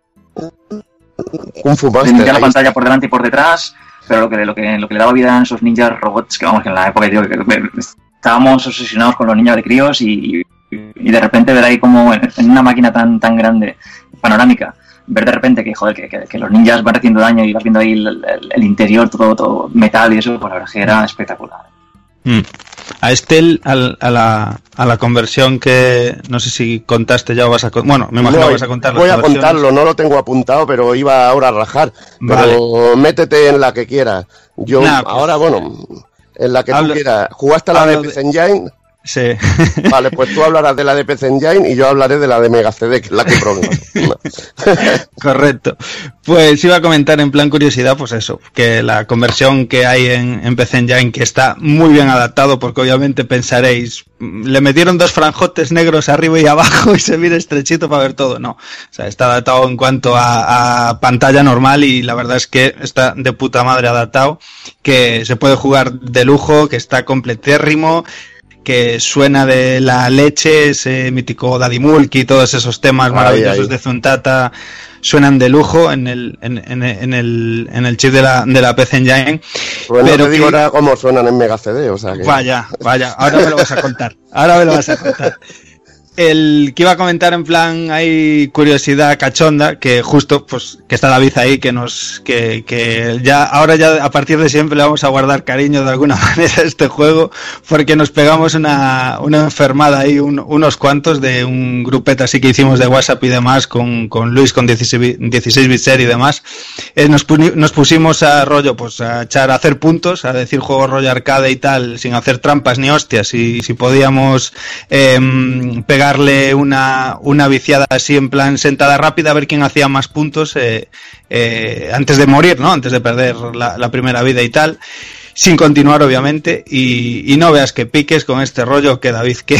Kung Fu Master. Tenía la pantalla por delante y por detrás, pero lo que, lo que, lo que le daba vida eran esos ninjas robots que vamos, que en la época tío, que, que estábamos obsesionados con los niños de críos y, y de repente ver ahí como en, en una máquina tan, tan grande, panorámica, ver de repente que, joder, que, que, que los ninjas van haciendo daño y vas viendo ahí el, el, el interior, todo, todo metal y eso, pues la verdad que era espectacular. Mm. A este, al, a, la, a la conversión que no sé si contaste ya o vas a contar. Bueno, me imagino no, que vas a contar. Voy a contarlo, no lo tengo apuntado, pero iba ahora a rajar. Vale. Pero métete en la que quieras. Yo, nah, pues, ahora, bueno, en la que hablo, tú quieras. ¿Jugaste a la de P C Engine? Sí. Vale, pues tú hablarás de la de P C Engine y yo hablaré de la de Mega C D, que es la que programo. Correcto. Pues iba a comentar en plan curiosidad, pues eso, que la conversión que hay en, en P C Engine, que está muy bien adaptado, porque obviamente pensaréis, le metieron dos franjotes negros arriba y abajo y se mira estrechito para ver todo. No, o sea, está adaptado en cuanto a, a pantalla normal y la verdad es que está de puta madre adaptado, que se puede jugar de lujo, que está completérrimo, que suena de la leche, ese mítico Daddy Mulk y todos esos temas maravillosos ay, ay. de Zuntata suenan de lujo en el en, en, en el en el chip de la de la P C Engine. Pues pero no te digo que... nada cómo suenan en Mega C D, o sea que... Vaya, vaya, ahora me lo vas a contar. Ahora me lo vas a contar. El que iba a comentar en plan hay curiosidad cachonda, que justo pues que está David ahí, que nos que, que ya ahora ya a partir de siempre le vamos a guardar cariño de alguna manera a este juego, porque nos pegamos una, una enfermada ahí, un, unos cuantos de un grupete así que hicimos de WhatsApp y demás con, con Luis con dieciséis bit ser y demás. Eh, nos, nos pusimos a rollo pues a echar a hacer puntos, a decir juegos rollo arcade y tal, sin hacer trampas ni hostias, y si podíamos eh, pegar darle una, una viciada así en plan sentada rápida a ver quién hacía más puntos eh, eh, antes de morir, ¿no? Antes de perder la, la primera vida y tal, sin continuar obviamente, y, y no veas que piques con este rollo que David, que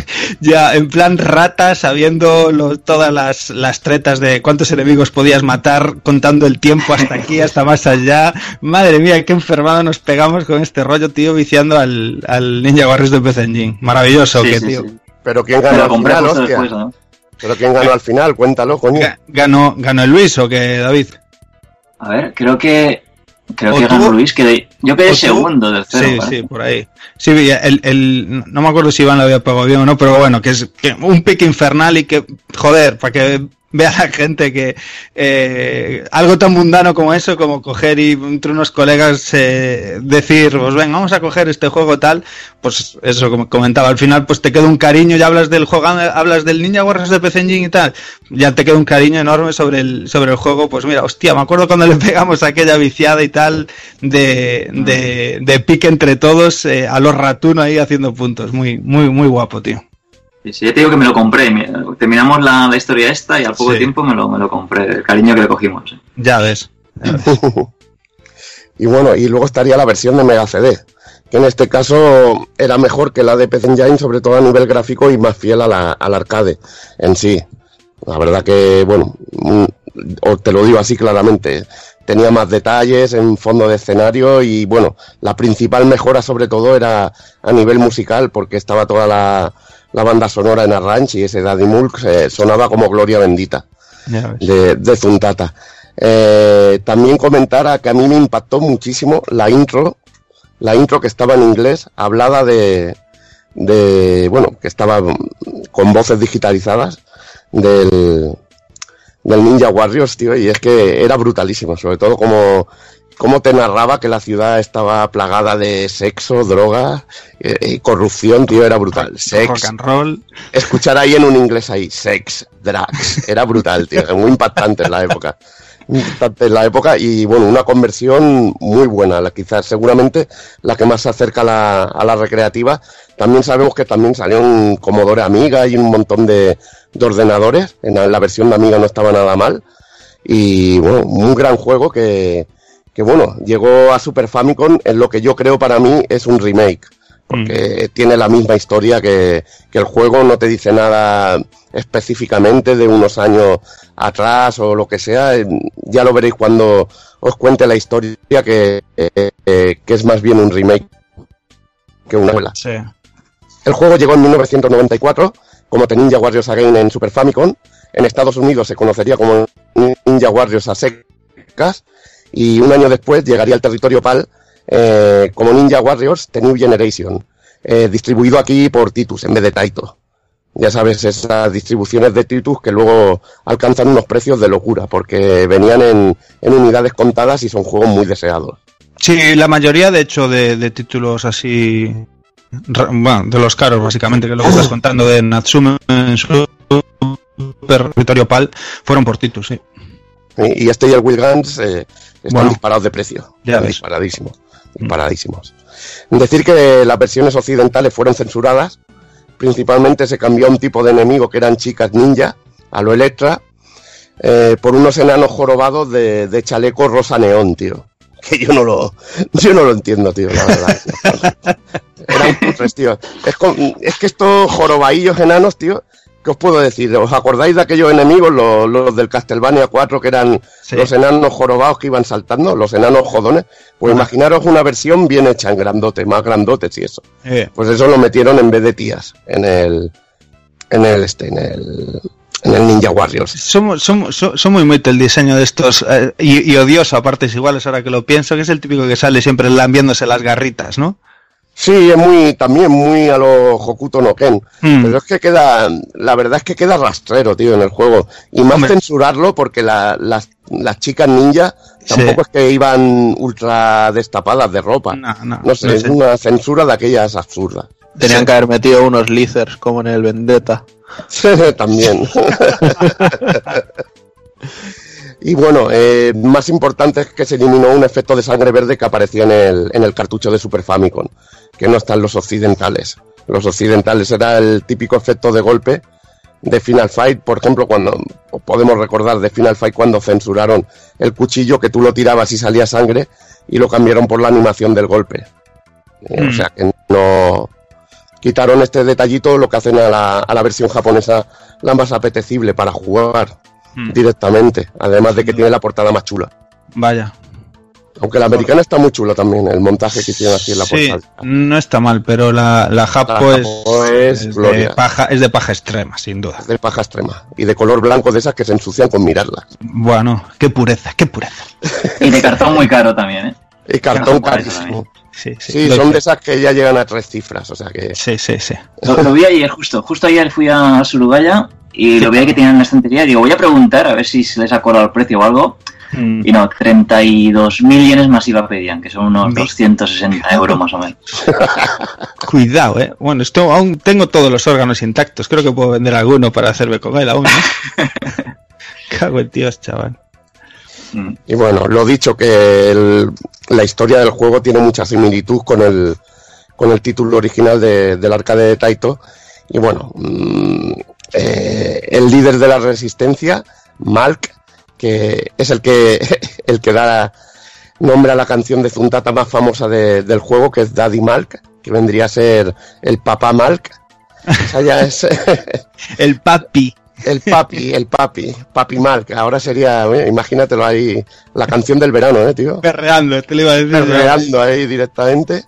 ya en plan rata, sabiendo lo, todas las, las tretas de cuántos enemigos podías matar, contando el tiempo hasta aquí, hasta más allá. Madre mía, qué enfermado nos pegamos con este rollo, tío, viciando al, al Ninja Warriors de P C Engine. Maravilloso, sí, que sí, tío. Sí. Pero ¿quién ganó al final, hostia? Después, ¿no? Pero ¿quién ganó al final? Cuéntalo, coño. ¿Ganó, ganó el Luis o qué, David? A ver, creo que creo que ganó Luis, que yo quedé segundo, tercero. Sí, parece. sí, por ahí. Sí, el, el, no me acuerdo si Iván lo había pegado bien o no, pero bueno, que es que un pick infernal y que, joder, para que vea la gente que eh, algo tan mundano como eso, como coger y entre unos colegas eh, decir, pues ven, vamos a coger este juego tal, pues eso como comentaba, al final pues te queda un cariño, ya hablas del juego, hablas del Ninja Warriors de P C Engine y tal, ya te queda un cariño enorme sobre el sobre el juego. Pues mira, hostia, me acuerdo cuando le pegamos aquella viciada y tal de de, de pique entre todos eh, a los Ratuno ahí haciendo puntos, muy muy muy guapo, tío. Sí, sí, ya te digo que me lo compré. Terminamos la, la historia esta y al poco sí. tiempo me lo, me lo compré. El cariño que le cogimos. ¿eh? Ya ves. Ya ves. Y bueno, y luego estaría la versión de Mega C D, que en este caso era mejor que la de P C Engine, sobre todo a nivel gráfico y más fiel a la, al arcade en sí. La verdad que, bueno, te lo digo así claramente, tenía más detalles en fondo de escenario y, bueno, la principal mejora sobre todo era a nivel musical, porque estaba toda la... la banda sonora en Arrange y ese Daddy Mulk eh, sonaba como gloria bendita de, de Zuntata. Eh, también comentar que a mí me impactó muchísimo la intro, la intro que estaba en inglés, hablada de, de bueno, que estaba con voces digitalizadas del, del Ninja Warriors, tío, y es que era brutalísimo, sobre todo como... cómo te narraba que la ciudad estaba plagada de sexo, droga y eh, corrupción, tío, era brutal. Sex, rock and roll. Escuchar ahí en un inglés ahí, sex, drugs, era brutal, tío, muy impactante en la época. Impactante en la época y, bueno, una conversión muy buena, la, quizás seguramente la que más se acerca a la, a la recreativa. También sabemos que también salió un Commodore Amiga y un montón de, de ordenadores, en la, en la versión de Amiga no estaba nada mal. Y, bueno, un gran juego que... que bueno, llegó a Super Famicom en lo que yo creo para mí es un remake, porque mm. tiene la misma historia que, que el juego, no te dice nada específicamente de unos años atrás o lo que sea, ya lo veréis cuando os cuente la historia, que, eh, que es más bien un remake que una novela. Sí. El juego llegó en mil novecientos noventa y cuatro como The Ninja Warriors Again en Super Famicom, en Estados Unidos se conocería como Ninja Warriors a secas, y un año después llegaría al territorio PAL eh, como Ninja Warriors The New Generation, eh, distribuido aquí por Titus en vez de Taito. Ya sabes, esas distribuciones de Titus que luego alcanzan unos precios de locura, porque venían en, en unidades contadas y son juegos muy deseados. Sí, la mayoría, de hecho, de, de títulos así, bueno, de los caros básicamente, que es lo que estás contando de Natsume en su territorio PAL, fueron por Titus, sí. Y este y el Will Guns eh, están bueno, disparados de precio. Ya disparadísimos. Disparadísimos. Decir que las versiones occidentales fueron censuradas principalmente se cambió a un tipo de enemigo que eran chicas ninja, a lo Electra, eh, por unos enanos jorobados de, de chaleco rosa neón, tío. Que yo no lo yo no lo entiendo, tío, la verdad. Eran cutres, tío. Es, con, es que estos jorobadillos enanos, tío, ¿qué os puedo decir? ¿Os acordáis de aquellos enemigos, los, los del Castlevania cuatro, que eran sí. los enanos jorobados que iban saltando, los enanos jodones? Pues ah. imaginaros una versión bien hecha en grandote, más grandotes y eso. Eh. Pues eso lo metieron en vez de tías en el en el este en el en el Ninja Warriors. Somos, somos, somos muy muy el diseño de estos eh, y, y odioso a partes iguales ahora que lo pienso, que es el típico que sale siempre lambiéndose las garritas, ¿no? Sí, es muy, también muy a lo Hokuto no Ken, mm. pero es que queda, la verdad es que queda rastrero, tío, en el juego, y más Hombre. censurarlo porque la, las, las chicas ninja tampoco sí. es que iban ultra destapadas de ropa, no, no, no sé, no sé. es una censura de aquellas absurdas. Tenían sí. que haber metido unos líceres como en el Vendetta. Sí, también. Y bueno, eh, más importante es que se eliminó un efecto de sangre verde que aparecía en el, en el cartucho de Super Famicom, que no están los occidentales. Los occidentales era el típico efecto de golpe de Final Fight, por ejemplo, cuando podemos recordar de Final Fight cuando censuraron el cuchillo, que tú lo tirabas y salía sangre, y lo cambiaron por la animación del golpe. Mm. O sea que no... Quitaron este detallito, lo que hacen a la, a la versión japonesa la más apetecible para jugar mm. directamente, además de que tiene la portada más chula. Vaya. Aunque la americana está muy chula también, el montaje que hicieron así en la portada. Sí, no está mal, pero la, la japo, la es, japo es, es, de paja, es de paja extrema, sin duda. Es de paja extrema. Y de color blanco, de esas que se ensucian con mirarlas. Bueno, qué pureza, qué pureza. Y de cartón muy caro también, ¿eh? Y cartón carísimo. Sí, sí, sí son de esas que ya llegan a tres cifras, o sea que... Sí, sí, sí. Lo, lo vi ayer justo, justo ayer fui a Surugaya y sí. lo vi que tenían en la estantería y digo, voy a preguntar a ver si se les ha colado el precio o algo. Mm. Y no, treinta y dos mil yenes más I V A pedían, que son unos ¿Me? doscientos sesenta euros más o menos. Cuidado, eh. Bueno, esto aún tengo todos los órganos intactos, creo que puedo vender alguno para hacerme con él aún, ¿no? Cago en Dios, chaval. Y bueno, lo dicho, que el, la historia del juego tiene mucha similitud con el con el título original de, del arcade de Taito. Y bueno, mmm, eh, el líder de la resistencia, Malk, que es el que el que da nombre a la canción de Zuntata más famosa de, del juego, que es Daddy Malk, que vendría a ser el papá Malk. O sea, ya es el papi. El papi, el papi, papi Malk. Ahora sería, eh, imagínatelo ahí, la canción del verano, ¿eh, tío? Perreando, te lo iba a decir. Perreando ahí directamente.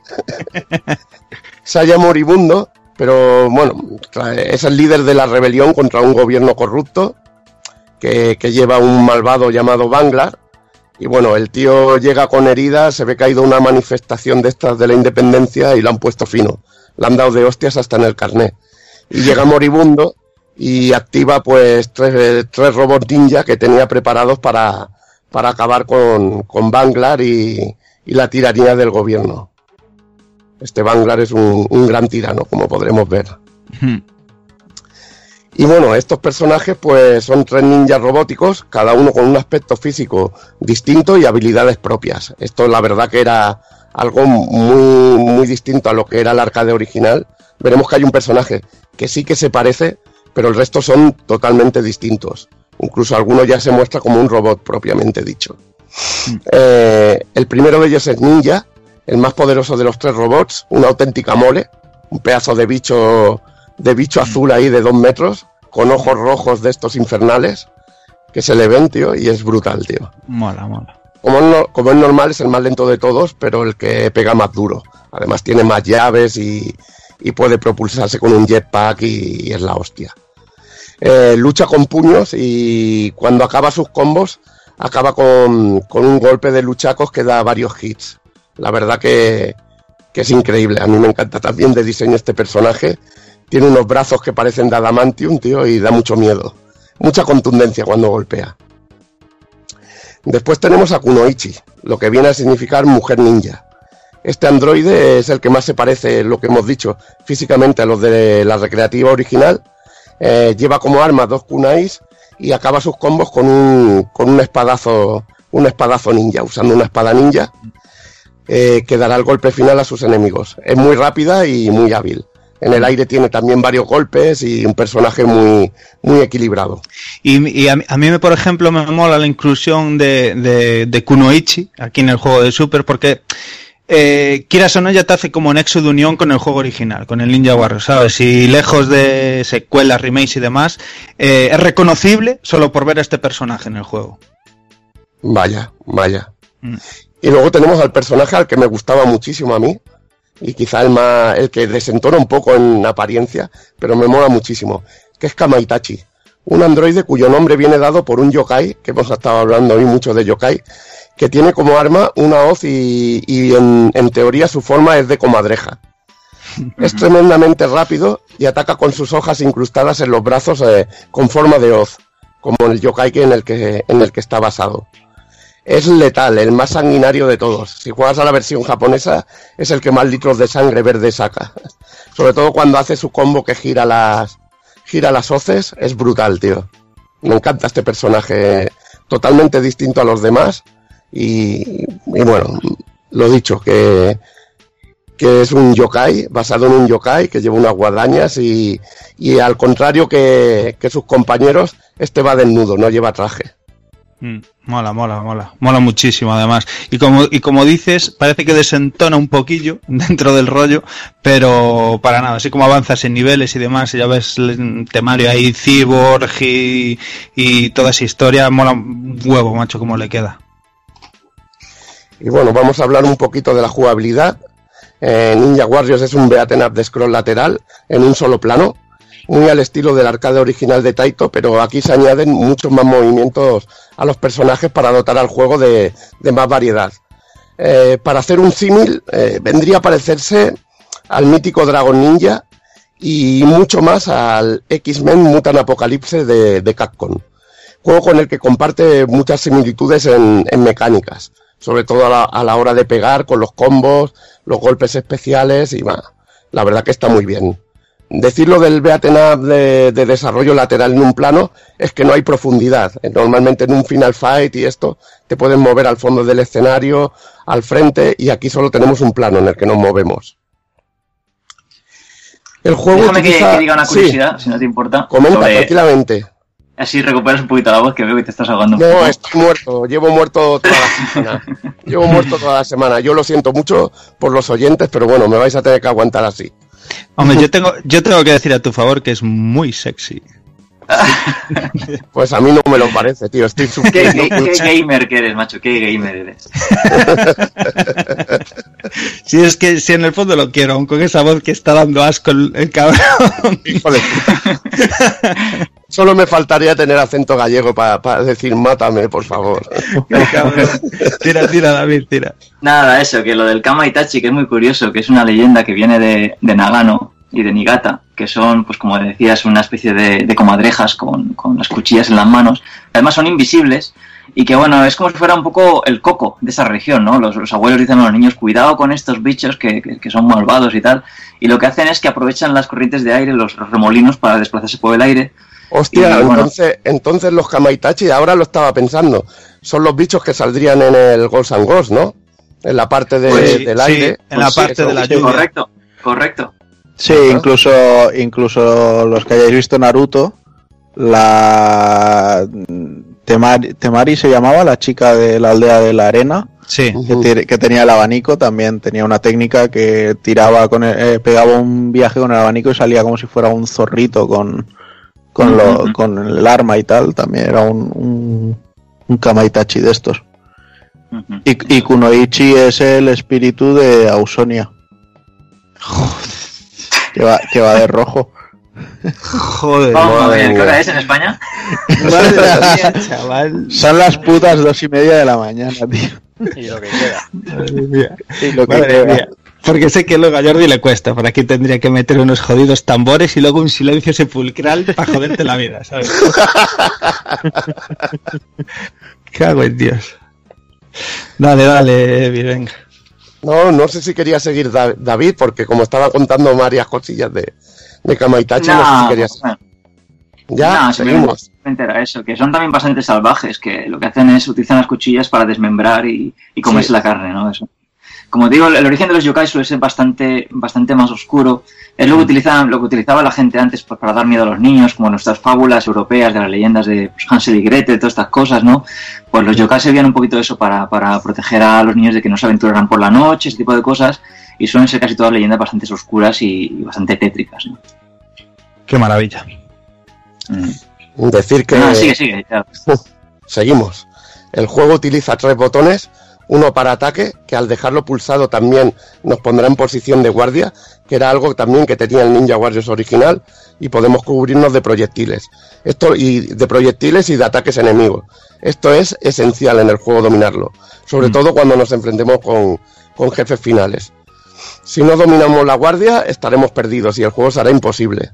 Saya moribundo, pero bueno, es el líder de la rebelión contra un gobierno corrupto que, que lleva un malvado llamado Banglar. Y bueno, el tío llega con heridas, se ve que ha ido a una manifestación de estas de la independencia y lo han puesto fino. Le han dado de hostias hasta en el carné. Y llega moribundo y activa pues tres, tres robots ninja que tenía preparados para, para acabar con, con Banglar y, y la tiranía del gobierno. Este Banglar es un, un gran tirano, como podremos ver. Hmm. Y bueno, estos personajes pues son tres ninjas robóticos, cada uno con un aspecto físico distinto y habilidades propias. Esto la verdad que era algo muy, muy distinto a lo que era el arcade original. Veremos que hay un personaje que sí que se parece, pero el resto son totalmente distintos. Incluso alguno ya se muestra como un robot propiamente dicho. Mm. Eh, el primero de ellos es Ninja, el más poderoso de los tres robots, una auténtica mole, un pedazo de bicho de bicho mm. azul ahí de dos metros, con ojos rojos de estos infernales, que se le ven, tío, y es brutal, tío. Mola, mola. Como, no, como es normal, es el más lento de todos, pero el que pega más duro. Además tiene más llaves y... y puede propulsarse con un jetpack y, y es la hostia. Eh, lucha con puños y cuando acaba sus combos, acaba con, con un golpe de luchacos que da varios hits. La verdad que, que es increíble. A mí me encanta también de diseño este personaje. Tiene unos brazos que parecen de adamantium, tío, y da mucho miedo. Mucha contundencia cuando golpea. Después tenemos a Kunoichi, lo que viene a significar mujer ninja. Este androide es el que más se parece, lo que hemos dicho, físicamente a los de la recreativa original. Eh, lleva como arma dos kunais y acaba sus combos con un, con un espadazo, un espadazo ninja, usando una espada ninja, eh, que dará el golpe final a sus enemigos. Es muy rápida y muy hábil. En el aire tiene también varios golpes y un personaje muy, muy equilibrado. Y, y a, mí, a mí, por ejemplo, me mola la inclusión de, de, de Kunoichi aquí en el juego de Super, porque eh, quieras o no ya te hace como nexo de unión con el juego original, con el Ninja Warrior, ¿sabes? Y lejos de secuelas, remakes y demás, eh, es reconocible solo por ver a este personaje en el juego. Vaya, vaya. Mm. Y luego tenemos al personaje al que me gustaba muchísimo a mí, y quizá el más el que desentona un poco en apariencia, pero me mola muchísimo, que es Kamaitachi, un androide cuyo nombre viene dado por un yokai, que hemos estado hablando hoy mucho de yokai, que tiene como arma una hoz y, y en, en teoría su forma es de comadreja. Es tremendamente rápido y ataca con sus hojas incrustadas en los brazos eh, con forma de hoz, como el yokai en el que, en el que está basado. Es letal, el más sanguinario de todos. Si juegas a la versión japonesa, es el que más litros de sangre verde saca. Sobre todo cuando hace su combo que gira las gira las hoces, es brutal, tío. Me encanta este personaje, totalmente distinto a los demás. Y, y bueno, lo dicho, que, que es un yokai, basado en un yokai, que lleva unas guadañas y, y al contrario que, que sus compañeros, este va desnudo, no lleva traje. Mm, mola, mola, mola. Mola muchísimo, además. Y como, y como dices, parece que desentona un poquillo dentro del rollo, pero para nada. Así como avanzas en niveles y demás, y ya ves el temario ahí, Cyborg y, y toda esa historia, mola un huevo, macho, como le queda. Y bueno, vamos a hablar un poquito de la jugabilidad. Eh, Ninja Warriors es un beat'em up de scroll lateral en un solo plano, muy al estilo del arcade original de Taito, pero aquí se añaden muchos más movimientos a los personajes para dotar al juego de, de más variedad. Eh, para hacer un símil, eh, vendría a parecerse al mítico Dragon Ninja y mucho más al X-Men Mutant Apocalypse de, de Capcom. Juego con el que comparte muchas similitudes en, en mecánicas, sobre todo a la, a la hora de pegar con los combos, los golpes especiales y va. La verdad que está muy bien. Decirlo del beat'em up de, de desarrollo lateral en un plano es que no hay profundidad. Normalmente en un Final Fight y esto te pueden mover al fondo del escenario, al frente, y aquí solo tenemos un plano en el que nos movemos. El juego Déjame utiliza... que, que diga una curiosidad, sí. Si no te importa. Comenta sobre... tranquilamente. Así recuperas un poquito la voz, que veo que te estás ahogando un No, poco. estoy muerto, llevo muerto toda la semana. Llevo muerto toda la semana. Yo lo siento mucho por los oyentes, pero bueno, me vais a tener que aguantar así. Hombre, yo tengo, yo tengo que decir a tu favor que es muy sexy. Pues a mí no me lo parece, tío. Estoy ¿Qué, sufriendo. qué, qué gamer que eres, macho? ¿Qué gamer eres? Si es que si en el fondo lo quiero, aun con esa voz que está dando asco el, el cabrón. Hijo de puta. Solo me faltaría tener acento gallego para pa decir mátame, por favor. Tira, tira, David, tira. Nada, eso, que lo del Kamaitachi, que es muy curioso, que es una leyenda que viene de, de Nagano y de Niigata, que son, pues como decías, una especie de, de comadrejas con, con las cuchillas en las manos. Además son invisibles y que, bueno, es como si fuera un poco el coco de esa región, ¿no? Los, los abuelos dicen a los niños, cuidado con estos bichos que, que, que son malvados y tal. Y lo que hacen es que aprovechan las corrientes de aire, los, los remolinos, para desplazarse por el aire. Hostia, y, bueno, entonces, entonces los Kamaitachi, ahora lo estaba pensando, son los bichos que saldrían en el Ghosts and Ghosts, ¿no? En la parte de, pues sí, del sí, aire. en la Pues parte sí, de la eso, lluvia. Correcto, correcto. Sí, incluso, incluso los que hayáis visto Naruto, la Temari, Temari se llamaba, la chica de la aldea de la arena, Sí. que, tir- que tenía el abanico, también tenía una técnica que tiraba con el, eh, pegaba un viaje con el abanico y salía como si fuera un zorrito con, con, lo, Ujú. con el arma y tal, también era un, un, un Kamaitachi de estos. Ujú. Y, y Kunoichi es el espíritu de Ausonia. Que va, que va de rojo. Joder. Vamos a madre ver, ¿qué hora mía. es en España? Madre mía, chaval. Son las putas dos y media de la mañana, tío. Y lo que queda. Madre mía. Y lo que Madre queda. mía. Porque sé que luego a Jordi le cuesta. Por aquí tendría que meter unos jodidos tambores y luego un silencio sepulcral para joderte la vida, ¿sabes? Cago en Dios. Dale, dale, Evi, venga. No, no sé si quería seguir Da- David, porque como estaba contando varias cosillas de, de Kamaitachi, no, sé si quería seguir. bueno, Ya, no, seguimos. simplemente era eso, que son también bastante salvajes, que lo que hacen es utilizar las cuchillas para desmembrar y, y comerse Sí. la carne, ¿no? Eso. como digo, el origen de los yokai suele ser bastante bastante más oscuro. Es lo que utilizaban, lo que utilizaba la gente antes pues, para dar miedo a los niños, como nuestras fábulas europeas de las leyendas de pues, Hansel y Gretel, todas estas cosas, ¿no? Pues los yokai servían un poquito de eso para, para proteger a los niños de que no se aventuraran por la noche, ese tipo de cosas, y suelen ser casi todas leyendas bastante oscuras y, y bastante tétricas, ¿no? Qué maravilla. Mm. Decir que... No, sigue, sigue. Ya. Seguimos. El juego utiliza tres botones, uno para ataque, que al dejarlo pulsado también nos pondrá en posición de guardia, que era algo también que tenía el Ninja Warriors original, y podemos cubrirnos de proyectiles. Esto y de proyectiles y de ataques enemigos. Esto es esencial en el juego dominarlo, sobre mm. todo cuando nos enfrentemos con, con jefes finales. Si no dominamos la guardia, estaremos perdidos y el juego será imposible.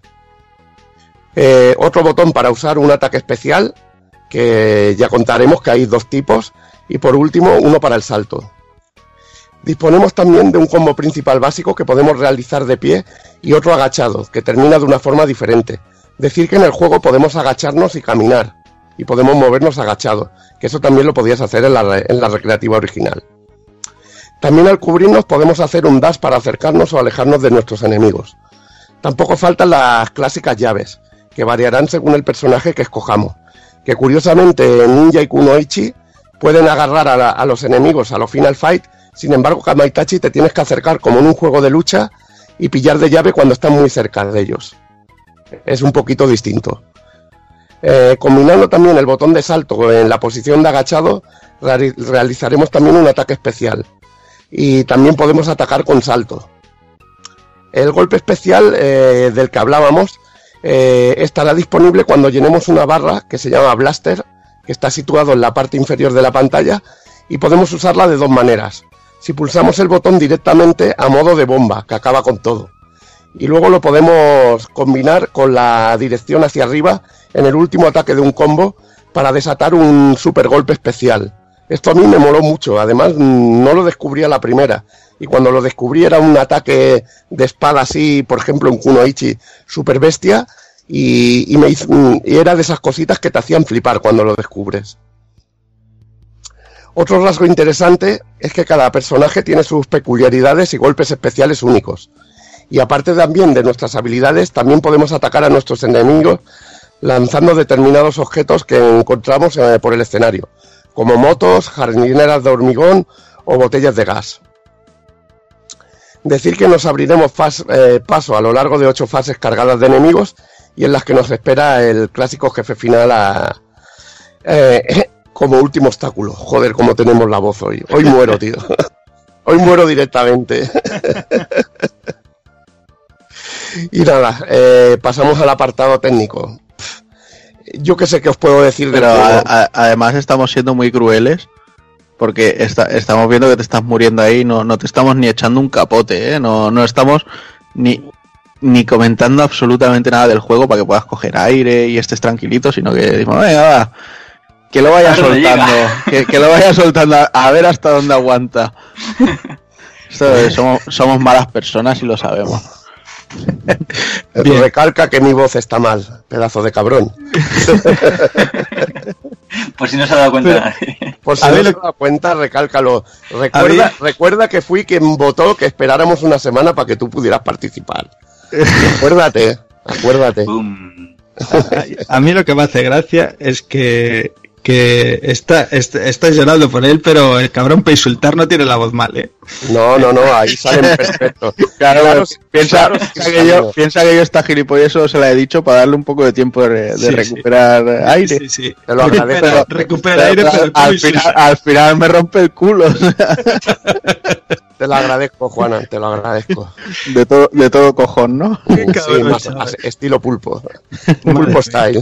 Eh, otro botón para usar un ataque especial, que ya contaremos que hay dos tipos, y por último uno para el salto. Disponemos también de un combo principal básico que podemos realizar de pie y otro agachado, que termina de una forma diferente. Decir que en el juego podemos agacharnos y caminar, y podemos movernos agachados, que eso también lo podías hacer en la, en la recreativa original. También al cubrirnos podemos hacer un dash para acercarnos o alejarnos de nuestros enemigos. Tampoco faltan las clásicas llaves, que variarán según el personaje que escojamos, que curiosamente en Ninja y Kunoichi pueden agarrar a, la, a los enemigos a los Final Fight. Sin embargo, Kamaitachi te tienes que acercar como en un juego de lucha y pillar de llave cuando están muy cerca de ellos. Es un poquito distinto. Eh, combinando también el botón de salto en la posición de agachado, re- realizaremos también un ataque especial. Y también podemos atacar con salto. El golpe especial eh, del que hablábamos eh, estará disponible cuando llenemos una barra que se llama Blaster, que está situado en la parte inferior de la pantalla, y podemos usarla de dos maneras. Si pulsamos el botón directamente a modo de bomba, que acaba con todo. Y luego lo podemos combinar con la dirección hacia arriba en el último ataque de un combo para desatar un super golpe especial. Esto a mí me moló mucho, además no lo descubrí a la primera. Y cuando lo descubrí era un ataque de espada así, por ejemplo en Kunoichi, super bestia, y, y, me hizo, y era de esas cositas que te hacían flipar cuando lo descubres. Otro rasgo interesante es que cada personaje tiene sus peculiaridades y golpes especiales únicos. Y aparte también de nuestras habilidades, también podemos atacar a nuestros enemigos lanzando determinados objetos que encontramos eh, por el escenario, como motos, jardineras de hormigón o botellas de gas. Decir que nos abriremos fas, eh, paso a lo largo de ocho fases cargadas de enemigos y en las que nos espera el clásico jefe final a, eh, como último obstáculo. Joder, cómo tenemos la voz hoy. Hoy muero, tío. Hoy muero directamente. Y nada, eh, pasamos al apartado técnico. Yo que sé que os puedo decir de Pero a, a, además estamos siendo muy crueles porque está, estamos viendo que te estás muriendo ahí, no, no te estamos ni echando un capote, ¿eh? no, no estamos ni, ni comentando absolutamente nada del juego para que puedas coger aire y estés tranquilito, sino que decimos, venga, va, que lo vaya soltando, que, que lo vaya soltando a, a ver hasta dónde aguanta. Esto es, somos, somos malas personas y lo sabemos. Recalca que mi voz está mal, pedazo de cabrón. Por si no se ha dado cuenta. Pero, por si no se ha dado cuenta, recálcalo. Recuerda, recuerda que fui quien votó que esperáramos una semana para que tú pudieras participar. Acuérdate, acuérdate. A, a mí lo que me hace gracia es que que está, está, está llorando por él, pero el cabrón para insultar no tiene la voz mal, ¿eh? No, no, no, ahí salen perfectos. Claro, claro, piensa, claro, piensa, que yo, piensa que yo esta gilipollas eso se la he dicho para darle un poco de tiempo de, de sí, recuperar sí. aire. Sí, sí. Te lo agradezco. Recupera aire, pero, pero al, final, al final me rompe el culo. Te lo agradezco, Juana, te lo agradezco. De todo, de todo cojón, ¿no? Sí, sí, más, más estilo pulpo. Pulpo style.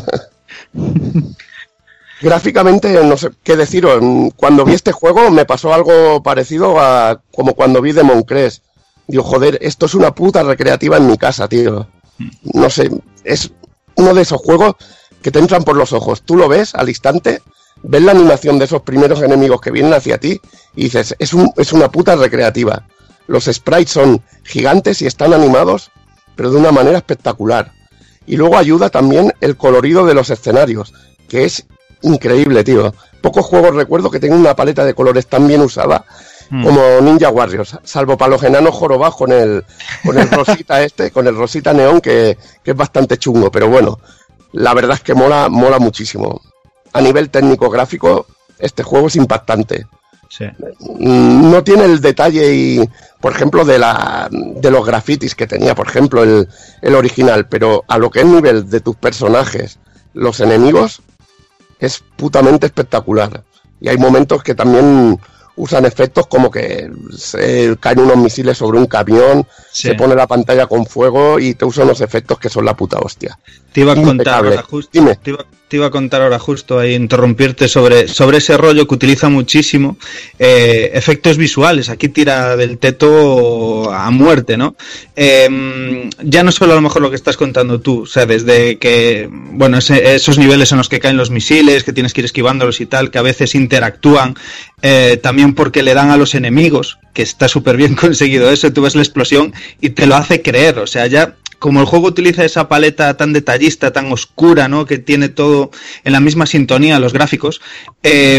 Gráficamente, no sé qué deciros. Cuando vi este juego me pasó algo parecido a como cuando vi Demon Crest. Digo, joder, esto es una puta recreativa en mi casa, tío. No sé, es uno de esos juegos que te entran por los ojos. Tú lo ves al instante, ves la animación de esos primeros enemigos que vienen hacia ti y dices, es, un, es una puta recreativa. Los sprites son gigantes y están animados, pero de una manera espectacular. Y luego ayuda también el colorido de los escenarios, que es increíble, tío. Pocos juegos recuerdo que tengan una paleta de colores tan bien usada mm. como Ninja Warriors, salvo para los enanos jorobados con el, con el Rosita este, con el Rosita Neón, que, que es bastante chungo, pero bueno, la verdad es que mola, mola muchísimo. A nivel técnico gráfico, este juego es impactante. Sí. No tiene el detalle y, por ejemplo, de la de los grafitis que tenía, por ejemplo, el, el original, pero a lo que es nivel de tus personajes, los enemigos, es putamente espectacular. Y hay momentos que también usan efectos como que se caen unos misiles sobre un camión, sí. se pone la pantalla con fuego y te usan unos efectos que son la puta hostia. Te iba a contar ahora justo, Dime. Te iba, te iba a contar ahora justo ahí, interrumpirte sobre, sobre ese rollo que utiliza muchísimo, eh, efectos visuales. Aquí tira del teto a muerte, ¿no? Eh, ya no solo a lo mejor lo que estás contando tú, o sea, desde que, bueno, ese, esos niveles en los que caen los misiles, que tienes que ir esquivándolos y tal, que a veces interactúan, eh, también porque le dan a los enemigos, que está súper bien conseguido eso, tú ves la explosión y te lo hace creer, o sea, ya como el juego utiliza esa paleta tan detallista, tan oscura, ¿no? Que tiene todo en la misma sintonía, los gráficos, eh,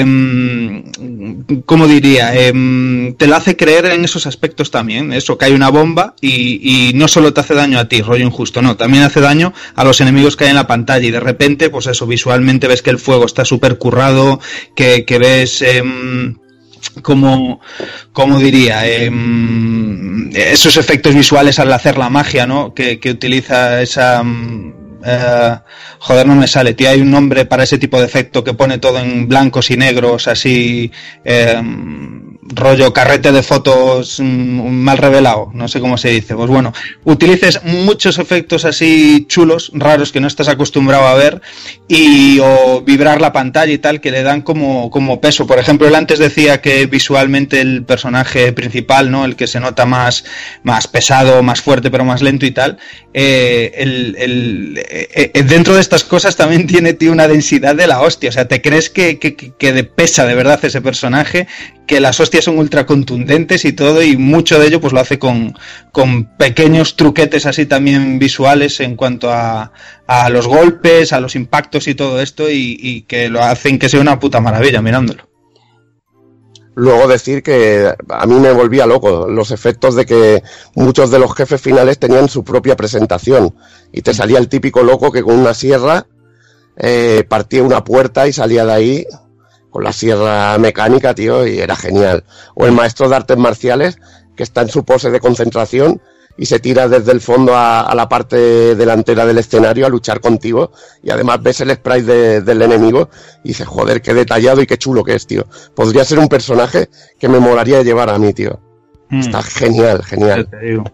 ¿cómo diría? Eh, te lo hace creer en esos aspectos también, eso, que hay una bomba y, y no solo te hace daño a ti, rollo injusto, no, también hace daño a los enemigos que hay en la pantalla y de repente, pues eso, visualmente ves que el fuego está súper currado, que, que ves... Eh, como, como diría, eh, esos efectos visuales al hacer la magia, ¿no? Que, que utiliza esa... Eh, joder, no me sale, tío, hay un nombre para ese tipo de efecto que pone todo en blancos y negros, así... Eh, rollo carrete de fotos mmm, mal revelado, no sé cómo se dice. Pues bueno, utilices muchos efectos así chulos, raros, que no estás acostumbrado a ver, y o vibrar la pantalla y tal, que le dan como, como peso. Por ejemplo, él antes decía que visualmente el personaje principal, ¿no? El que se nota más, más pesado, más fuerte, pero más lento y tal, eh, el, el, eh, eh, dentro de estas cosas también tiene, tío, una densidad de la hostia. O sea, te crees que, que, que de pesa de verdad ese personaje, que las hostias son ultra contundentes y todo, y mucho de ello pues lo hace con, con pequeños truquetes así también visuales en cuanto a, a los golpes, a los impactos y todo esto, y, y que lo hacen que sea una puta maravilla mirándolo. Luego decir que a mí me volvía loco los efectos de que muchos de los jefes finales tenían su propia presentación y te salía el típico loco que con una sierra eh, partía una puerta y salía de ahí con la sierra mecánica, tío, y era genial. O el maestro de artes marciales, que está en su pose de concentración y se tira desde el fondo a, a la parte delantera del escenario a luchar contigo, y además ves el sprite de, del enemigo y dices, joder, qué detallado y qué chulo que es, tío. Podría ser un personaje que me molaría llevar a mí, tío. Mm. Está genial, genial. Ya te digo.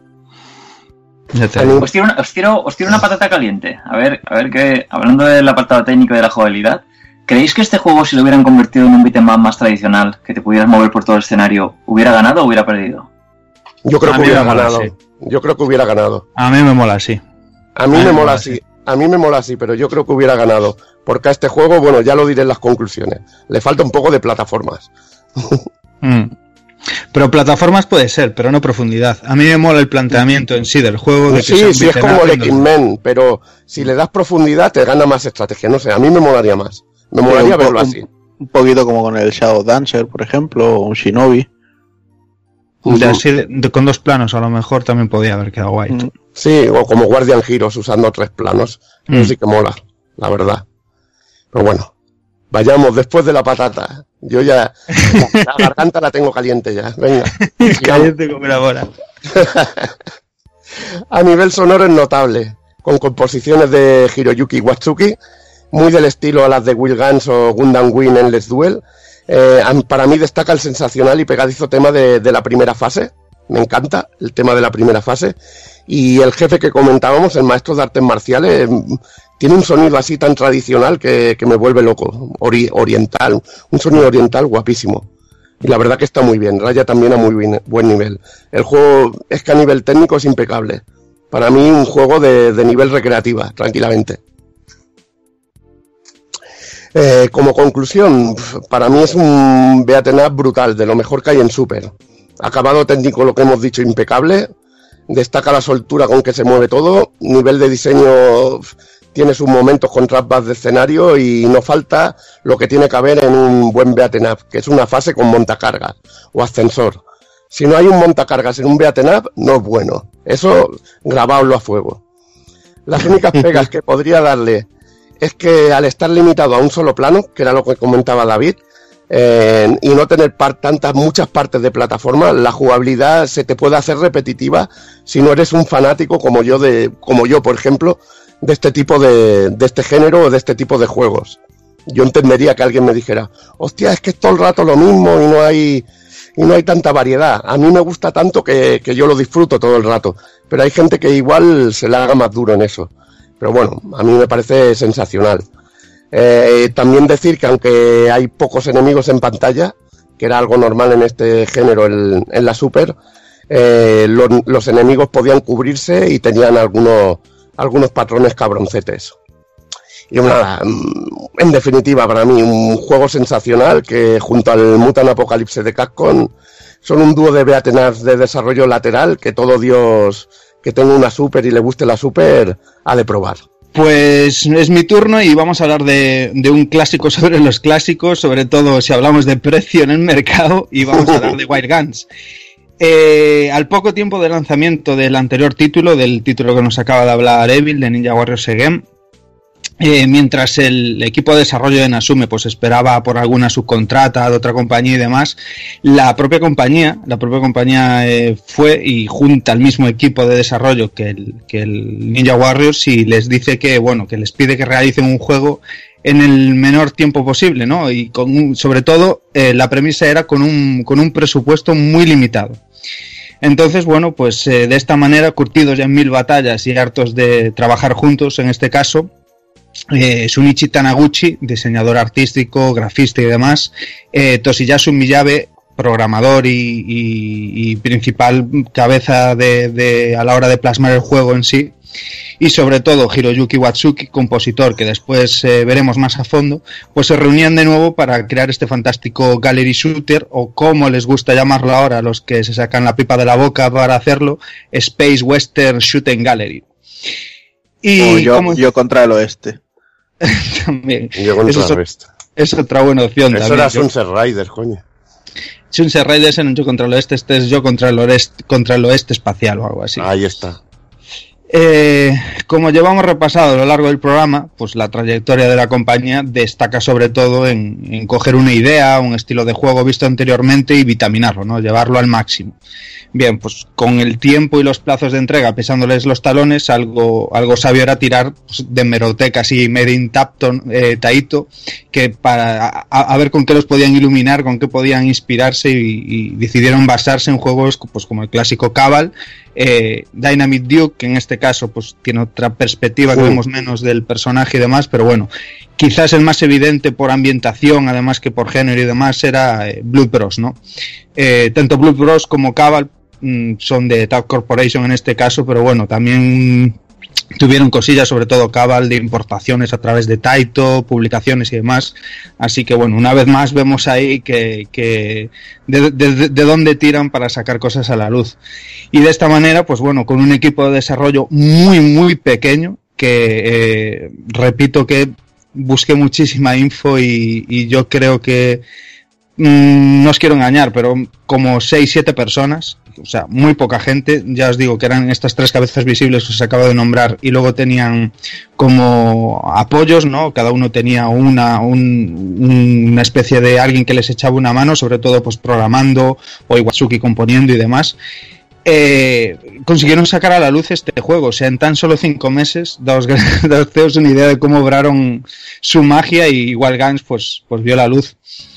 Ya te digo. Os, tiro una, os, tiro, os tiro una patata caliente. A ver, a ver que, hablando del apartado técnico y de la jugabilidad, ¿creéis que este juego, si lo hubieran convertido en un beat'em up más tradicional, que te pudieras mover por todo el escenario, hubiera ganado o hubiera perdido? Yo creo a que hubiera ganado. Mola, sí. Yo creo que hubiera ganado. A mí me mola así. A mí a me, me mola así. A mí me mola así, pero yo creo que hubiera ganado. Porque a este juego, bueno, ya lo diré en las conclusiones, le falta un poco de plataformas. mm. Pero plataformas puede ser, pero no profundidad. A mí me mola el planteamiento en sí del juego. De que sí, sí, es como el X-Men, pero si le das profundidad te gana más estrategia. No sé, a mí me molaría más. Me molaría verlo así. Un, un poquito como con el Shadow Dancer, por ejemplo, o un Shinobi. De así, de, de, con dos planos a lo mejor también podía haber quedado guay. Mm. Sí, o como Guardian Heroes usando tres planos. Mm. Eso sí que mola, la verdad. Pero bueno, vayamos después de la patata. Yo ya, la, la garganta la tengo caliente ya. Venga. Caliente como la bola. A nivel sonoro es notable, con composiciones de Hiroyuki Watsuki, muy del estilo a las de Will Guns o Gundam Wing en Let's Duel. Eh, para mí destaca el sensacional y pegadizo tema de, de la primera fase. Me encanta el tema de la primera fase. Y el jefe que comentábamos, el maestro de artes marciales, tiene un sonido así tan tradicional que, que me vuelve loco. Ori- oriental, un sonido oriental guapísimo. Y la verdad que está muy bien, raya también a muy bien, buen nivel. El juego es que a nivel técnico es impecable. Para mí un juego de, de nivel recreativa, tranquilamente. Eh, como conclusión, para mí es un beat'em up brutal, de lo mejor que hay en Super. Acabado técnico, lo que hemos dicho, impecable. destaca la soltura con que se mueve todo, nivel de diseño tiene sus momentos con trapas de escenario y no falta lo que tiene que haber en un buen beat'em up, que es una fase con montacargas o ascensor. Si no hay un montacargas en un beat'em up, no es bueno. Eso, grabadlo a fuego. Las únicas pegas que podría darle es que al estar limitado a un solo plano, que era lo que comentaba David, eh, y no tener par- tantas, muchas partes de plataforma, la jugabilidad se te puede hacer repetitiva si no eres un fanático como yo, de, como yo, por ejemplo, de este tipo de, de este género o de este tipo de juegos. Yo entendería que alguien me dijera, hostia, es que es todo el rato lo mismo y no hay y no hay tanta variedad. A mí me gusta tanto que, que yo lo disfruto todo el rato, pero hay gente que igual se le haga más duro en eso. Pero bueno, a mí me parece sensacional. Eh, también decir que aunque hay pocos enemigos en pantalla, que era algo normal en este género en, en la Super, eh, lo, los enemigos podían cubrirse y tenían algunos algunos patrones cabroncetes. Y nada, en definitiva, para mí, un juego sensacional que junto al Mutant Apocalypse de Capcom son un dúo de beat'em ups de desarrollo lateral que todo Dios que tenga una Super y le guste la Super ha de probar. Pues es mi turno y vamos a hablar de, de un clásico sobre los clásicos, sobre todo si hablamos de precio en el mercado, y vamos a hablar de Wire Guns. Eh, al poco tiempo del lanzamiento del anterior título, del título que nos acaba de hablar Evil, de Ninja Warriors Again, eh, mientras el equipo de desarrollo de Natsume pues esperaba por alguna subcontrata de otra compañía y demás, la propia compañía, la propia compañía eh, fue y junta al mismo equipo de desarrollo que el, que el Ninja Warriors y les dice que, bueno, que les pide que realicen un juego en el menor tiempo posible, ¿no? Y con un, sobre todo eh, la premisa era con un, con un presupuesto muy limitado. Entonces, bueno, pues eh, de esta manera, curtidos ya en mil batallas y hartos de trabajar juntos, en este caso, eh, Shunichi Taniguchi, diseñador artístico, grafista y demás, eh, Toshiyasu Miyabe, programador y, y, y principal cabeza de, de, a la hora de plasmar el juego en sí, y sobre todo Hiroyuki Watsuki, compositor, que después eh, veremos más a fondo, pues se reunían de nuevo para crear este fantástico Gallery Shooter, o como les gusta llamarlo ahora a los que se sacan la pipa de la boca para hacerlo, Space Western Shooting Gallery. Y oh, yo, como... yo contra el oeste. También. Yo contra Eso el oeste. Es otra buena opción. Eso también. era Sunset Riders, coño. Sunset Riders en un yo contra el oeste, este es yo contra el oeste, contra el oeste espacial o algo así. Ahí está. Eh, como llevamos repasado a lo largo del programa, pues la trayectoria de la compañía destaca sobre todo en, en coger una idea, un estilo de juego visto anteriormente y vitaminarlo, ¿no? Llevarlo al máximo. Bien, pues con el tiempo y los plazos de entrega pisándoles los talones, algo, algo sabio era tirar pues, de merotecas y made in Tapton, eh, Taito, que para a, a ver con qué los podían iluminar, con qué podían inspirarse y, y decidieron basarse en juegos pues como el clásico Cabal, eh, Dynamite Duke, que en este caso pues tiene otra perspectiva, que uh. vemos menos del personaje y demás, pero bueno, quizás el más evidente por ambientación, además que por género y demás, era eh, Blood Bros, ¿no? Eh, tanto Blood Bros como Cabal mmm, son de Tag Corporation en este caso, pero bueno, también tuvieron cosillas, sobre todo Cabal, de importaciones a través de Taito, publicaciones y demás. Así que bueno, una vez más vemos ahí que, que de, de, de dónde tiran para sacar cosas a la luz. Y de esta manera, pues bueno, con un equipo de desarrollo muy, muy pequeño, que eh, repito que busqué muchísima info y, y yo creo que mmm, no os quiero engañar, pero como seis siete personas, o sea, muy poca gente. Ya os digo que eran estas tres cabezas visibles que os acabo de nombrar y luego tenían como apoyos, ¿no? Cada uno tenía una, un, una especie de alguien que les echaba una mano, sobre todo pues programando o Iwatsuki componiendo y demás. Eh, consiguieron sacar a la luz este juego, o sea, en tan solo cinco meses, daos, daos una idea de cómo obraron su magia, y Wild Guns pues, pues vio la luz.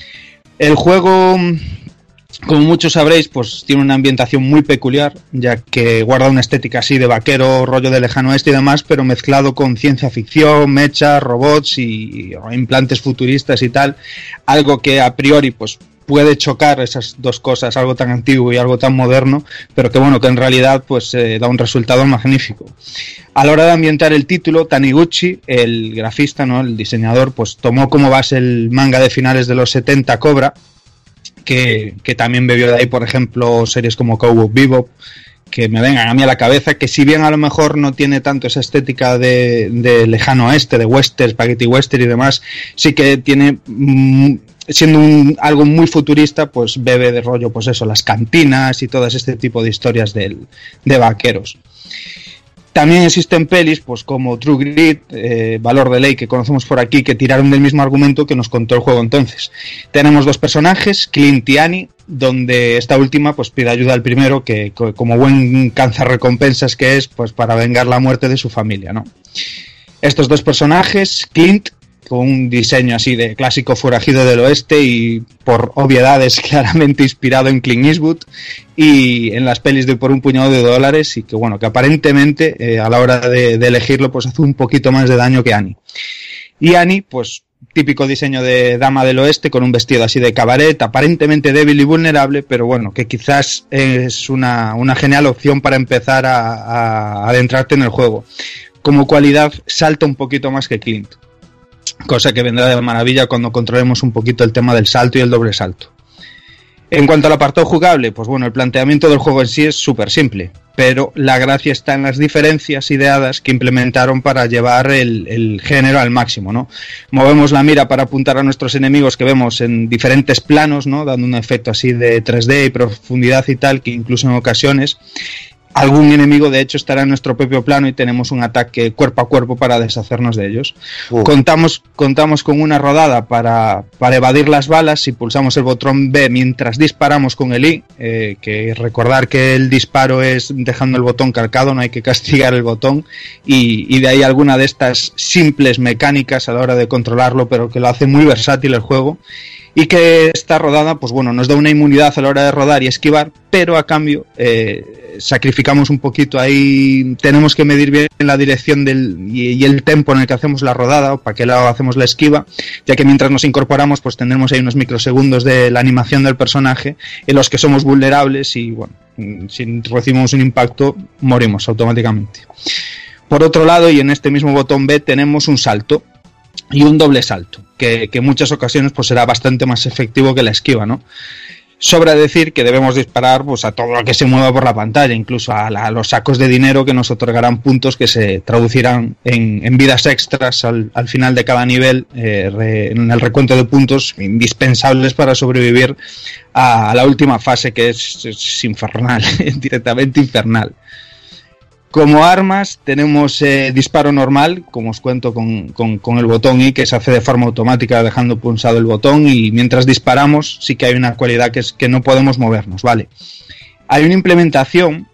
El juego, como muchos sabréis, pues tiene una ambientación muy peculiar, ya que guarda una estética así de vaquero, rollo de lejano oeste y demás, pero mezclado con ciencia ficción, mechas, robots y, y implantes futuristas y tal, algo que a priori pues puede chocar esas dos cosas, algo tan antiguo y algo tan moderno, pero que bueno, que en realidad pues eh, da un resultado magnífico. A la hora de ambientar el título, Taniguchi, el grafista, ¿no? El diseñador, pues tomó como base el manga de finales de los setenta, Cobra, que, que también bebió de ahí, por ejemplo, series como Cowboy Bebop, que me vengan a mí a la cabeza, que si bien a lo mejor no tiene tanto esa estética de, de lejano oeste, de western, spaghetti western y demás, sí que tiene... Mmm, siendo un, algo muy futurista, pues bebe de rollo, pues eso, las cantinas y todo este tipo de historias de, de vaqueros. También existen pelis, pues como True Grit, eh, Valor de Ley, que conocemos por aquí, que tiraron del mismo argumento que nos contó el juego entonces. Tenemos dos personajes, Clint y Annie, donde esta última pues pide ayuda al primero, que como buen cazarrecompensas que es, pues para vengar la muerte de su familia, ¿no? Estos dos personajes, Clint, con un diseño así de clásico forajido del oeste y por obviedades claramente inspirado en Clint Eastwood y en las pelis de Por un puñado de dólares, y que bueno, que aparentemente eh, a la hora de, de elegirlo pues hace un poquito más de daño que Annie. Y Annie, pues típico diseño de dama del oeste con un vestido así de cabaret, aparentemente débil y vulnerable, pero bueno, que quizás es una, una genial opción para empezar a, a adentrarte en el juego. Como cualidad salta un poquito más que Clint, cosa que vendrá de maravilla cuando controlemos un poquito el tema del salto y el doble salto. En cuanto al apartado jugable, pues bueno, el planteamiento del juego en sí es súper simple, pero la gracia está en las diferencias ideadas que implementaron para llevar el, el género al máximo, ¿no? Movemos la mira para apuntar a nuestros enemigos que vemos en diferentes planos, ¿no? Dando un efecto así de tres D y profundidad y tal, que incluso en ocasiones algún enemigo de hecho estará en nuestro propio plano y tenemos un ataque cuerpo a cuerpo para deshacernos de ellos. Uh. Contamos, contamos con una rodada para, para evadir las balas si pulsamos el botón B mientras disparamos con el I, eh, que recordar que el disparo es dejando el botón calcado, no hay que castigar el botón, y, y de ahí alguna de estas simples mecánicas a la hora de controlarlo, pero que lo hace muy versátil el juego. Y que esta rodada, pues bueno, nos da una inmunidad a la hora de rodar y esquivar, pero a cambio eh, sacrificamos un poquito ahí, tenemos que medir bien la dirección del, y, y el tempo en el que hacemos la rodada, o para qué lado hacemos la esquiva, ya que mientras nos incorporamos, pues tendremos ahí unos microsegundos de la animación del personaje en los que somos vulnerables y, bueno, si recibimos un impacto, morimos automáticamente. Por otro lado, y en este mismo botón B, tenemos un salto y un doble salto, que, que en muchas ocasiones pues será bastante más efectivo que la esquiva, ¿no? Sobra decir que debemos disparar pues a todo lo que se mueva por la pantalla, incluso a, la, a los sacos de dinero que nos otorgarán puntos que se traducirán en, en vidas extras al, al final de cada nivel, eh, re, en el recuento de puntos indispensables para sobrevivir a, a la última fase, que es, es infernal, directamente infernal. Como armas tenemos eh, disparo normal, como os cuento con, con, con el botón I, que se hace de forma automática dejando pulsado el botón, y mientras disparamos sí que hay una cualidad que es que no podemos movernos, ¿vale? Hay una implementación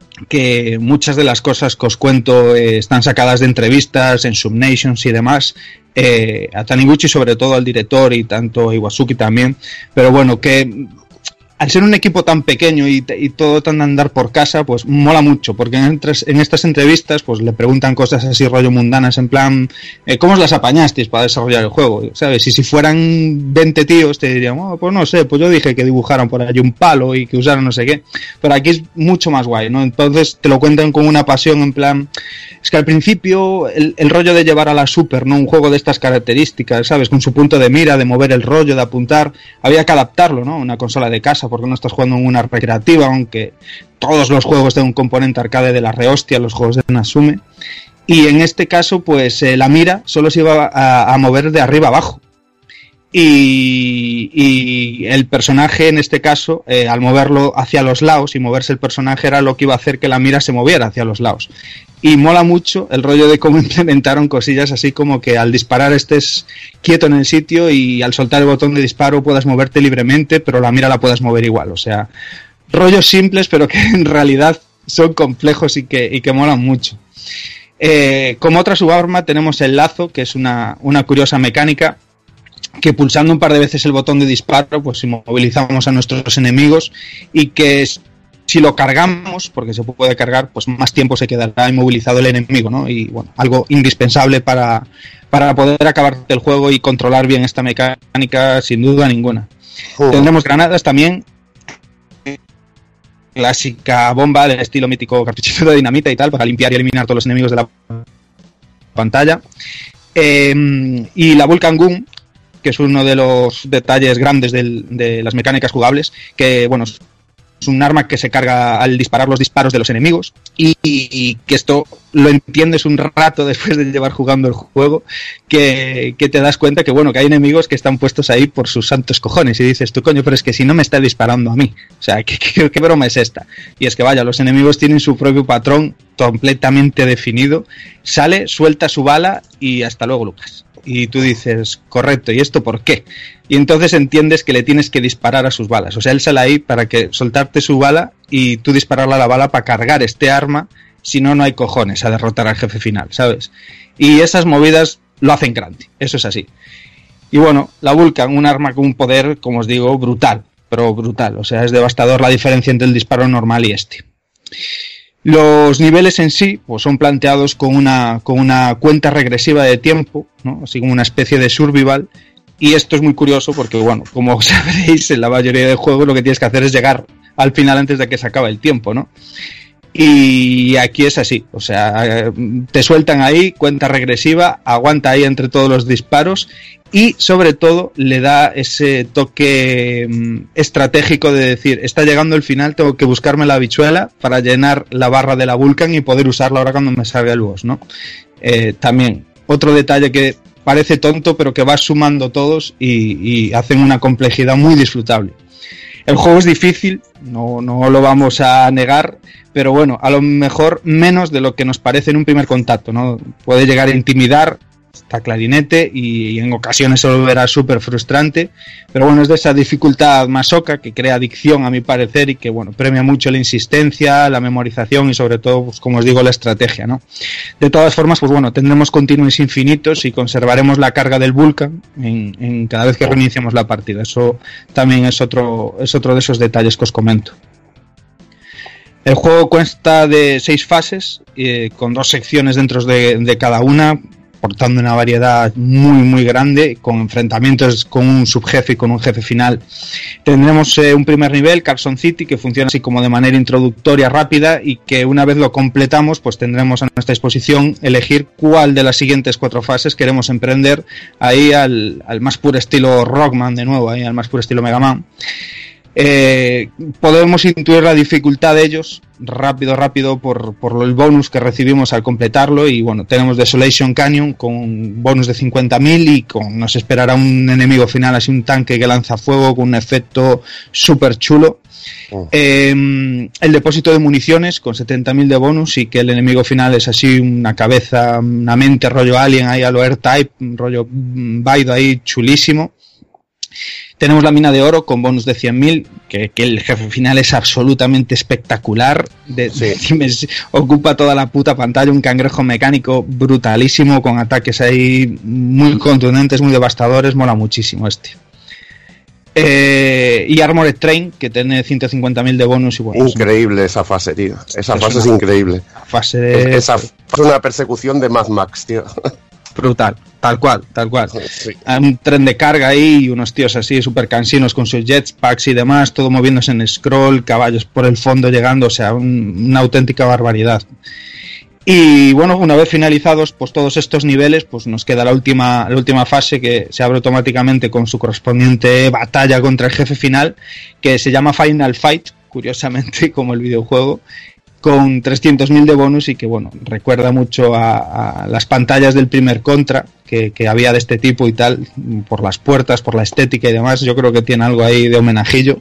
que muchas de las cosas que os cuento eh, están sacadas de entrevistas en Subnations y demás, eh, a Taniguchi sobre todo, al director, y tanto a Iwasuki también, pero bueno, que al ser un equipo tan pequeño y, y todo tan andar por casa, pues mola mucho, porque en, en estas entrevistas pues le preguntan cosas así rollo mundanas, en plan, eh, ¿cómo os las apañasteis para desarrollar el juego? ¿Sabes? Y si fueran veinte tíos te dirían, oh, pues no sé, pues yo dije que dibujaran por allí un palo y que usaran no sé qué, pero aquí es mucho más guay, ¿no? Entonces te lo cuentan con una pasión, en plan, es que al principio el, el rollo de llevar a la Super, ¿no? Un juego de estas características, ¿sabes? Con su punto de mira, de mover el rollo, de apuntar, había que adaptarlo, ¿no? Una consola de casa, porque no estás jugando en una recreativa, aunque todos los juegos tienen un componente arcade de la rehostia, los juegos de Natsume, y en este caso pues eh, la mira solo se iba a, a mover de arriba abajo, y, y el personaje en este caso eh, al moverlo hacia los lados y moverse el personaje era lo que iba a hacer que la mira se moviera hacia los lados. Y mola mucho el rollo de cómo implementaron cosillas así como que al disparar estés quieto en el sitio y al soltar el botón de disparo puedas moverte libremente, pero la mira la puedas mover igual. O sea, rollos simples pero que en realidad son complejos y que, y que molan mucho. Eh, como otra subarma tenemos el lazo, que es una, una curiosa mecánica que pulsando un par de veces el botón de disparo pues inmovilizamos a nuestros enemigos, y que si lo cargamos, porque se puede cargar, pues más tiempo se quedará inmovilizado el enemigo, ¿no? Y bueno, algo indispensable para, para poder acabar el juego y controlar bien esta mecánica, sin duda ninguna. Uh. Tendremos granadas también, clásica bomba del estilo mítico cartuchito de dinamita y tal, para limpiar y eliminar todos los enemigos de la pantalla. Eh, y la Vulcan Gun, que es uno de los detalles grandes del, de las mecánicas jugables, que bueno, es es un arma que se carga al disparar los disparos de los enemigos y, y, y que esto lo entiendes un rato después de llevar jugando el juego, que, que te das cuenta que bueno, que hay enemigos que están puestos ahí por sus santos cojones y dices tú, coño, pero es que si no me está disparando a mí, o sea, ¿qué, qué, qué broma es esta? Y es que vaya, los enemigos tienen su propio patrón completamente definido, sale, suelta su bala y hasta luego, Lucas. Y tú dices, correcto, ¿y esto por qué? Y entonces entiendes que le tienes que disparar a sus balas. O sea, él sale ahí para que soltarte su bala y tú dispararle a la bala para cargar este arma, si no, no hay cojones a derrotar al jefe final, ¿sabes? Y esas movidas lo hacen grande, eso es así. Y bueno, la Vulcan, un arma con un poder, como os digo, brutal, pero brutal. O sea, es devastador la diferencia entre el disparo normal y este. Los niveles en sí pues son planteados con una, con una cuenta regresiva de tiempo, ¿no? Así como una especie de survival, y esto es muy curioso porque, bueno, como sabréis, en la mayoría de juegos lo que tienes que hacer es llegar al final antes de que se acabe el tiempo, ¿no? Y aquí es así, o sea, te sueltan ahí, cuenta regresiva, aguanta ahí entre todos los disparos y sobre todo le da ese toque mmm, estratégico de decir, está llegando el final, tengo que buscarme la habichuela para llenar la barra de la Vulcan y poder usarla ahora cuando me salga el boss, ¿no? Eh, también, otro detalle que parece tonto pero que va sumando todos y, y hacen una complejidad muy disfrutable. El juego es difícil, no, no lo vamos a negar, pero bueno, a lo mejor menos de lo que nos parece en un primer contacto, ¿no? Puede llegar a intimidar, está clarinete y en ocasiones se volverá súper frustrante, pero bueno, es de esa dificultad masoca que crea adicción a mi parecer y que bueno, premia mucho la insistencia, la memorización y sobre todo, pues como os digo, la estrategia, ¿no? De todas formas, pues bueno, tendremos continuos infinitos y conservaremos la carga del Vulcan en, en cada vez que reiniciemos la partida. Eso también es otro, es otro de esos detalles que os comento. El juego consta de seis fases, eh, con dos secciones dentro de, de cada una, portando una variedad muy muy grande, con enfrentamientos con un subjefe y con un jefe final. Tendremos eh, un primer nivel, Carson City, que funciona así como de manera introductoria rápida y que una vez lo completamos pues tendremos a nuestra disposición elegir cuál de las siguientes cuatro fases queremos emprender ahí al, al más puro estilo Rockman, de nuevo, ahí al más puro estilo Mega Man. Eh, podemos intuir la dificultad de ellos rápido rápido por, por el bonus que recibimos al completarlo y bueno, tenemos Desolation Canyon con un bonus de cincuenta mil y con, nos esperará un enemigo final, así un tanque que lanza fuego con un efecto súper chulo. Oh. Eh, el depósito de municiones con setenta mil de bonus y que el enemigo final es así una cabeza, una mente rollo Alien ahí a lo R-Type, rollo Baido ahí chulísimo. Tenemos la mina de oro con bonus de cien mil, que, que el jefe final es absolutamente espectacular. De, sí. de, ocupa toda la puta pantalla, un cangrejo mecánico brutalísimo, con ataques ahí muy contundentes, muy devastadores, mola muchísimo este. Eh, y Armored Train, que tiene ciento cincuenta mil de bonus. Y bueno, increíble esa fase, tío. Esa es fase una, es increíble. Fase de... Esa es una persecución de Mad Max, tío. Brutal, tal cual, tal cual. Sí. Hay un tren de carga ahí y unos tíos así súper cansinos con sus jetpacks y demás, todo moviéndose en scroll, caballos por el fondo llegando, o sea, un, una auténtica barbaridad. Y bueno, una vez finalizados pues todos estos niveles, pues nos queda la última, la última fase que se abre automáticamente con su correspondiente batalla contra el jefe final, que se llama Final Fight, curiosamente, como el videojuego, con trescientos mil de bonus y que bueno, recuerda mucho a, a las pantallas del primer Contra que, que había de este tipo y tal, por las puertas, por la estética y demás. Yo creo que tiene algo ahí de homenajillo.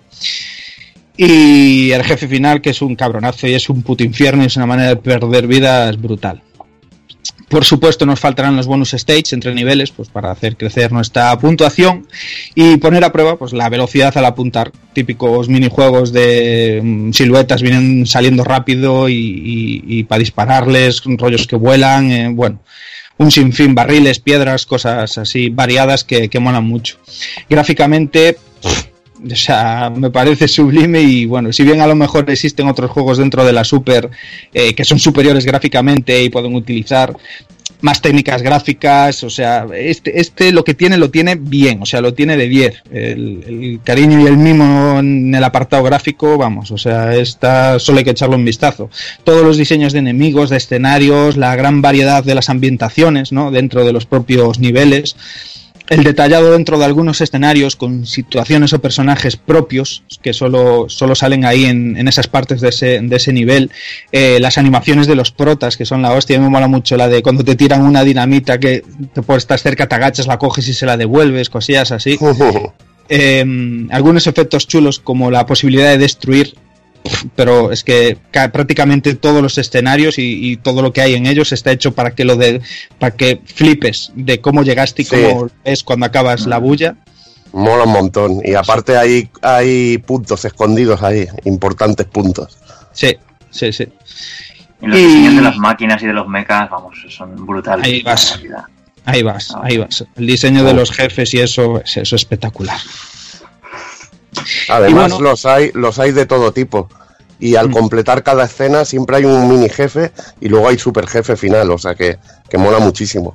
Y el jefe final, que es un cabronazo y es un puto infierno y es una manera de perder vidas brutal. Por supuesto nos faltarán los bonus stage entre niveles pues para hacer crecer nuestra puntuación y poner a prueba pues la velocidad al apuntar. Típicos minijuegos de um, siluetas vienen saliendo rápido y, y, y para dispararles, rollos que vuelan, eh, bueno, un sinfín, barriles, piedras, cosas así variadas que, que molan mucho. Gráficamente... O sea, me parece sublime y bueno, si bien a lo mejor existen otros juegos dentro de la Super eh, que son superiores gráficamente y pueden utilizar más técnicas gráficas, o sea, este, este lo que tiene lo tiene bien, o sea, lo tiene de diez. El, el cariño y el mimo en el apartado gráfico, vamos, o sea, esta solo hay que echarle un vistazo. Todos los diseños de enemigos, de escenarios, la gran variedad de las ambientaciones, ¿no? Dentro de los propios niveles. el detallado dentro de algunos escenarios con situaciones o personajes propios que solo, solo salen ahí en, en esas partes de ese, de ese nivel, eh, las animaciones de los protas que son la hostia. Me mola mucho la de cuando te tiran una dinamita que te por estar cerca te agachas, la coges y se la devuelves, cosillas así. eh, algunos efectos chulos como la posibilidad de destruir, pero es que prácticamente todos los escenarios y, y todo lo que hay en ellos está hecho para que lo de para que flipes de cómo llegaste y sí. cómo es cuando acabas la bulla. Mola un montón. Y aparte hay, hay puntos escondidos ahí, importantes puntos. Sí, sí, sí. Y los y... diseños de las máquinas y de los mechas, vamos, son brutales. Ahí vas, ahí vas, ah, ahí vas. El diseño oh. de los jefes y eso, eso es espectacular. Además bueno, los hay los hay de todo tipo y al completar cada escena siempre hay un mini jefe y luego hay super jefe final, o sea que, que mola muchísimo.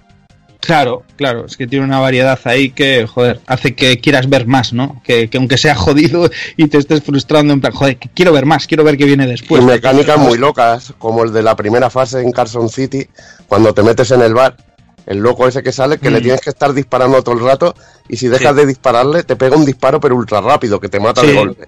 Claro, claro, es que tiene una variedad ahí que, joder, hace que quieras ver más, ¿no? Que, que aunque sea jodido y te estés frustrando en plan, joder, que quiero ver más, quiero ver qué viene después. Y mecánicas muy locas, como el de la primera fase en Carson City, cuando te metes en el bar. El loco ese que sale, que mm. le tienes que estar disparando todo el rato y si dejas sí. de dispararle, te pega un disparo pero ultra rápido, que te mata sí. de golpe.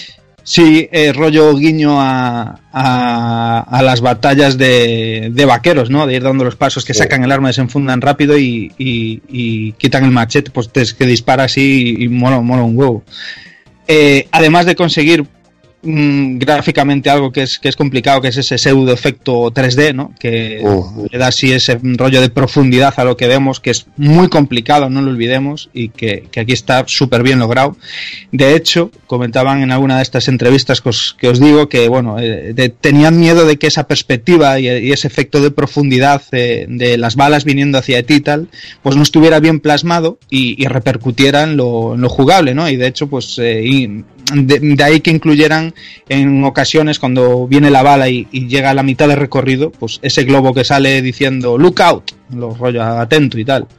Sí, eh, rollo guiño a, a, a las batallas de, de vaqueros, ¿no? De ir dando los pasos que sí. sacan el arma, desenfundan rápido y, y, y quitan el machete, pues te, que dispara así y, y mola, mola un huevo. Eh, además de conseguir Mm, gráficamente algo que es que es complicado, que es ese pseudo efecto tres D, ¿no? Que uh-huh. le da así ese rollo de profundidad a lo que vemos, que es muy complicado, no lo olvidemos, y que, que aquí está súper bien logrado. De hecho, comentaban en alguna de estas entrevistas que os, que os digo que, bueno, eh, de, tenían miedo de que esa perspectiva y, y ese efecto de profundidad eh, de las balas viniendo hacia ti y tal, pues no estuviera bien plasmado y, y repercutiera en lo, en lo jugable, ¿no? Y de hecho, pues eh, y, De, de ahí que incluyeran en ocasiones cuando viene la bala y, y llega a la mitad del recorrido, pues ese globo que sale diciendo look out, los rollos atento y tal.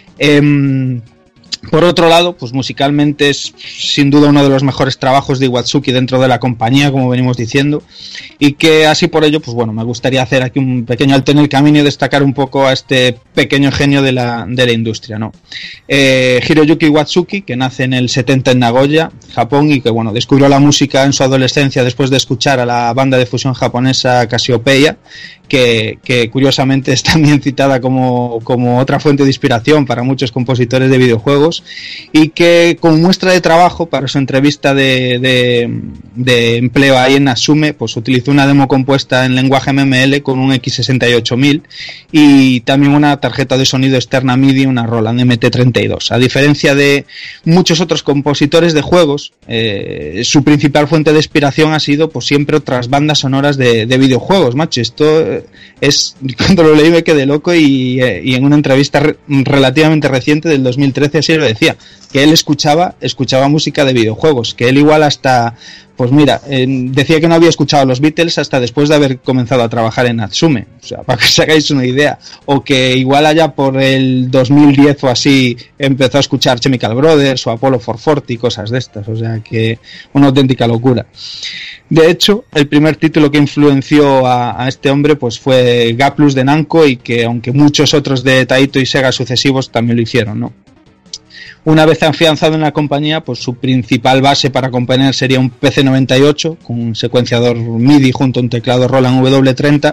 Eh, por otro lado, pues musicalmente es sin duda uno de los mejores trabajos de Iwatsuki dentro de la compañía, como venimos diciendo, y que así por ello, pues bueno, me gustaría hacer aquí un pequeño alto en el camino y destacar un poco a este pequeño genio de la, de la industria, ¿no? Eh, Hiroyuki Iwatsuki, que nace en el setenta en Nagoya, Japón, y que bueno, descubrió la música en su adolescencia después de escuchar a la banda de fusión japonesa Cassiopeia, que, que curiosamente es también citada como, como otra fuente de inspiración para muchos compositores de videojuegos, y que como muestra de trabajo para su entrevista de, de, de empleo ahí en Natsume, pues utilizó una demo compuesta en lenguaje M M L con un X sesenta y ocho mil y también una tarjeta de sonido externa MIDI, una Roland M T treinta y dos. A diferencia de muchos otros compositores de juegos, eh, su principal fuente de inspiración ha sido pues siempre otras bandas sonoras de, de videojuegos, macho. Esto es, cuando lo leí me quedé loco y, y en una entrevista re, relativamente reciente del dos mil trece así lo decía, que él escuchaba escuchaba música de videojuegos, que él igual hasta, pues mira, eh, decía que no había escuchado los Beatles hasta después de haber comenzado a trabajar en Natsume, o sea, para que os hagáis una idea, o que igual allá por el dos mil diez o así empezó a escuchar Chemical Brothers o Apollo cuatrocientos cuarenta y cosas de estas, o sea que una auténtica locura. De hecho, el primer título que influenció a, a este hombre pues fue Gaplus de Namco, y que aunque muchos otros de Taito y Sega sucesivos también lo hicieron, ¿no? Una vez afianzado en la compañía, pues su principal base para componer sería un P C noventa y ocho con un secuenciador MIDI junto a un teclado Roland W treinta,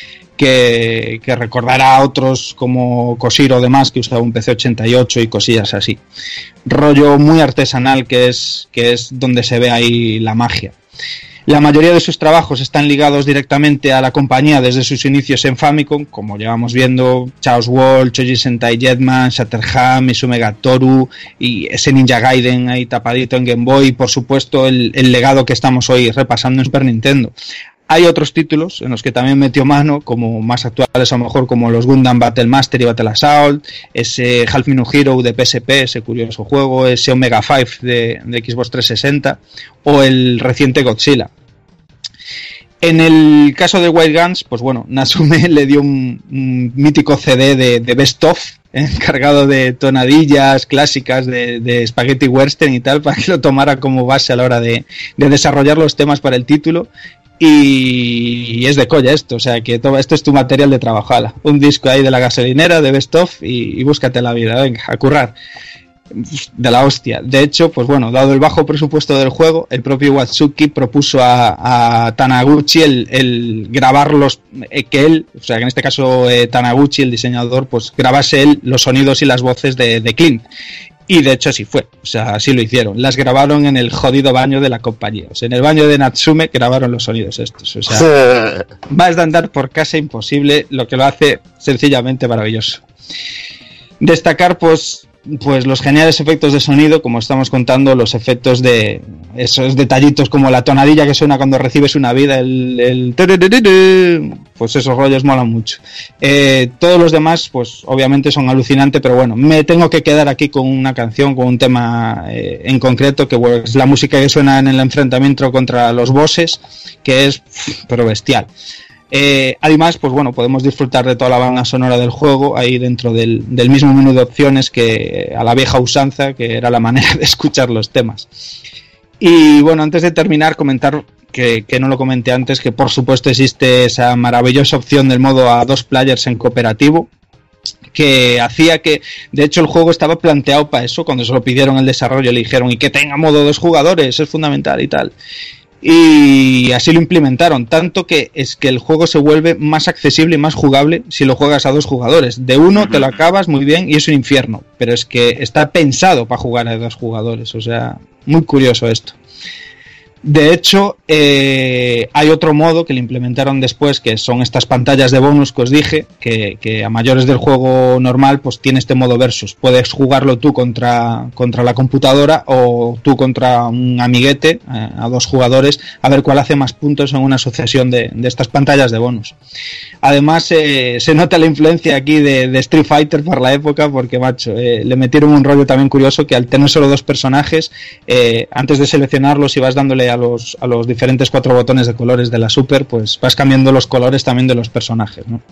que, que recordará a otros como Koshiro o demás que usaba un P C ochenta y ocho y cosillas así. Rollo muy artesanal, que es, que es donde se ve ahí la magia. La mayoría de sus trabajos están ligados directamente a la compañía desde sus inicios en Famicom, como llevamos viendo Chaos World, Choji Sentai Jetman, Shatterhand, Misume Gatoru y ese Ninja Gaiden ahí tapadito en Game Boy, y por supuesto el, el legado que estamos hoy repasando en Super Nintendo. Hay otros títulos en los que también metió mano, como más actuales a lo mejor, como los Gundam Battle Master y Battle Assault, ese Half Minute Hero de P S P, ese curioso juego, ese Omega cinco de, de Xbox trescientos sesenta o el reciente Godzilla. En el caso de Wild Guns, pues bueno, Natsume le dio un, un mítico C D de, de Best Of, encargado de tonadillas clásicas de, de Spaghetti Western y tal, para que lo tomara como base a la hora de, de desarrollar los temas para el título. Y, y es de colla esto, o sea que todo, esto es tu material de trabajo, ala, un disco ahí de la gasolinera, de Best Of y, y búscate la vida, venga, a currar. De la hostia. De hecho, pues bueno, dado el bajo presupuesto del juego, el propio Watsuki propuso a, a Taniguchi el, el grabar los eh, que él, o sea que en este caso eh, Taniguchi, el diseñador, pues grabase él los sonidos y las voces de, de Clint. Y de hecho así fue, o sea, así lo hicieron. Las grabaron en el jodido baño de la compañía. O sea, en el baño de Natsume grabaron los sonidos estos. O sea, vas de andar por casa imposible, lo que lo hace sencillamente maravilloso. Destacar, pues, pues los geniales efectos de sonido, como estamos contando, los efectos de esos detallitos como la tonadilla que suena cuando recibes una vida, el, el pues esos rollos molan mucho. Eh, todos los demás, pues obviamente son alucinantes, pero bueno, me tengo que quedar aquí con una canción, con un tema eh, en concreto, que bueno, es la música que suena en el enfrentamiento contra los bosses, que es pero bestial. Eh, además, pues bueno, podemos disfrutar de toda la banda sonora del juego ahí dentro del, del mismo menú de opciones que a la vieja usanza, que era la manera de escuchar los temas. Y bueno, antes de terminar, comentar que, que no lo comenté antes, que por supuesto existe esa maravillosa opción del modo a dos players en cooperativo, que hacía que, de hecho, el juego estaba planteado para eso. Cuando se lo pidieron el desarrollo le dijeron, y que tenga modo dos jugadores, es fundamental y tal. Y así lo implementaron, tanto que es que el juego se vuelve más accesible y más jugable si lo juegas a dos jugadores. De uno te lo acabas muy bien y es un infierno, pero es que está pensado para jugar a dos jugadores, o sea, muy curioso esto. De hecho, eh, hay otro modo que le implementaron después, que son estas pantallas de bonus que os dije, que, que a mayores del juego normal pues tiene este modo versus. Puedes jugarlo tú contra, contra la computadora o tú contra un amiguete, eh, a dos jugadores, a ver cuál hace más puntos en una sucesión de, de estas pantallas de bonus. Además, eh, se nota la influencia aquí de, de Street Fighter por la época, porque, macho, eh, le metieron un rollo también curioso, que al tener solo dos personajes, eh, antes de seleccionarlos y vas dándole a los, a los diferentes cuatro botones de colores de la Super, pues vas cambiando los colores también de los personajes, ¿no?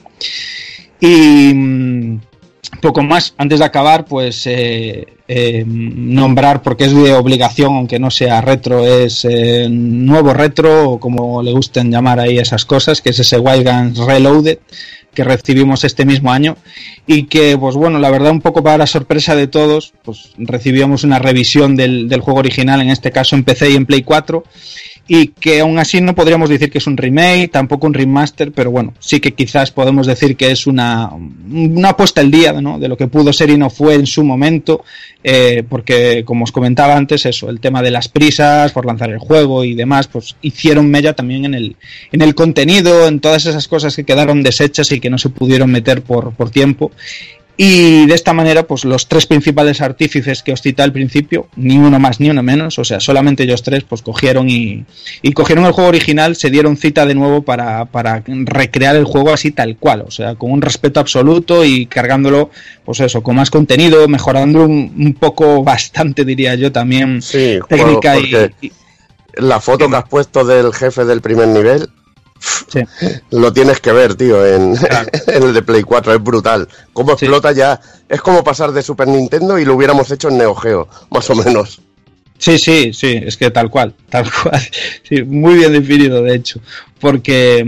Y mmm, poco más, antes de acabar, pues eh, eh, nombrar, porque es de obligación, aunque no sea retro, es eh, nuevo retro, o como le gusten llamar ahí esas cosas, que es ese Wild Guns Reloaded, que recibimos este mismo año, y que, pues bueno, la verdad, un poco para la sorpresa de todos, pues recibíamos una revisión del, del juego original, en este caso en P C y en Play cuatro, y que aún así no podríamos decir que es un remake, tampoco un remaster, pero bueno, sí que quizás podemos decir que es una, una puesta al día, ¿no?, de lo que pudo ser y no fue en su momento, eh, porque, como os comentaba antes, eso, el tema de las prisas por lanzar el juego y demás, pues hicieron mella también en el, en el contenido, en todas esas cosas que quedaron deshechas y que no se pudieron meter por, por tiempo. Y de esta manera, pues los tres principales artífices que os cité al principio, ni uno más ni uno menos, o sea, solamente ellos tres, pues cogieron y, y cogieron el juego original, se dieron cita de nuevo para, para recrear el juego así tal cual, o sea, con un respeto absoluto y cargándolo, pues eso, con más contenido, mejorando un, un poco, bastante diría yo también, sí, técnica bueno, y, y... La foto que has puesto del jefe del primer nivel... Sí. Lo tienes que ver, tío, en, claro. en el de Play cuatro, es brutal. Cómo explota sí. ya. Es como pasar de Super Nintendo y lo hubiéramos hecho en Neo Geo, más o menos. Sí, sí, sí, es que tal cual, tal cual. Sí, muy bien definido, de hecho. Porque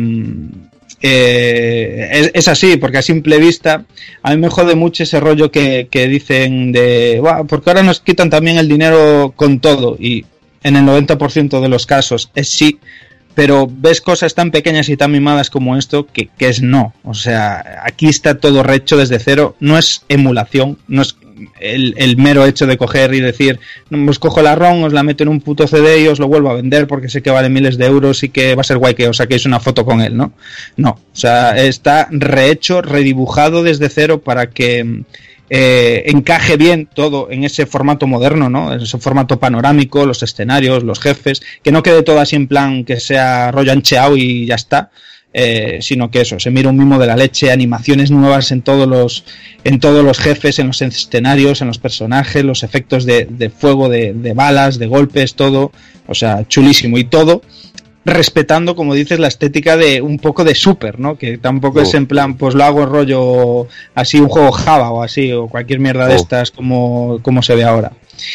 eh, es, es así, porque a simple vista a mí me jode mucho ese rollo que, que dicen de, wow, porque ahora nos quitan también el dinero con todo. Y en el noventa por ciento de los casos es sí. Pero ves cosas tan pequeñas y tan mimadas como esto que, que es no. O sea, aquí está todo rehecho desde cero. No es emulación, no es el, el mero hecho de coger y decir, os cojo la ROM, os la meto en un puto C D y os lo vuelvo a vender porque sé que vale miles de euros y que va a ser guay que os saquéis una foto con él, ¿no? No, o sea, está rehecho, redibujado desde cero para que... Eh, encaje bien todo en ese formato moderno, ¿no? En ese formato panorámico, los escenarios, los jefes, que no quede todo así en plan que sea rollo ancheado y ya está, eh, sino que eso, se mira un mimo de la leche, animaciones nuevas en todos los en todos los jefes, en los escenarios, en los personajes, los efectos de, de fuego, de, de balas, de golpes, todo, o sea, chulísimo, y todo respetando, como dices, la estética de un poco de Super, ¿no? Que tampoco oh. es en plan, pues lo hago rollo así, un juego Java o así, o cualquier mierda oh. de estas como, como se ve ahora.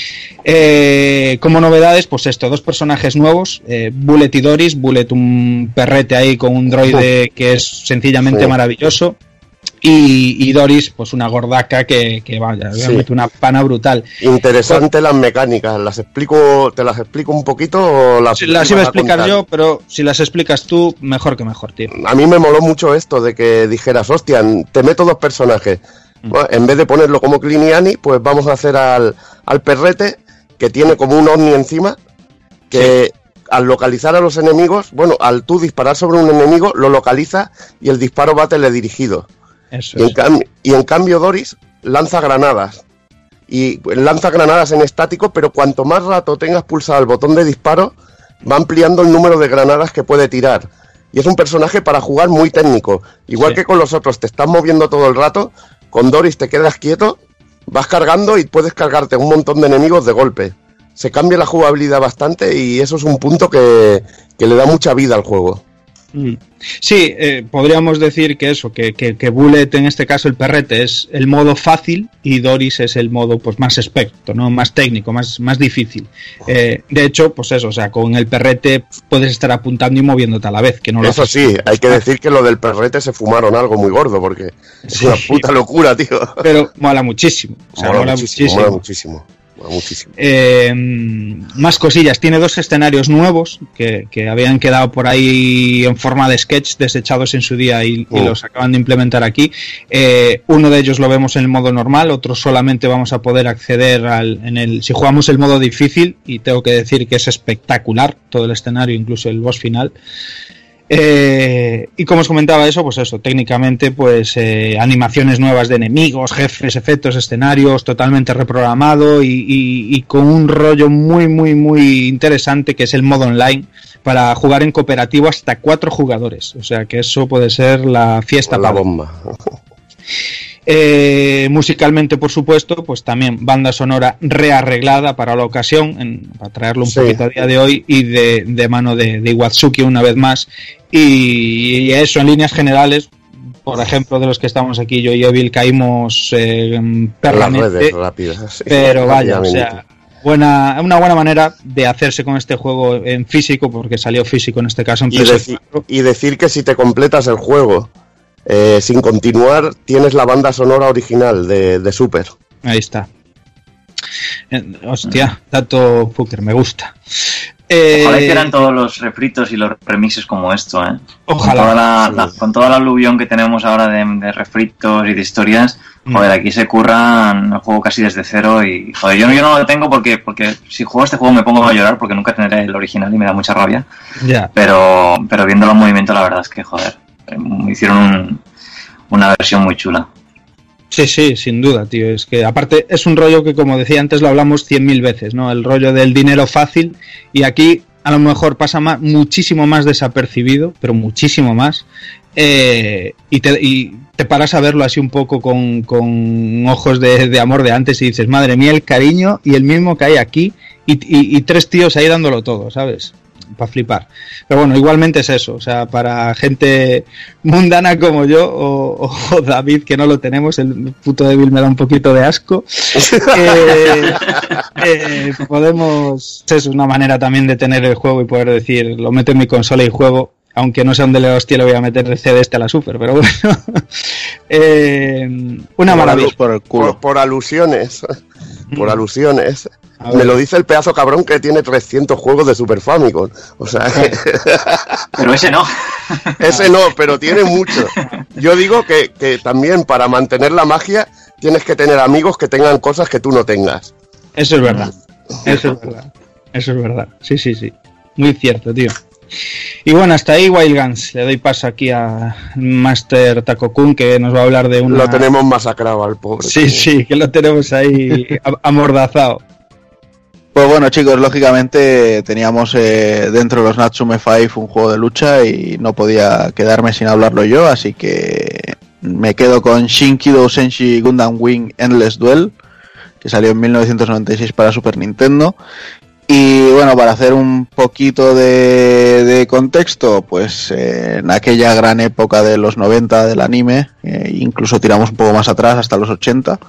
Eh, como novedades, pues esto, dos personajes nuevos, eh, Bullet y Doris. Bullet, un perrete ahí con un droide que es sencillamente sí. maravilloso. Y, y Doris, pues una gordaca que, que vaya, sí. mete una pana brutal. Interesante pues, las mecánicas, las explico, ¿te las explico un poquito o las, las iba a explicar yo, pero si las explicas tú, mejor que mejor, tío. A mí me moló mucho esto de que dijeras, hostia, te meto dos personajes. Mm. Bueno, en vez de ponerlo como Clint y Annie, pues vamos a hacer al, al perrete que tiene como un ovni encima, que sí. al localizar a los enemigos, bueno, al tú disparar sobre un enemigo, lo localiza y el disparo va teledirigido. Eso y, en es. cam- y en cambio Doris lanza granadas y lanza granadas en estático, pero cuanto más rato tengas pulsado el botón de disparo va ampliando el número de granadas que puede tirar, y es un personaje para jugar muy técnico, igual sí. que con los otros te estás moviendo todo el rato, con Doris te quedas quieto, vas cargando y puedes cargarte un montón de enemigos de golpe. Se cambia la jugabilidad bastante y eso es un punto que, que le da mucha vida al juego. Sí, eh, podríamos decir que eso, que, que, que Bullet, en este caso el perrete, es el modo fácil y Doris es el modo pues más experto, ¿no? Más técnico, más, más difícil. Eh, de hecho, pues eso, o sea, con el perrete puedes estar apuntando y moviéndote a la vez, que no lo Eso sí, hay que decir que lo del perrete se fumaron algo muy gordo, porque es sí, una puta locura, tío. Pero mola muchísimo, o sea, mola, mola muchísimo. muchísimo. Mola muchísimo. Muchísimo. Eh, más cosillas, tiene dos escenarios nuevos que, que habían quedado por ahí en forma de sketch desechados en su día y, uh. y los acaban de implementar aquí. Eh, uno de ellos lo vemos en el modo normal, otro solamente vamos a poder acceder al, en el, si jugamos el modo difícil, y tengo que decir que es espectacular todo el escenario, incluso el boss final. Eh, y como os comentaba eso, pues eso, técnicamente pues eh, animaciones nuevas de enemigos, jefes, efectos, escenarios, totalmente reprogramado y, y, y con un rollo muy muy muy interesante que es el modo online para jugar en cooperativo hasta cuatro jugadores, o sea que eso puede ser la fiesta la para bomba. Eh, musicalmente, por supuesto, pues también banda sonora rearreglada para la ocasión, en, para traerlo un sí. poquito a día de hoy, y de, de mano de, de Iwatsuki una vez más. Y, y eso, en líneas generales, por ejemplo, de los que estamos aquí, yo y Evil caímos eh, perlamente, rápidas, sí. pero vaya, o sea, buena, una buena manera de hacerse con este juego en físico, porque salió físico en este caso en y, deci- y decir que si te completas el juego Eh, sin continuar, tienes la banda sonora original de, de Super. Ahí está. Eh, hostia, dato Fucker, me gusta. Eh, Ojalá hicieran todos los refritos y los remixes como esto, ¿eh? Ojalá. Con toda la, sí. la, con toda la aluvión que tenemos ahora de, de refritos y de historias, mm. joder, aquí se curran el juego casi desde cero y, joder, yo, yo no lo tengo porque, porque si juego este juego me pongo a llorar porque nunca tendré el original y me da mucha rabia. Yeah. Pero, pero viéndolo en movimiento, la verdad es que, joder, me hicieron un, una versión muy chula. Sí, sí, sin duda, tío. Es que aparte es un rollo que, como decía antes, lo hablamos cien mil veces, ¿no? El rollo del dinero fácil, y aquí a lo mejor pasa más, muchísimo más desapercibido, pero muchísimo más. Eh, y, te, y te paras a verlo así un poco con, con ojos de, de amor de antes y dices, madre mía, el cariño y el mismo que hay aquí, y, y, y tres tíos ahí dándolo todo, ¿sabes? Para flipar. Pero bueno, igualmente es eso, o sea, para gente mundana como yo o, o David, que no lo tenemos, el puto débil me da un poquito de asco, eh, eh, podemos, es una manera también de tener el juego y poder decir, lo meto en mi consola y juego, aunque no sea un de la hostia, le voy a meter el C D este a la Super, pero bueno. eh, una por maravilla. Alu- por el culo. Por, por alusiones, por alusiones. Me lo dice el pedazo cabrón que tiene trescientos juegos de Super Famicom. O sea, que... pero ese no. Ese no, pero tiene mucho. Yo digo que, que también para mantener la magia tienes que tener amigos que tengan cosas que tú no tengas. Eso es verdad. Eso es verdad. Eso es verdad. Sí, sí, sí. Muy cierto, tío. Y bueno, hasta ahí Wild Guns. Le doy paso aquí a Master Takokun, que nos va a hablar de una... Lo tenemos masacrado al pobre. Sí, tío. Sí, que lo tenemos ahí amordazado. Pues bueno, chicos, lógicamente teníamos eh, dentro de los Natsume cinco un juego de lucha y no podía quedarme sin hablarlo yo, así que me quedo con Shinkido Senshi Gundam Wing Endless Duel, que salió en mil novecientos noventa y seis para Super Nintendo. Y bueno, para hacer un poquito de, de contexto, pues eh, en aquella gran época de los noventa del anime, eh, incluso tiramos un poco más atrás hasta los ochenta,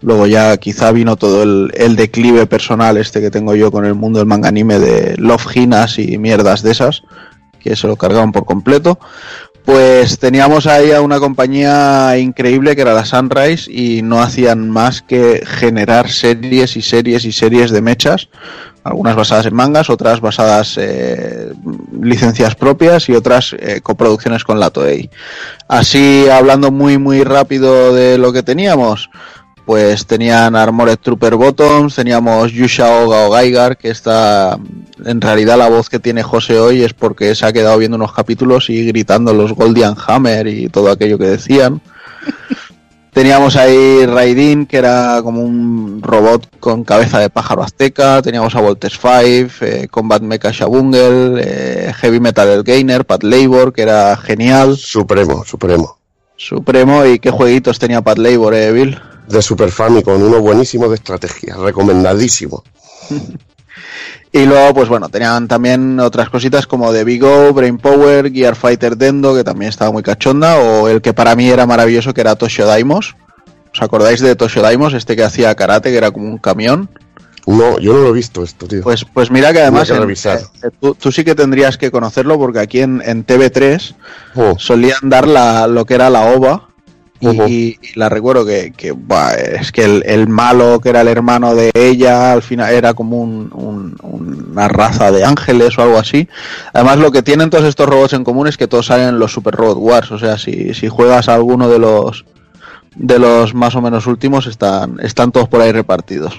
Luego ya quizá vino todo el, el declive personal este que tengo yo con el mundo del manga anime de Love Hinas y mierdas de esas, que se lo cargaban por completo. Pues teníamos ahí a una compañía increíble que era la Sunrise y no hacían más que generar series y series y series de mechas, algunas basadas en mangas, otras basadas en eh, licencias propias y otras eh, coproducciones con la Toei. Así, hablando muy muy rápido de lo que teníamos, pues tenían Armored Trooper Bottoms, teníamos Yusha Oga o Gaigar, que está, en realidad la voz que tiene José hoy es porque se ha quedado viendo unos capítulos y gritando los Goldian Hammer y todo aquello que decían. Teníamos ahí Raidin, que era como un robot con cabeza de pájaro azteca. Teníamos a Voltes cinco, eh, Combat Mecha Shabungle, eh, Heavy Metal El Gainer, Pat Labor, que era genial. Supremo, supremo. Supremo, ¿y qué jueguitos tenía Pat Labor, eh, Bill? De Super Famicom, uno buenísimo de estrategia, recomendadísimo. Y luego, pues bueno, tenían también otras cositas como The Big O, Brain Power, Gear Fighter Dendo, que también estaba muy cachonda, o el que para mí era maravilloso, que era Toshio Daimos. ¿Os acordáis de Toshio Daimos, este que hacía karate, que era como un camión? No, yo no lo he visto esto, tío. Pues, pues mira que además que en, eh, tú, tú sí que tendrías que conocerlo, porque aquí en, en T V tres oh. solían dar la, lo que era la O V A. Y, uh-huh. y, y la recuerdo que, que bah, es que el, el malo, que era el hermano de ella, al final era como un, un, una raza de ángeles o algo así. Además, lo que tienen todos estos robots en común es que todos salen en los Super Robot Wars. O sea, si, si juegas a alguno de los de los más o menos últimos, están, están todos por ahí repartidos.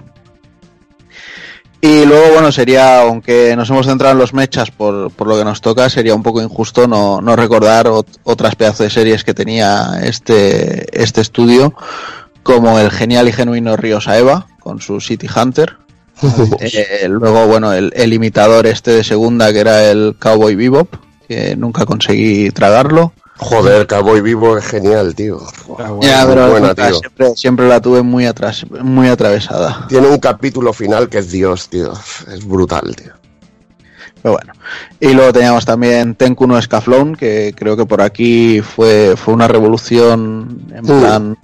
Y luego, bueno, sería, aunque nos hemos centrado en los mechas por, por lo que nos toca, sería un poco injusto no, no recordar ot, otras pedazos de series que tenía este, este estudio, como el genial y genuino Ryo Saeba, con su City Hunter. eh, luego, bueno, el, el imitador este de segunda, que era el Cowboy Bebop, que nunca conseguí tragarlo. Joder, Cowboy Vivo es genial, tío. Ya, pero buena, tío. Siempre, siempre la tuve muy atrás, muy atravesada. Tiene un capítulo final que es Dios, tío. Es brutal, tío. Pero bueno. Y luego teníamos también Tenku no Scaflón, que creo que por aquí fue, fue una revolución en mm. plan...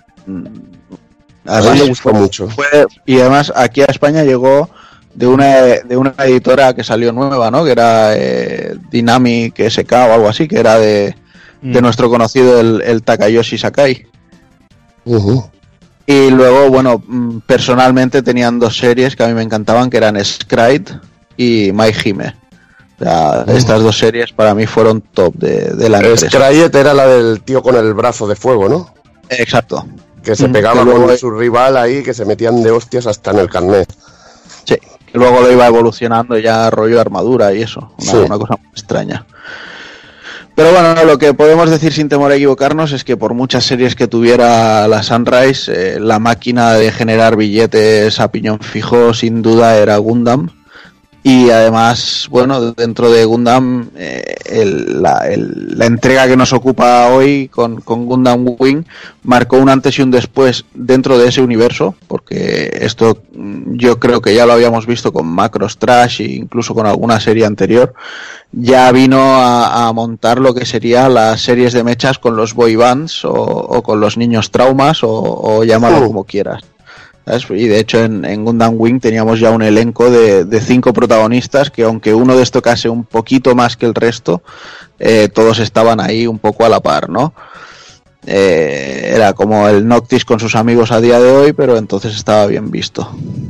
A mí me gustó fue, mucho. Fue, y además aquí a España llegó de una de una editora que salió nueva, ¿no? Que era eh, Dynamic S K o algo así, que era de... de nuestro conocido el, el Takayoshi Sakai. Uh-huh. Y luego, bueno, personalmente tenían dos series que a mí me encantaban, que eran Scryed y My Hime. O sea, uh-huh. Estas dos series para mí fueron top de, de la empresa. Scryed era la del tío con el brazo de fuego, ¿no? Exacto. Que se pegaba que con luego... su rival ahí, que se metían de hostias hasta en el carnet. Sí, que luego lo iba evolucionando ya rollo armadura y eso. Una, sí. una cosa muy extraña. Pero bueno, lo que podemos decir sin temor a equivocarnos es que por muchas series que tuviera la Sunrise, eh, la máquina de generar billetes a piñón fijo sin duda era Gundam. Y además, bueno, dentro de Gundam, eh, el, la, el, la entrega que nos ocupa hoy con, con Gundam Wing marcó un antes y un después dentro de ese universo, porque esto yo creo que ya lo habíamos visto con Macross Trash e incluso con alguna serie anterior. Ya vino a, a montar lo que sería las series de mechas con los boy bands o, o con los niños traumas o, o llámalo oh. como quieras. ¿Sabes? Y de hecho en, en Gundam Wing teníamos ya un elenco de, de cinco protagonistas que aunque uno destacase un poquito más que el resto, eh, todos estaban ahí un poco a la par, ¿no? Eh, era como el Noctis con sus amigos a día de hoy, pero entonces estaba bien visto.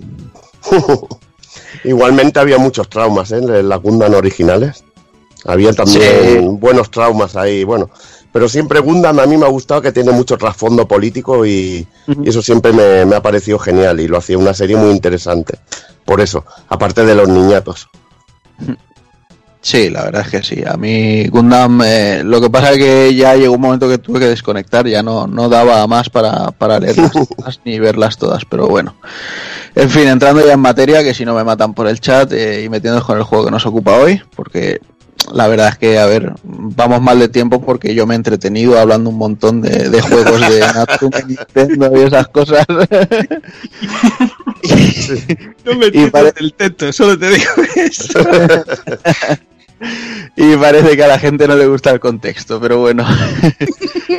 Igualmente había muchos traumas, ¿eh? En las Gundam originales. Había también sí. buenos traumas ahí, bueno... Pero siempre Gundam a mí me ha gustado, que tiene mucho trasfondo político y, uh-huh. y eso siempre me, me ha parecido genial y lo hacía una serie muy interesante. Por eso, aparte de los niñatos. Sí, la verdad es que sí. A mí Gundam, eh, lo que pasa es que ya llegó un momento que tuve que desconectar, ya no, no daba más para, para leerlas todas ni verlas todas, pero bueno. En fin, entrando ya en materia, que si no me matan por el chat eh, y metiéndonos con el juego que nos ocupa hoy, porque... La verdad es que, a ver, vamos mal de tiempo porque yo me he entretenido hablando un montón de, de juegos de Natsume, Nintendo y esas cosas. No me entiendes pare... el teto, solo te digo eso. Y parece que a la gente no le gusta el contexto, pero bueno.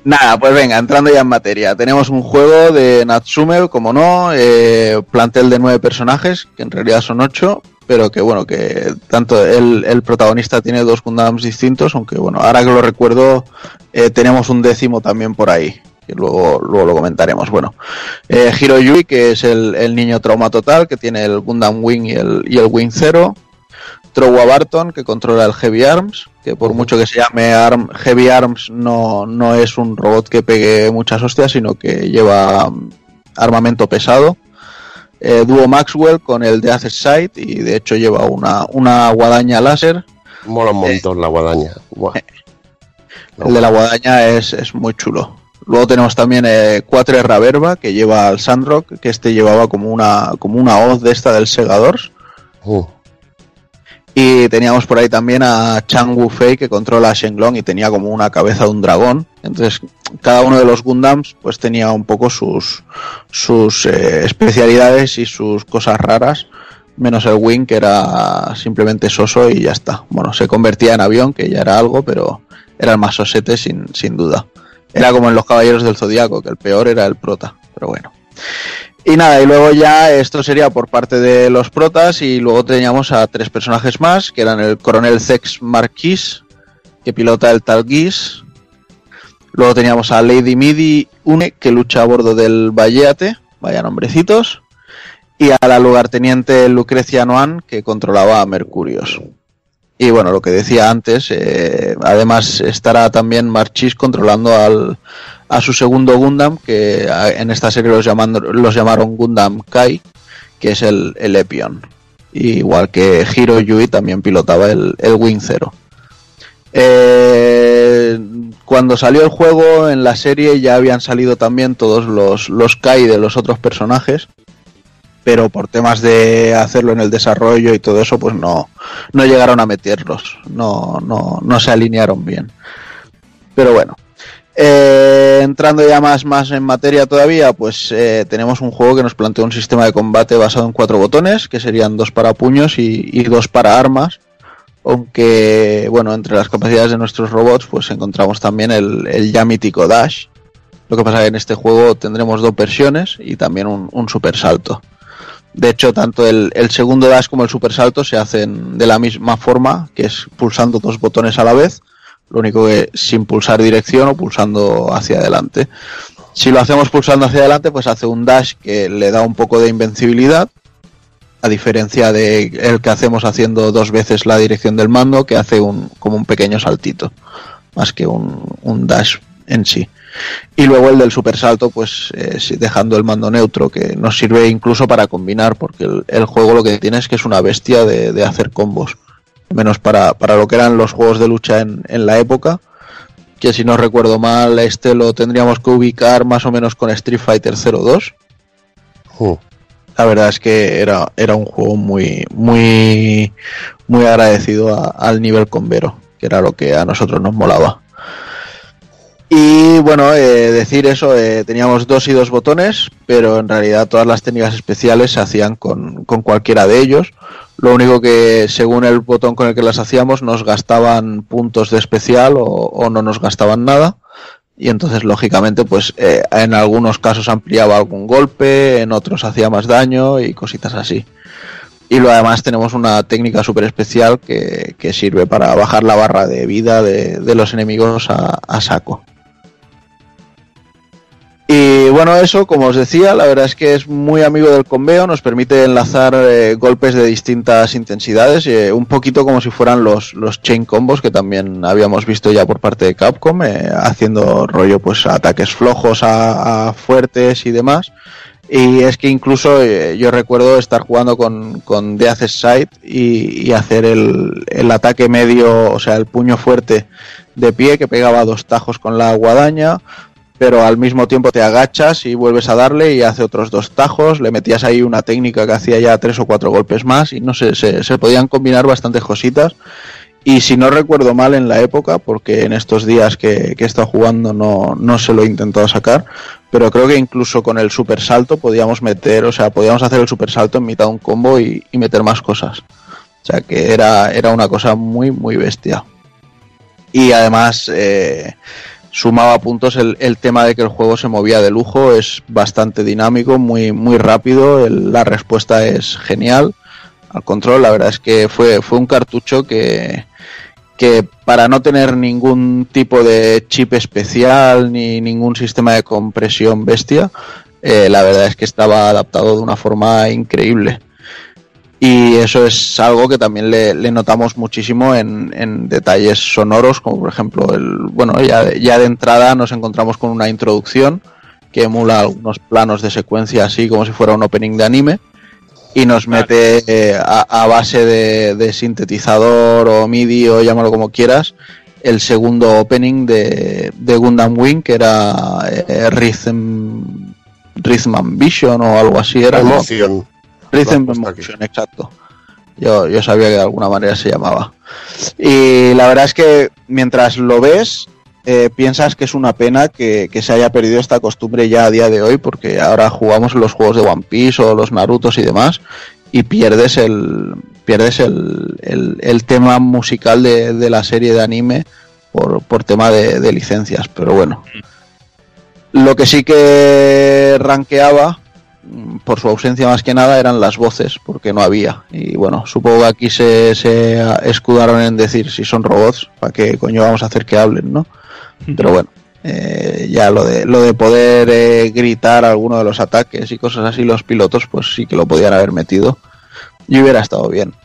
Nada, pues venga, entrando ya en materia. Tenemos un juego de Natsume, como no, eh, plantel de nueve personajes, que en realidad son ocho, pero que bueno, que tanto el, el protagonista tiene dos Gundams distintos, aunque bueno, ahora que lo recuerdo, eh, tenemos un décimo también por ahí, que luego, luego lo comentaremos. Bueno, eh, Hiro Yui, que es el, el niño trauma total, que tiene el Gundam Wing y el, y el Wing Zero. Trowa Barton, que controla el Heavy Arms, que por mucho que se llame Arm, Heavy Arms, no, no es un robot que pegue muchas hostias, sino que lleva armamento pesado. Eh, Duo Maxwell con el Death Sight, y de hecho lleva una, una guadaña láser. Mola un montón eh, la guadaña. Buah. El de la guadaña es, es muy chulo. Luego tenemos también eh, Quatre Raverba, que lleva al Sandrock, que este llevaba como una, como una hoz de esta del Segadors. Uh. Y teníamos por ahí también a Chang Wu-Fei, que controla a Shenlong y tenía como una cabeza de un dragón. Entonces, cada uno de los Gundams pues tenía un poco sus, sus eh, especialidades y sus cosas raras, menos el Wing, que era simplemente soso y ya está. Bueno, se convertía en avión, que ya era algo, pero era el más sosete sin, sin duda. Era como en los Caballeros del Zodiaco, que el peor era el prota, pero bueno. Y nada, y luego ya esto sería por parte de los protas, y luego teníamos a tres personajes más, que eran el coronel Zex Marquis, que pilota el Talguis. Luego teníamos a Lady Midi Une, que lucha a bordo del Valleate, vaya nombrecitos. Y a la lugarteniente Lucrecia Noan, que controlaba a Mercurios. Y bueno, lo que decía antes, eh, además estará también Marchis controlando al, a su segundo Gundam, que en esta serie los, llamando, los llamaron Gundam Kai, que es el, el Epion. Igual que Hiro Yui también pilotaba el, el Wing Zero. Eh, cuando salió el juego, en la serie ya habían salido también todos los, los Kai de los otros personajes, pero por temas de hacerlo en el desarrollo y todo eso, pues no, no llegaron a meterlos, no, no, no se alinearon bien. Pero bueno, eh, entrando ya más, más en materia todavía, pues eh, tenemos un juego que nos plantea un sistema de combate basado en cuatro botones, que serían dos para puños y, y dos para armas, aunque bueno, entre las capacidades de nuestros robots pues encontramos también el, el ya mítico Dash. Lo que pasa es que en este juego tendremos dos versiones y también un, un super salto. De hecho, tanto el, el segundo dash como el super salto se hacen de la misma forma, que es pulsando dos botones a la vez, lo único que sin pulsar dirección o pulsando hacia adelante. Si lo hacemos pulsando hacia adelante, pues hace un dash que le da un poco de invencibilidad, a diferencia de el que hacemos haciendo dos veces la dirección del mando, que hace un como un pequeño saltito, más que un, un dash en sí. Y luego el del super salto, pues eh, dejando el mando neutro, que nos sirve incluso para combinar, porque el, el juego lo que tiene es que es una bestia de, de hacer combos, menos para, para lo que eran los juegos de lucha en, en la época, que si no recuerdo mal, este lo tendríamos que ubicar más o menos con Street Fighter cero dos. Uh. La verdad es que era, era un juego muy muy muy agradecido a, al nivel combero, que era lo que a nosotros nos molaba. Y bueno, eh, decir eso, eh, teníamos dos y dos botones, pero en realidad todas las técnicas especiales se hacían con, con cualquiera de ellos. Lo único que según el botón con el que las hacíamos nos gastaban puntos de especial o, o no nos gastaban nada. Y entonces lógicamente pues eh, en algunos casos ampliaba algún golpe, en otros hacía más daño y cositas así. Y luego además tenemos una técnica súper especial que, que sirve para bajar la barra de vida de, de los enemigos a, a saco. Y bueno, eso, como os decía, la verdad es que es muy amigo del combeo, nos permite enlazar eh, golpes de distintas intensidades, eh, un poquito como si fueran los, los chain combos que también habíamos visto ya por parte de Capcom, eh, haciendo rollo pues ataques flojos a, a fuertes y demás. Y es que incluso eh, yo recuerdo estar jugando con, con Death Sight y, y hacer el, el ataque medio, o sea, el puño fuerte de pie que pegaba dos tajos con la guadaña, pero al mismo tiempo te agachas y vuelves a darle y hace otros dos tajos, le metías ahí una técnica que hacía ya tres o cuatro golpes más y no sé, se, se podían combinar bastantes cositas. Y si no recuerdo mal en la época, porque en estos días que, que he estado jugando no, no se lo he intentado sacar, pero creo que incluso con el super salto podíamos meter, o sea, podíamos hacer el super salto en mitad de un combo y, y meter más cosas. O sea que era, era una cosa muy, muy bestia. Y además, eh, sumaba puntos el, el tema de que el juego se movía de lujo, es bastante dinámico, muy, muy rápido, el, la respuesta es genial al control. La verdad es que fue, fue un cartucho que, que para no tener ningún tipo de chip especial ni ningún sistema de compresión bestia, eh, la verdad es que estaba adaptado de una forma increíble. Y eso es algo que también le, le notamos muchísimo en, en detalles sonoros, como por ejemplo, el bueno ya, ya de entrada nos encontramos con una introducción que emula algunos planos de secuencia así como si fuera un opening de anime, y nos mete eh, a, a base de, de sintetizador o MIDI o llámalo como quieras, el segundo opening de, de Gundam Wing, que era eh, Rhythm, Rhythm Ambition o algo así, era Emotion. ¿no? Rhythm Emotion, exacto. Yo, yo sabía que de alguna manera se llamaba. Y la verdad es que mientras lo ves, eh, piensas que es una pena que, que se haya perdido esta costumbre ya a día de hoy, porque ahora jugamos los juegos de One Piece o los Narutos y demás, y pierdes el pierdes el, el, el tema musical de, de la serie de anime por, por tema de, de licencias. Pero bueno, lo que sí que rankeaba por su ausencia más que nada eran las voces, porque no había. Y bueno, supongo que aquí se, se escudaron en decir, si son robots, ¿para qué coño vamos a hacer que hablen, no? Pero bueno, eh, ya lo de lo de poder eh, gritar alguno de los ataques y cosas así, los pilotos, pues sí que lo podían haber metido y hubiera estado bien.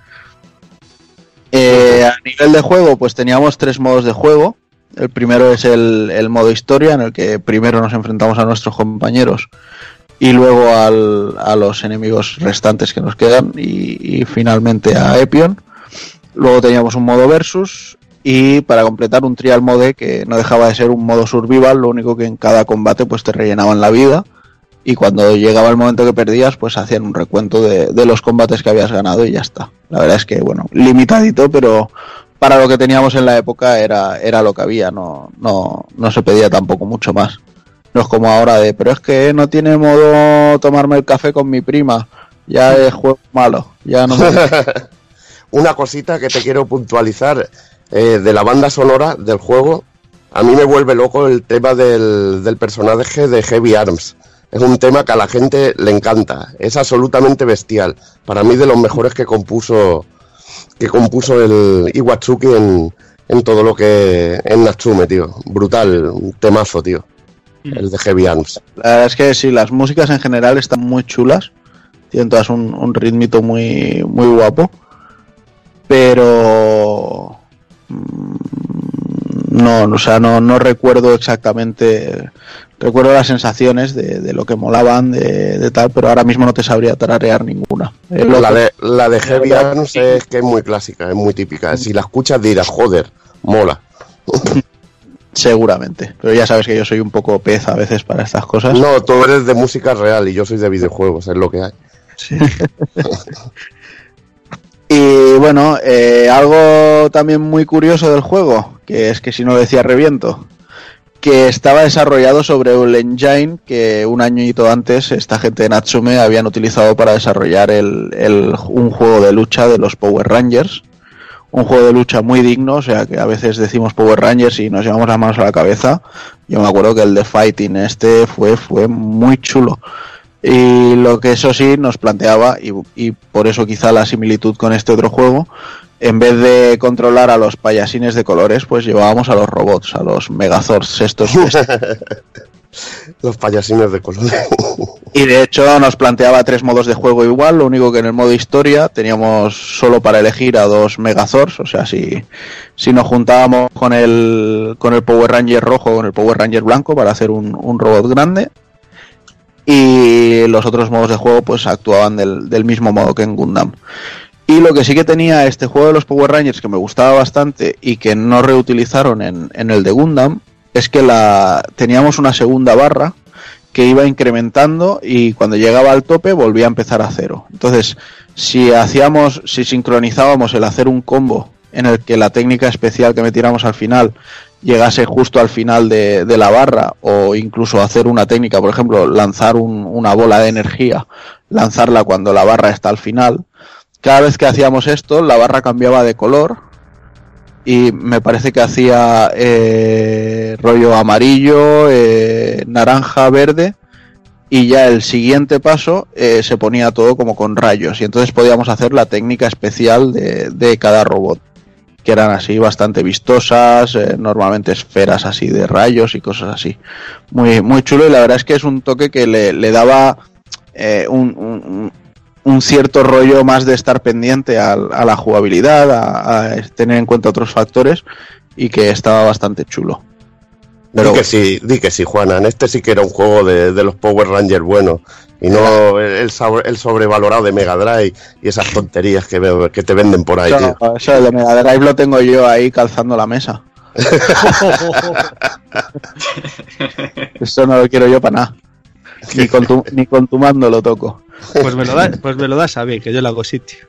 Eh, a nivel de juego, pues teníamos tres modos de juego. El primero es el, el modo historia, en el que primero nos enfrentamos a nuestros compañeros y luego al, a los enemigos restantes que nos quedan, y, y finalmente a Epion. Luego teníamos un modo versus, y para completar un trial mode, que no dejaba de ser un modo survival, lo único que en cada combate pues te rellenaban la vida, y cuando llegaba el momento que perdías pues hacían un recuento de, de los combates que habías ganado y ya está. La verdad es que bueno, limitadito, pero para lo que teníamos en la época era, era lo que había, no, no, no se pedía tampoco mucho más. No es como ahora de, pero es que no tiene modo tomarme el café con mi prima, ya es juego malo, ya no me... Una cosita que te quiero puntualizar, eh, de la banda sonora del juego, a mí me vuelve loco el tema del, del personaje de Heavy Arms. Es un tema que a la gente le encanta, es absolutamente bestial. Para mí de los mejores que compuso que compuso el Iwatsuki en, en todo lo que en Natsume, tío. Brutal, un temazo, tío. El de Heavy Arms. La verdad es que sí, las músicas en general están muy chulas, tienen todas un, un ritmito muy, muy guapo, pero no, o sea, no, no recuerdo exactamente, recuerdo las sensaciones de, de lo que molaban, de, de tal, pero ahora mismo no te sabría tararear ninguna. La de, la de Heavy Arms es que es muy clásica, es muy típica. Si la escuchas dirás, joder, mola. Seguramente, pero ya sabes que yo soy un poco pez a veces para estas cosas. No, tú eres de música real y yo soy de videojuegos, es lo que hay. Sí. Y bueno, eh, algo también muy curioso del juego, que es que si no lo decía reviento, que estaba desarrollado sobre un engine que un añito antes esta gente de Natsume habían utilizado para desarrollar el, el, un juego de lucha de los Power Rangers. Un juego de lucha muy digno, o sea que a veces decimos Power Rangers y nos llevamos las manos a la cabeza. Yo me acuerdo que el de Fighting este fue, fue muy chulo. Y lo que eso sí nos planteaba, y, y por eso quizá la similitud con este otro juego, en vez de controlar a los payasines de colores, pues llevábamos a los robots, a los Megazords estos. Los payasines de colores. Y de hecho nos planteaba tres modos de juego igual, lo único que en el modo historia teníamos solo para elegir a dos Megazords, o sea, si, si nos juntábamos con el, con el Power Ranger rojo o con el Power Ranger blanco para hacer un, un robot grande, y los otros modos de juego pues actuaban del, del mismo modo que en Gundam. Y lo que sí que tenía este juego de los Power Rangers, que me gustaba bastante y que no reutilizaron en, en el de Gundam, es que la teníamos una segunda barra que iba incrementando y cuando llegaba al tope volvía a empezar a cero. Entonces, si hacíamos, si sincronizábamos el hacer un combo en el que la técnica especial que metiéramos al final llegase justo al final de, de la barra, o incluso hacer una técnica, por ejemplo, lanzar un, una bola de energía, lanzarla cuando la barra está al final, cada vez que hacíamos esto, la barra cambiaba de color y me parece que hacía eh, rollo amarillo, eh, naranja, verde, y ya el siguiente paso eh, se ponía todo como con rayos, y entonces podíamos hacer la técnica especial de, de cada robot, que eran así bastante vistosas, eh, normalmente esferas así de rayos y cosas así. Muy, muy chulo, y la verdad es que es un toque que le, le daba eh, un, un, un cierto rollo más de estar pendiente a, a la jugabilidad, a, a tener en cuenta otros factores, y que estaba bastante chulo. Pero... Di que sí, di que sí, Juanan, este sí que era un juego de, de los Power Rangers buenos, y no el, el sobrevalorado de Mega Drive y esas tonterías que, veo, que te venden por ahí, eso, tío. Eso de Mega Drive lo tengo yo ahí calzando la mesa. Eso no lo quiero yo para nada. Ni con, tu, ni con tu mando lo toco. Pues me lo da, pues me lo das a mí, que yo le hago sitio.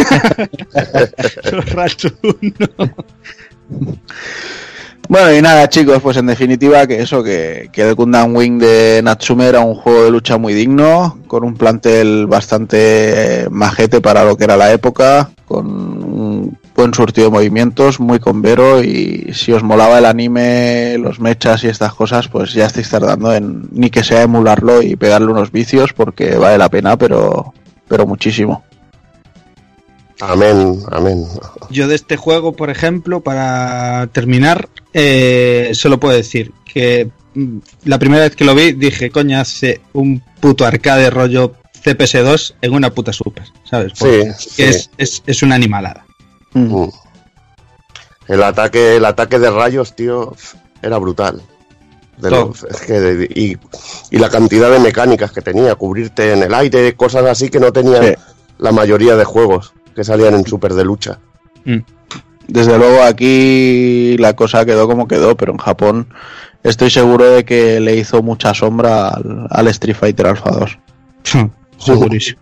Racho uno. Bueno, y nada, chicos, pues en definitiva que eso, que, que el Gundam Wing de Natsume era un juego de lucha muy digno, con un plantel bastante eh, majete para lo que era la época, con un buen surtido de movimientos, muy convero, y si os molaba el anime, los mechas y estas cosas, pues ya estáis tardando en ni que sea emularlo y pegarle unos vicios, porque vale la pena, pero, pero muchísimo. Amén, amén. Yo de este juego, por ejemplo, para terminar, eh, solo puedo decir que la primera vez que lo vi dije, coño, hace un puto arcade rollo C P S dos en una puta Super, ¿sabes? Porque sí, sí. Es, es, es una animalada. Mm. El ataque, el ataque de rayos, tío, era brutal. De los, es que de, y, y la cantidad de mecánicas que tenía, cubrirte en el aire, cosas así que no tenían sí. la mayoría de juegos que salían en Super de lucha. Desde luego aquí la cosa quedó como quedó, pero en Japón estoy seguro de que le hizo mucha sombra al, al Street Fighter Alpha dos. Segurísimo.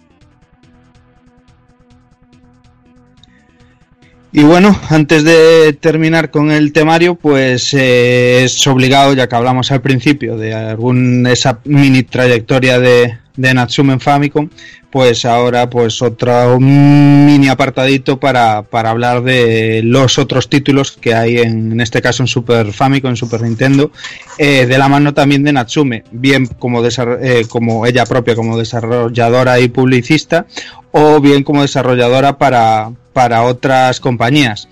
Y bueno, antes de terminar con el temario, pues eh, es obligado, ya que hablamos al principio de algún esa mini trayectoria de, de Natsume en Famicom, pues ahora pues otro mini apartadito para, para hablar de los otros títulos que hay en, en este caso en Super Famicom, en Super Nintendo, eh, de la mano también de Natsume, bien como, desarroll- eh, como ella propia como desarrolladora y publicista, o bien como desarrolladora para, para otras compañías.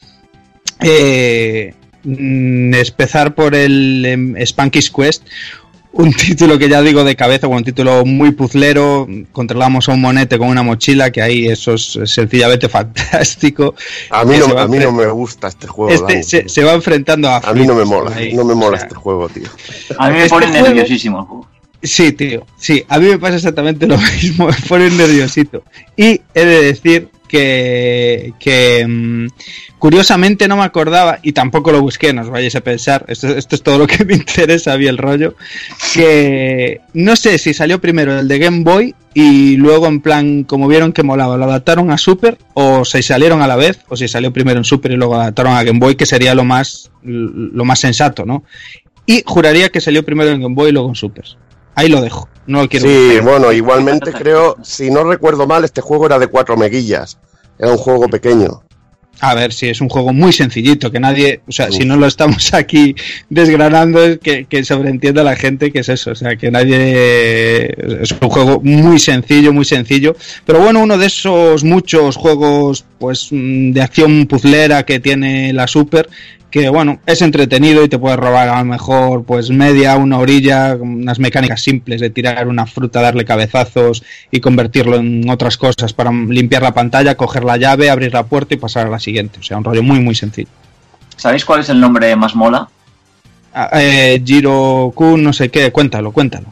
Eh, empezar por el eh, Spanky's Quest, un título que ya digo de cabeza, un título muy puzlero. Controlamos a un monete con una mochila, que ahí eso es sencillamente fantástico. A mí, no, a mí no me gusta este juego. Este se, se va enfrentando a... A mí no me mola, ahí. no me mola o sea, este juego, tío. A mí me este pone juego... nerviosísimo el juego. Sí, tío, sí, a mí me pasa exactamente lo mismo, me pone nerviosito. Y he de decir que, que um, curiosamente no me acordaba, y tampoco lo busqué, no os vayáis a pensar, esto, esto es todo lo que me interesa a mí el rollo, que no sé si salió primero el de Game Boy y luego en plan, como vieron que molaba, lo adaptaron a Super, o si salieron a la vez, o si salió primero en Super y luego adaptaron a Game Boy, que sería lo más, lo más sensato, ¿no? Y juraría que salió primero en Game Boy y luego en Super. Ahí lo dejo, no lo quiero. Sí, buscar. Bueno, igualmente creo, si no recuerdo mal, este juego era de cuatro meguillas. Era un juego pequeño. A ver, sí, es un juego muy sencillito, que nadie, o sea, Uf. si no lo estamos aquí desgranando, es que, que sobreentienda a la gente que es eso, o sea, que nadie, es un juego muy sencillo, muy sencillo, pero bueno, uno de esos muchos juegos, pues, de acción puzlera que tiene la Super, que bueno, es entretenido y te puedes robar a lo mejor pues media, una orilla, unas mecánicas simples de tirar una fruta, darle cabezazos y convertirlo en otras cosas para limpiar la pantalla, coger la llave, abrir la puerta y pasar a la siguiente. O sea, un rollo muy muy sencillo. ¿Sabéis cuál es el nombre más mola? Ah, eh, Jiro-kun, no sé qué, cuéntalo, cuéntalo.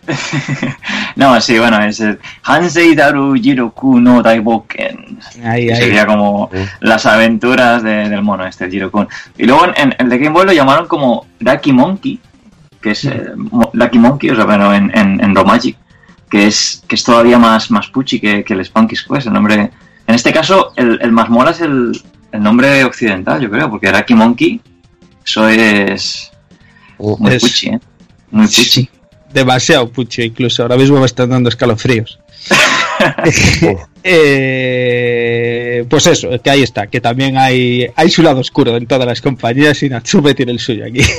No, sí, bueno, es el Hansei Daru Jiro-kun no Daiboken. Ahí, ahí. Sería como sí. las aventuras de, del mono este, Jiro-kun. Y luego en, en el de Game Boy lo llamaron como Lucky Monkey, que es eh, Lucky Monkey, o sea, bueno, en, en, en Romagic, que es que es todavía más, más puchi que, que el Spanky's Quest, el nombre. En este caso, el, el más mola es el, el nombre occidental, yo creo, porque Lucky Monkey, eso es muy es... puchi, ¿eh? Muy puchi. Sí. Demasiado pucho, incluso ahora mismo me están dando escalofríos. Eh, pues eso, que ahí está, que también hay, hay su lado oscuro en todas las compañías y Natsume tiene el suyo aquí.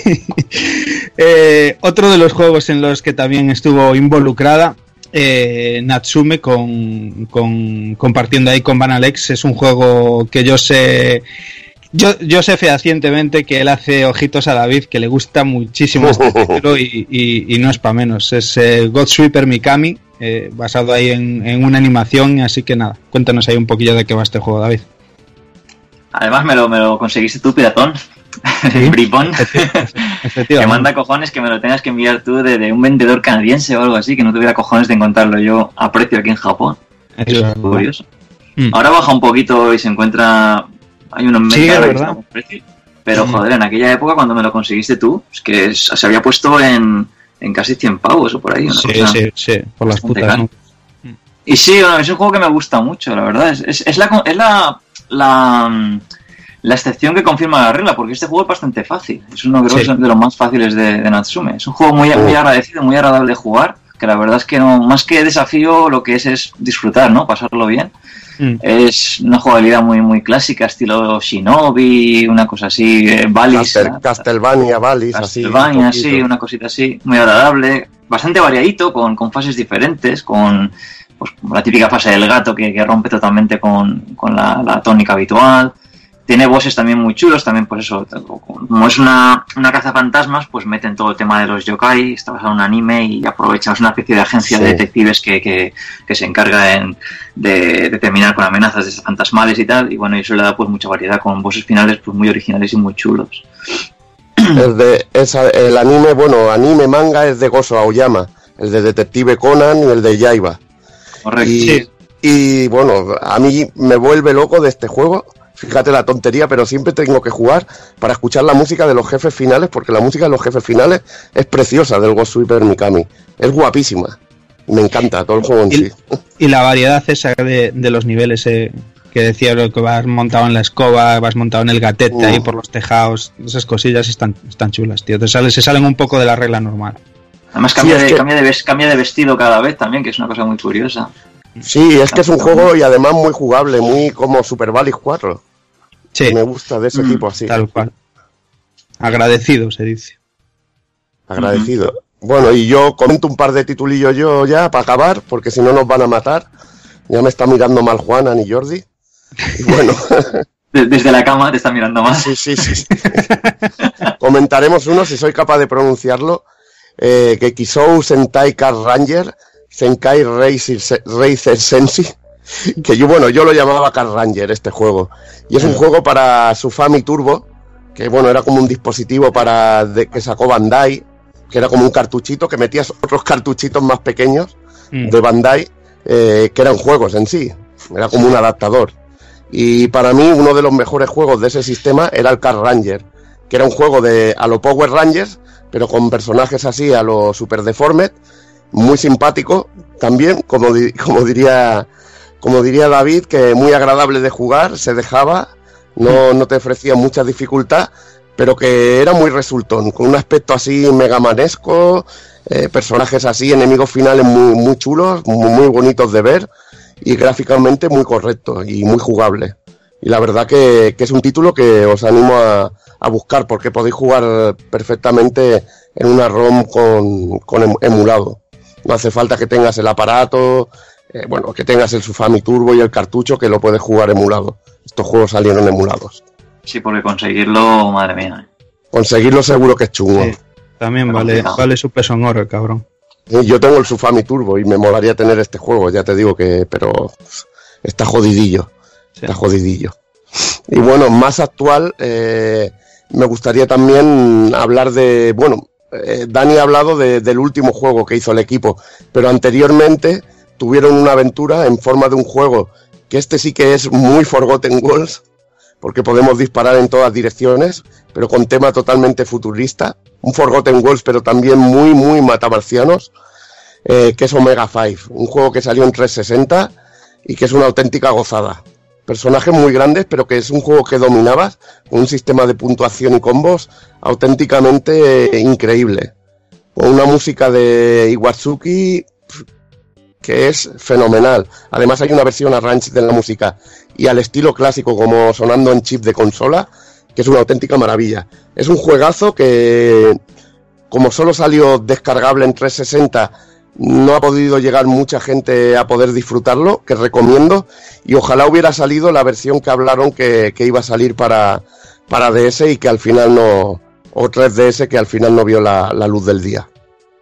eh, otro de los juegos en los que también estuvo involucrada eh, Natsume con, con, compartiendo ahí con Banalex, es un juego que yo sé... Yo, yo sé fehacientemente que él hace ojitos a David, que le gusta muchísimo este título y, y, y no es para menos. Es eh, God Sweeper Mikami, eh, basado ahí en, en una animación, así que nada, cuéntanos ahí un poquillo de qué va este juego, David. Además me lo, me lo conseguiste tú, piratón, ¿Sí? bripón, que manda cojones que me lo tengas que enviar tú de, de un vendedor canadiense o algo así, que no tuviera cojones de encontrarlo yo a precio aquí en Japón. Eso es curioso. Mm. Ahora baja un poquito y se encuentra... Hay unos sí, es verdad. Pero mm. joder, en aquella época cuando me lo conseguiste tú, es que se había puesto en, en casi cien pavos o por ahí. Una sí, cosa sí, sí, por las putas, ¿no? Y sí, bueno, es un juego que me gusta mucho, la verdad. Es, es, es, la, es la, la, la excepción que confirma la regla, porque este juego es bastante fácil. Es uno creo, sí. de los más fáciles de, de Natsume. Es un juego muy, muy agradecido, muy agradable de jugar, que la verdad es que no, más que desafío, lo que es es disfrutar, ¿no? Pasarlo bien. Mm. Es una jugabilidad muy muy clásica, estilo Shinobi, una cosa así, eh, Valis. Castel, Castlevania, Valis, Castlevania, así. sí, una cosita así, muy agradable, bastante variadito, con, con fases diferentes, con pues, la típica fase del gato que, que rompe totalmente con, con la, la tónica habitual. Tiene bosses también muy chulos, también pues eso, como es una, una cazafantasmas, pues meten todo el tema de los yokai, está basado en un anime y aprovecha, es una especie de agencia sí. de detectives que, que, que se encarga en, de, de terminar con amenazas de fantasmales y tal, y bueno, y eso le da pues mucha variedad, con bosses finales pues muy originales y muy chulos. El, de, esa, el anime, bueno, anime manga es de Gozo Aoyama, el de Detective Conan y el de Yaiba. Correcto. Y, sí. y bueno, a mí me vuelve loco de este juego. Fíjate la tontería, pero siempre tengo que jugar para escuchar la música de los jefes finales, porque la música de los jefes finales es preciosa del Ghost Sweeper Mikami. Es guapísima. Me encanta todo el juego en y, sí. Y la variedad esa de, de los niveles eh, que decía, lo que vas montado en la escoba, vas montado en el gatete uh. ahí por los tejados, esas cosillas están, están chulas, tío. Te sale, se salen un poco de la regla normal. Además cambia, sí, de, que... cambia, de, cambia de vestido cada vez también, que es una cosa muy curiosa. Sí, es que es un juego y además muy jugable, muy como Super Valis cuatro. Sí. Me gusta de ese mm, tipo así. Tal cual. Agradecido se dice. Agradecido. Uh-huh. Bueno, y yo comento un par de titulillos yo ya para acabar, porque si no nos van a matar. Ya me está mirando mal Juana ni Jordi. Y bueno. Desde la cama te está mirando mal. Sí, sí, sí. Comentaremos uno, si soy capaz de pronunciarlo. Eh, que Kisou Sentai Car Ranger, Senkai Racer, Racer Sensi. Que yo, bueno, yo lo llamaba Car Ranger este juego. Y es un juego para su Family Turbo, que bueno, era como un dispositivo para de, que sacó Bandai, que era como un cartuchito, que metías otros cartuchitos más pequeños mm. de Bandai, eh, que eran juegos en sí. Era como un adaptador. Y para mí uno de los mejores juegos de ese sistema era el Car Ranger, que era un juego de a lo Power Rangers, pero con personajes así a lo Super Deformed, muy simpático también, como, di, como diría... Como diría David, que muy agradable de jugar, se dejaba, no, no te ofrecía mucha dificultad, pero que era muy resultón, con un aspecto así megamanesco, eh, personajes así, enemigos finales muy, muy chulos, muy, muy bonitos de ver, y gráficamente muy correcto y muy jugable. Y la verdad que, que es un título que os animo a, a buscar, porque podéis jugar perfectamente en una ROM con, con emulado. No hace falta que tengas el aparato... Eh, bueno, que tengas el Sufami Turbo y el cartucho, que lo puedes jugar emulado. Estos juegos salieron emulados. Sí, porque conseguirlo, madre mía. Conseguirlo seguro que es chungo. Sí, también pero vale, no. vale su peso en oro, el cabrón. Sí, yo tengo el Sufami Turbo y me molaría tener este juego, ya te digo que... Pero está jodidillo. Sí. Está jodidillo. Y bueno, más actual, eh, me gustaría también hablar de... Bueno, eh, Dani ha hablado de, del último juego que hizo el equipo, pero anteriormente... tuvieron una aventura en forma de un juego, que este sí que es muy Forgotten Worlds, porque podemos disparar en todas direcciones, pero con tema totalmente futurista, un Forgotten Worlds, pero también muy, muy matamarcianos, eh, que es Omega cinco, un juego que salió en trescientos sesenta y que es una auténtica gozada. Personajes muy grandes, pero que es un juego que dominabas, con un sistema de puntuación y combos auténticamente eh, increíble. Con una música de Iwatsuki... que es fenomenal. Además hay una versión arrange de la música y al estilo clásico, como sonando en chip de consola, que es una auténtica maravilla. Es un juegazo que, como solo salió descargable en trescientos sesenta, no ha podido llegar mucha gente a poder disfrutarlo, que recomiendo, y ojalá hubiera salido la versión que hablaron que, que iba a salir para, para D S y que al final no, o tres D S que al final no vio la, la luz del día.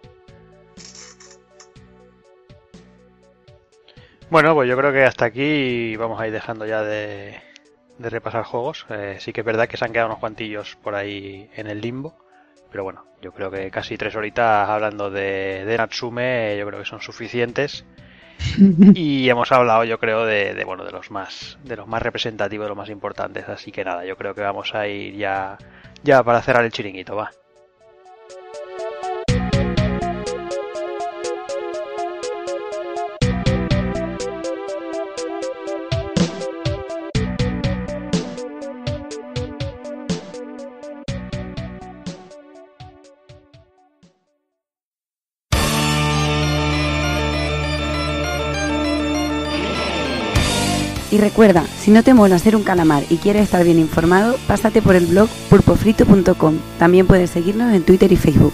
Bueno, pues yo creo que hasta aquí vamos a ir dejando ya de, de repasar juegos. Eh, sí que es verdad que se han quedado unos cuantillos por ahí en el limbo, pero bueno, yo creo que casi tres horitas hablando de, de Natsume, yo creo que son suficientes. Y hemos hablado, yo creo, de, de bueno de los más de los más representativos, de los más importantes. Así que nada, yo creo que vamos a ir ya ya para cerrar el chiringuito, va. Y recuerda, si no te mola ser un calamar y quieres estar bien informado, pásate por el blog pulpofrito punto com. También puedes seguirnos en Twitter y Facebook.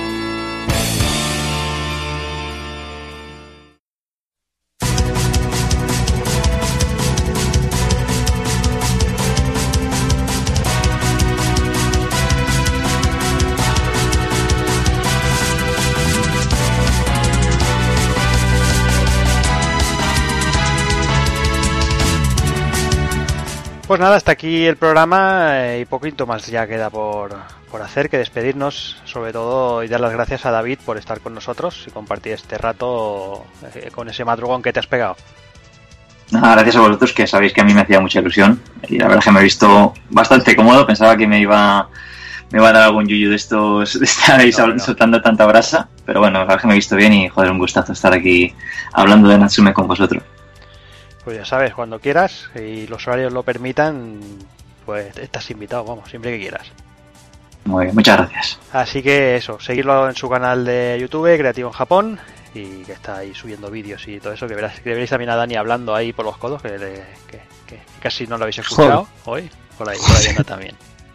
Pues nada, hasta aquí el programa eh, y poquito más ya queda por, por hacer que despedirnos, sobre todo, y dar las gracias a David por estar con nosotros y compartir este rato eh, con ese madrugón que te has pegado. Nada, gracias a vosotros, que sabéis que a mí me hacía mucha ilusión y la verdad es que me he visto bastante cómodo. Pensaba que me iba me iba a dar algún yuyu de estos de estar ahí no, no. soltando tanta brasa, pero bueno, la verdad es que me he visto bien y joder, un gustazo estar aquí hablando de Natsume con vosotros. Pues ya sabes, cuando quieras y los horarios lo permitan, pues estás invitado, vamos, siempre que quieras. Muy bien, muchas gracias. Así que eso, seguirlo en su canal de YouTube, Creativo en Japón, y que está ahí subiendo vídeos y todo eso, que verás, que veréis también a Dani hablando ahí por los codos, que, le, que, que, que casi no lo habéis escuchado Joder. hoy, por ahí, por ahí anda también.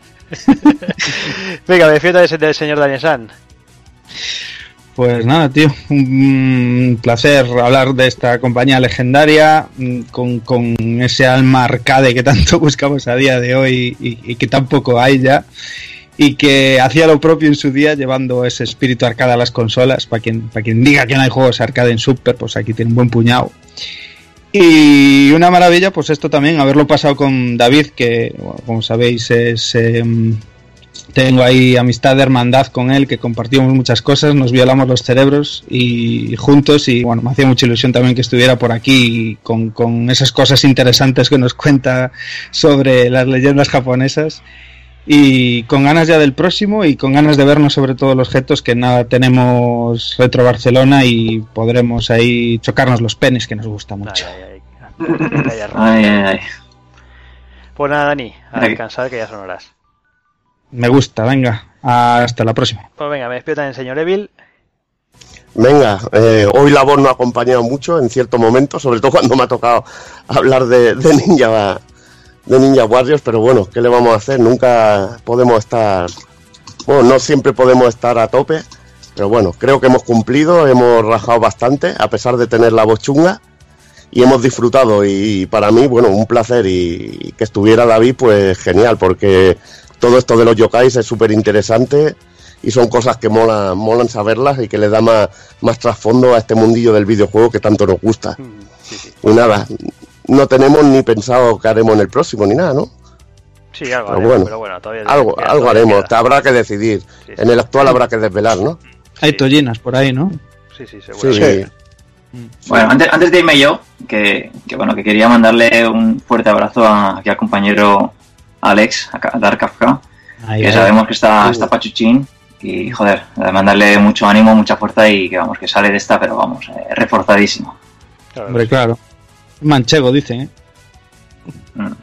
Venga, me defiendo del señor Daniel San. Pues nada, tío, un placer hablar de esta compañía legendaria con, con ese alma arcade que tanto buscamos a día de hoy y, y que tampoco hay ya, y que hacía lo propio en su día llevando ese espíritu arcade a las consolas. Para quien, para quien diga que no hay juegos arcade en Super, pues aquí tiene un buen puñado. Y una maravilla, pues esto también, haberlo pasado con David, que bueno, como sabéis es... Eh, tengo ahí amistad de hermandad con él, que compartimos muchas cosas, nos violamos los cerebros y juntos, y bueno, me hacía mucha ilusión también que estuviera por aquí con, con esas cosas interesantes que nos cuenta sobre las leyendas japonesas, y con ganas ya del próximo y con ganas de vernos sobre todo los jetos, que nada, tenemos Retro Barcelona y podremos ahí chocarnos los penes, que nos gusta mucho. Ay, ay, ay. ay, ay, ay. Pues nada, Dani, a descansar, que ya son horas. Me gusta, venga, hasta la próxima. Pues venga, me despido también, señor Evil. Venga, eh, hoy la voz nos ha acompañado mucho en cierto momento, sobre todo cuando me ha tocado hablar de, de Ninja de Ninja Warriors, pero bueno, ¿qué le vamos a hacer? Nunca podemos estar, bueno, no siempre podemos estar a tope, pero bueno, creo que hemos cumplido, hemos rajado bastante, a pesar de tener la voz chunga, y hemos disfrutado, y, y para mí, bueno, un placer, y, y que estuviera David, pues genial, porque todo esto de los yokais es súper interesante y son cosas que molan, molan saberlas y que le da más, más trasfondo a este mundillo del videojuego que tanto nos gusta. Sí, sí. Y nada, no tenemos ni pensado qué haremos en el próximo ni nada, ¿no? Sí, algo pero haremos, bueno, pero bueno, todavía algo, queda, algo todavía haremos, queda. Habrá que decidir. Sí, sí. En el actual habrá que desvelar, ¿no? Hay sí. tollinas por ahí, ¿no? Sí, sí, seguro. Sí. Sí. Bueno, antes, antes de irme yo, que, que bueno, que quería mandarle un fuerte abrazo a, aquí al compañero Alex, a Dark Kafka, Ahí que va. Sabemos que está, está pachuchín, y joder, mandarle mucho ánimo, mucha fuerza, y que vamos, que sale de esta, pero vamos, eh, reforzadísimo. Claro, Hombre, claro. Manchego, dicen, ¿eh? Mm.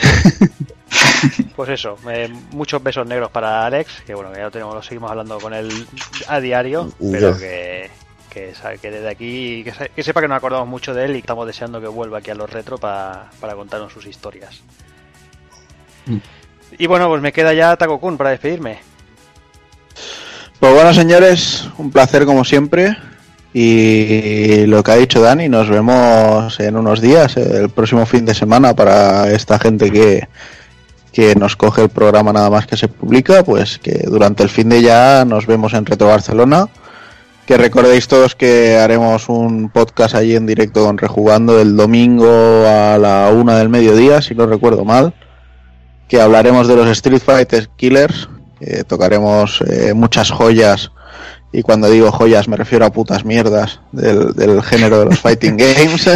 Pues eso, eh, muchos besos negros para Alex, que bueno, que ya lo tenemos, lo seguimos hablando con él a diario, pero que, que, que desde aquí, que, que sepa que nos acordamos mucho de él y estamos deseando que vuelva aquí a los retro pa, para contarnos sus historias. Mm. Y bueno, pues me queda ya Taco-kun para despedirme. Pues bueno, señores, un placer como siempre. Y lo que ha dicho Dani, nos vemos en unos días, el próximo fin de semana, para esta gente que, que nos coge el programa nada más que se publica, pues que durante el fin de ya nos vemos en Retro Barcelona. Que recordéis todos que haremos un podcast allí en directo con Rejugando el domingo a la una del mediodía, si no recuerdo mal. Que hablaremos de los Street Fighter Killers, que tocaremos eh, muchas joyas, y cuando digo joyas me refiero a putas mierdas del, del género de los fighting games.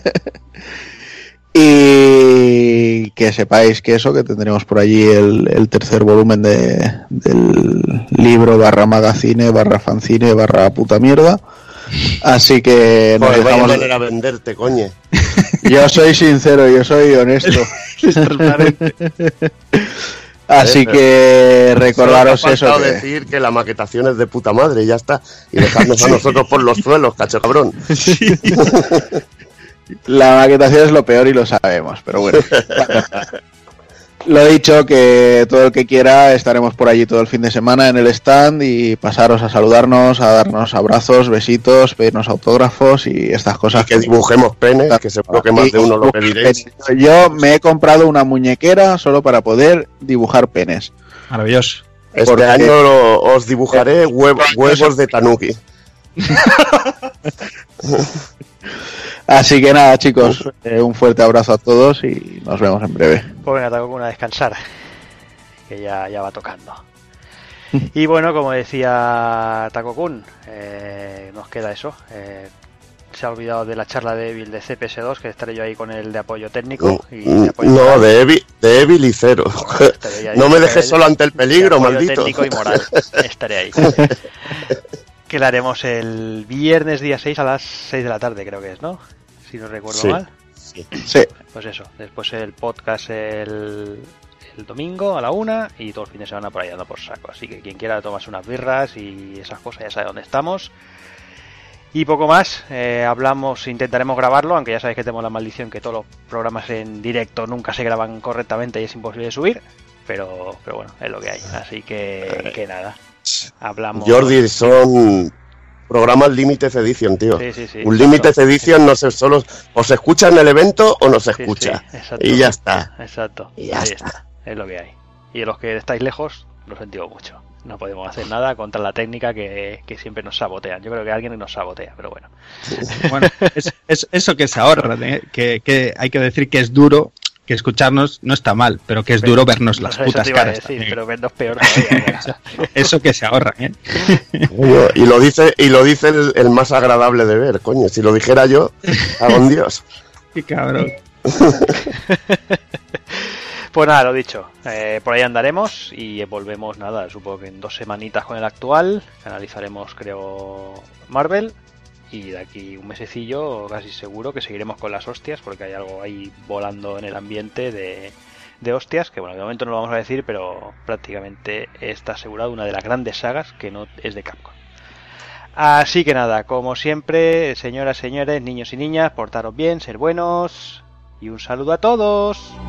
Y que sepáis que eso, que tendremos por allí el, el tercer volumen de, del libro barra magazine barra fanzine barra puta mierda. Así que nos Joder, dejamos... vaya manera a venderte, coño. Yo soy sincero, yo soy honesto. Así que recordaros Solo eso. Que... decir que la maquetación es de puta madre y ya está. Y dejarnos a nosotros por los suelos, cacho cabrón. Sí. La maquetación es lo peor y lo sabemos, pero bueno. Lo dicho, que todo el que quiera estaremos por allí todo el fin de semana en el stand y pasaros a saludarnos, a darnos abrazos, besitos, pedirnos autógrafos y estas cosas. Y que dibujemos penes, que seguro que más de uno lo pediréis. Yo me he comprado una muñequera solo para poder dibujar penes. Maravilloso. Este Porque... año lo, os dibujaré huevo, huevos de tanuki. Así que nada, chicos, eh, un fuerte abrazo a todos y nos vemos en breve. Pues venga, tengo una a descansar, que ya, ya va tocando. Y bueno, como decía Taco-kun, eh, nos queda eso. Eh, se ha olvidado de la charla de Evil de C P S dos, que estaré yo ahí con el de apoyo técnico. Y de apoyo no, moral. de Evil, de Evil y cero. No me dejes solo ante el peligro, maldito. Técnico y moral. Estaré ahí. Que la haremos el viernes día seis a las seis de la tarde, creo que es, ¿no? Si no recuerdo sí. mal. Sí. sí. Pues eso, después el podcast el, el domingo a la una y todo el fin de semana por ahí ando por saco. Así que quien quiera tomarse unas birras y esas cosas ya sabe dónde estamos. Y poco más, eh, hablamos, intentaremos grabarlo, aunque ya sabéis que tenemos la maldición que todos los programas en directo nunca se graban correctamente y es imposible de subir. Pero, pero bueno, es lo que hay. Así que, que nada. Hablamos. Jordi, son programas Limited Edition, tío. Sí, sí, sí, un exacto. Limited Edition no sé, solo o se escucha en el evento o no se Sí, escucha. sí, exacto. Y ya está. Exacto. Y ya Ahí está. está. Es lo que hay. Y los que estáis lejos, lo sentimos mucho. No podemos hacer nada contra la técnica que, que siempre nos sabotean. Yo creo que alguien nos sabotea, pero bueno. Bueno, es, es eso que se ahorra, ¿eh? que, que hay que decir que es duro. Que escucharnos no está mal, pero que es pero, duro vernos las putas te iba caras. A decir, pero vernos peor todavía. Eso que se ahorra, ¿eh? Coño, y lo dice, y lo dice el, el más agradable de ver, coño. Si lo dijera yo, hago un Dios. Qué cabrón. Pues nada, lo dicho. Eh, por ahí andaremos y volvemos, nada, supongo que en dos semanitas con el actual. Analizaremos, creo, Marvel. Y de aquí un mesecillo casi seguro que seguiremos con las hostias, porque hay algo ahí volando en el ambiente de, de hostias, que bueno, de momento no lo vamos a decir, pero prácticamente está asegurado una de las grandes sagas que no es de Capcom. Así que nada, como siempre, señoras, señores, niños y niñas, portaros bien, ser buenos y un saludo a todos.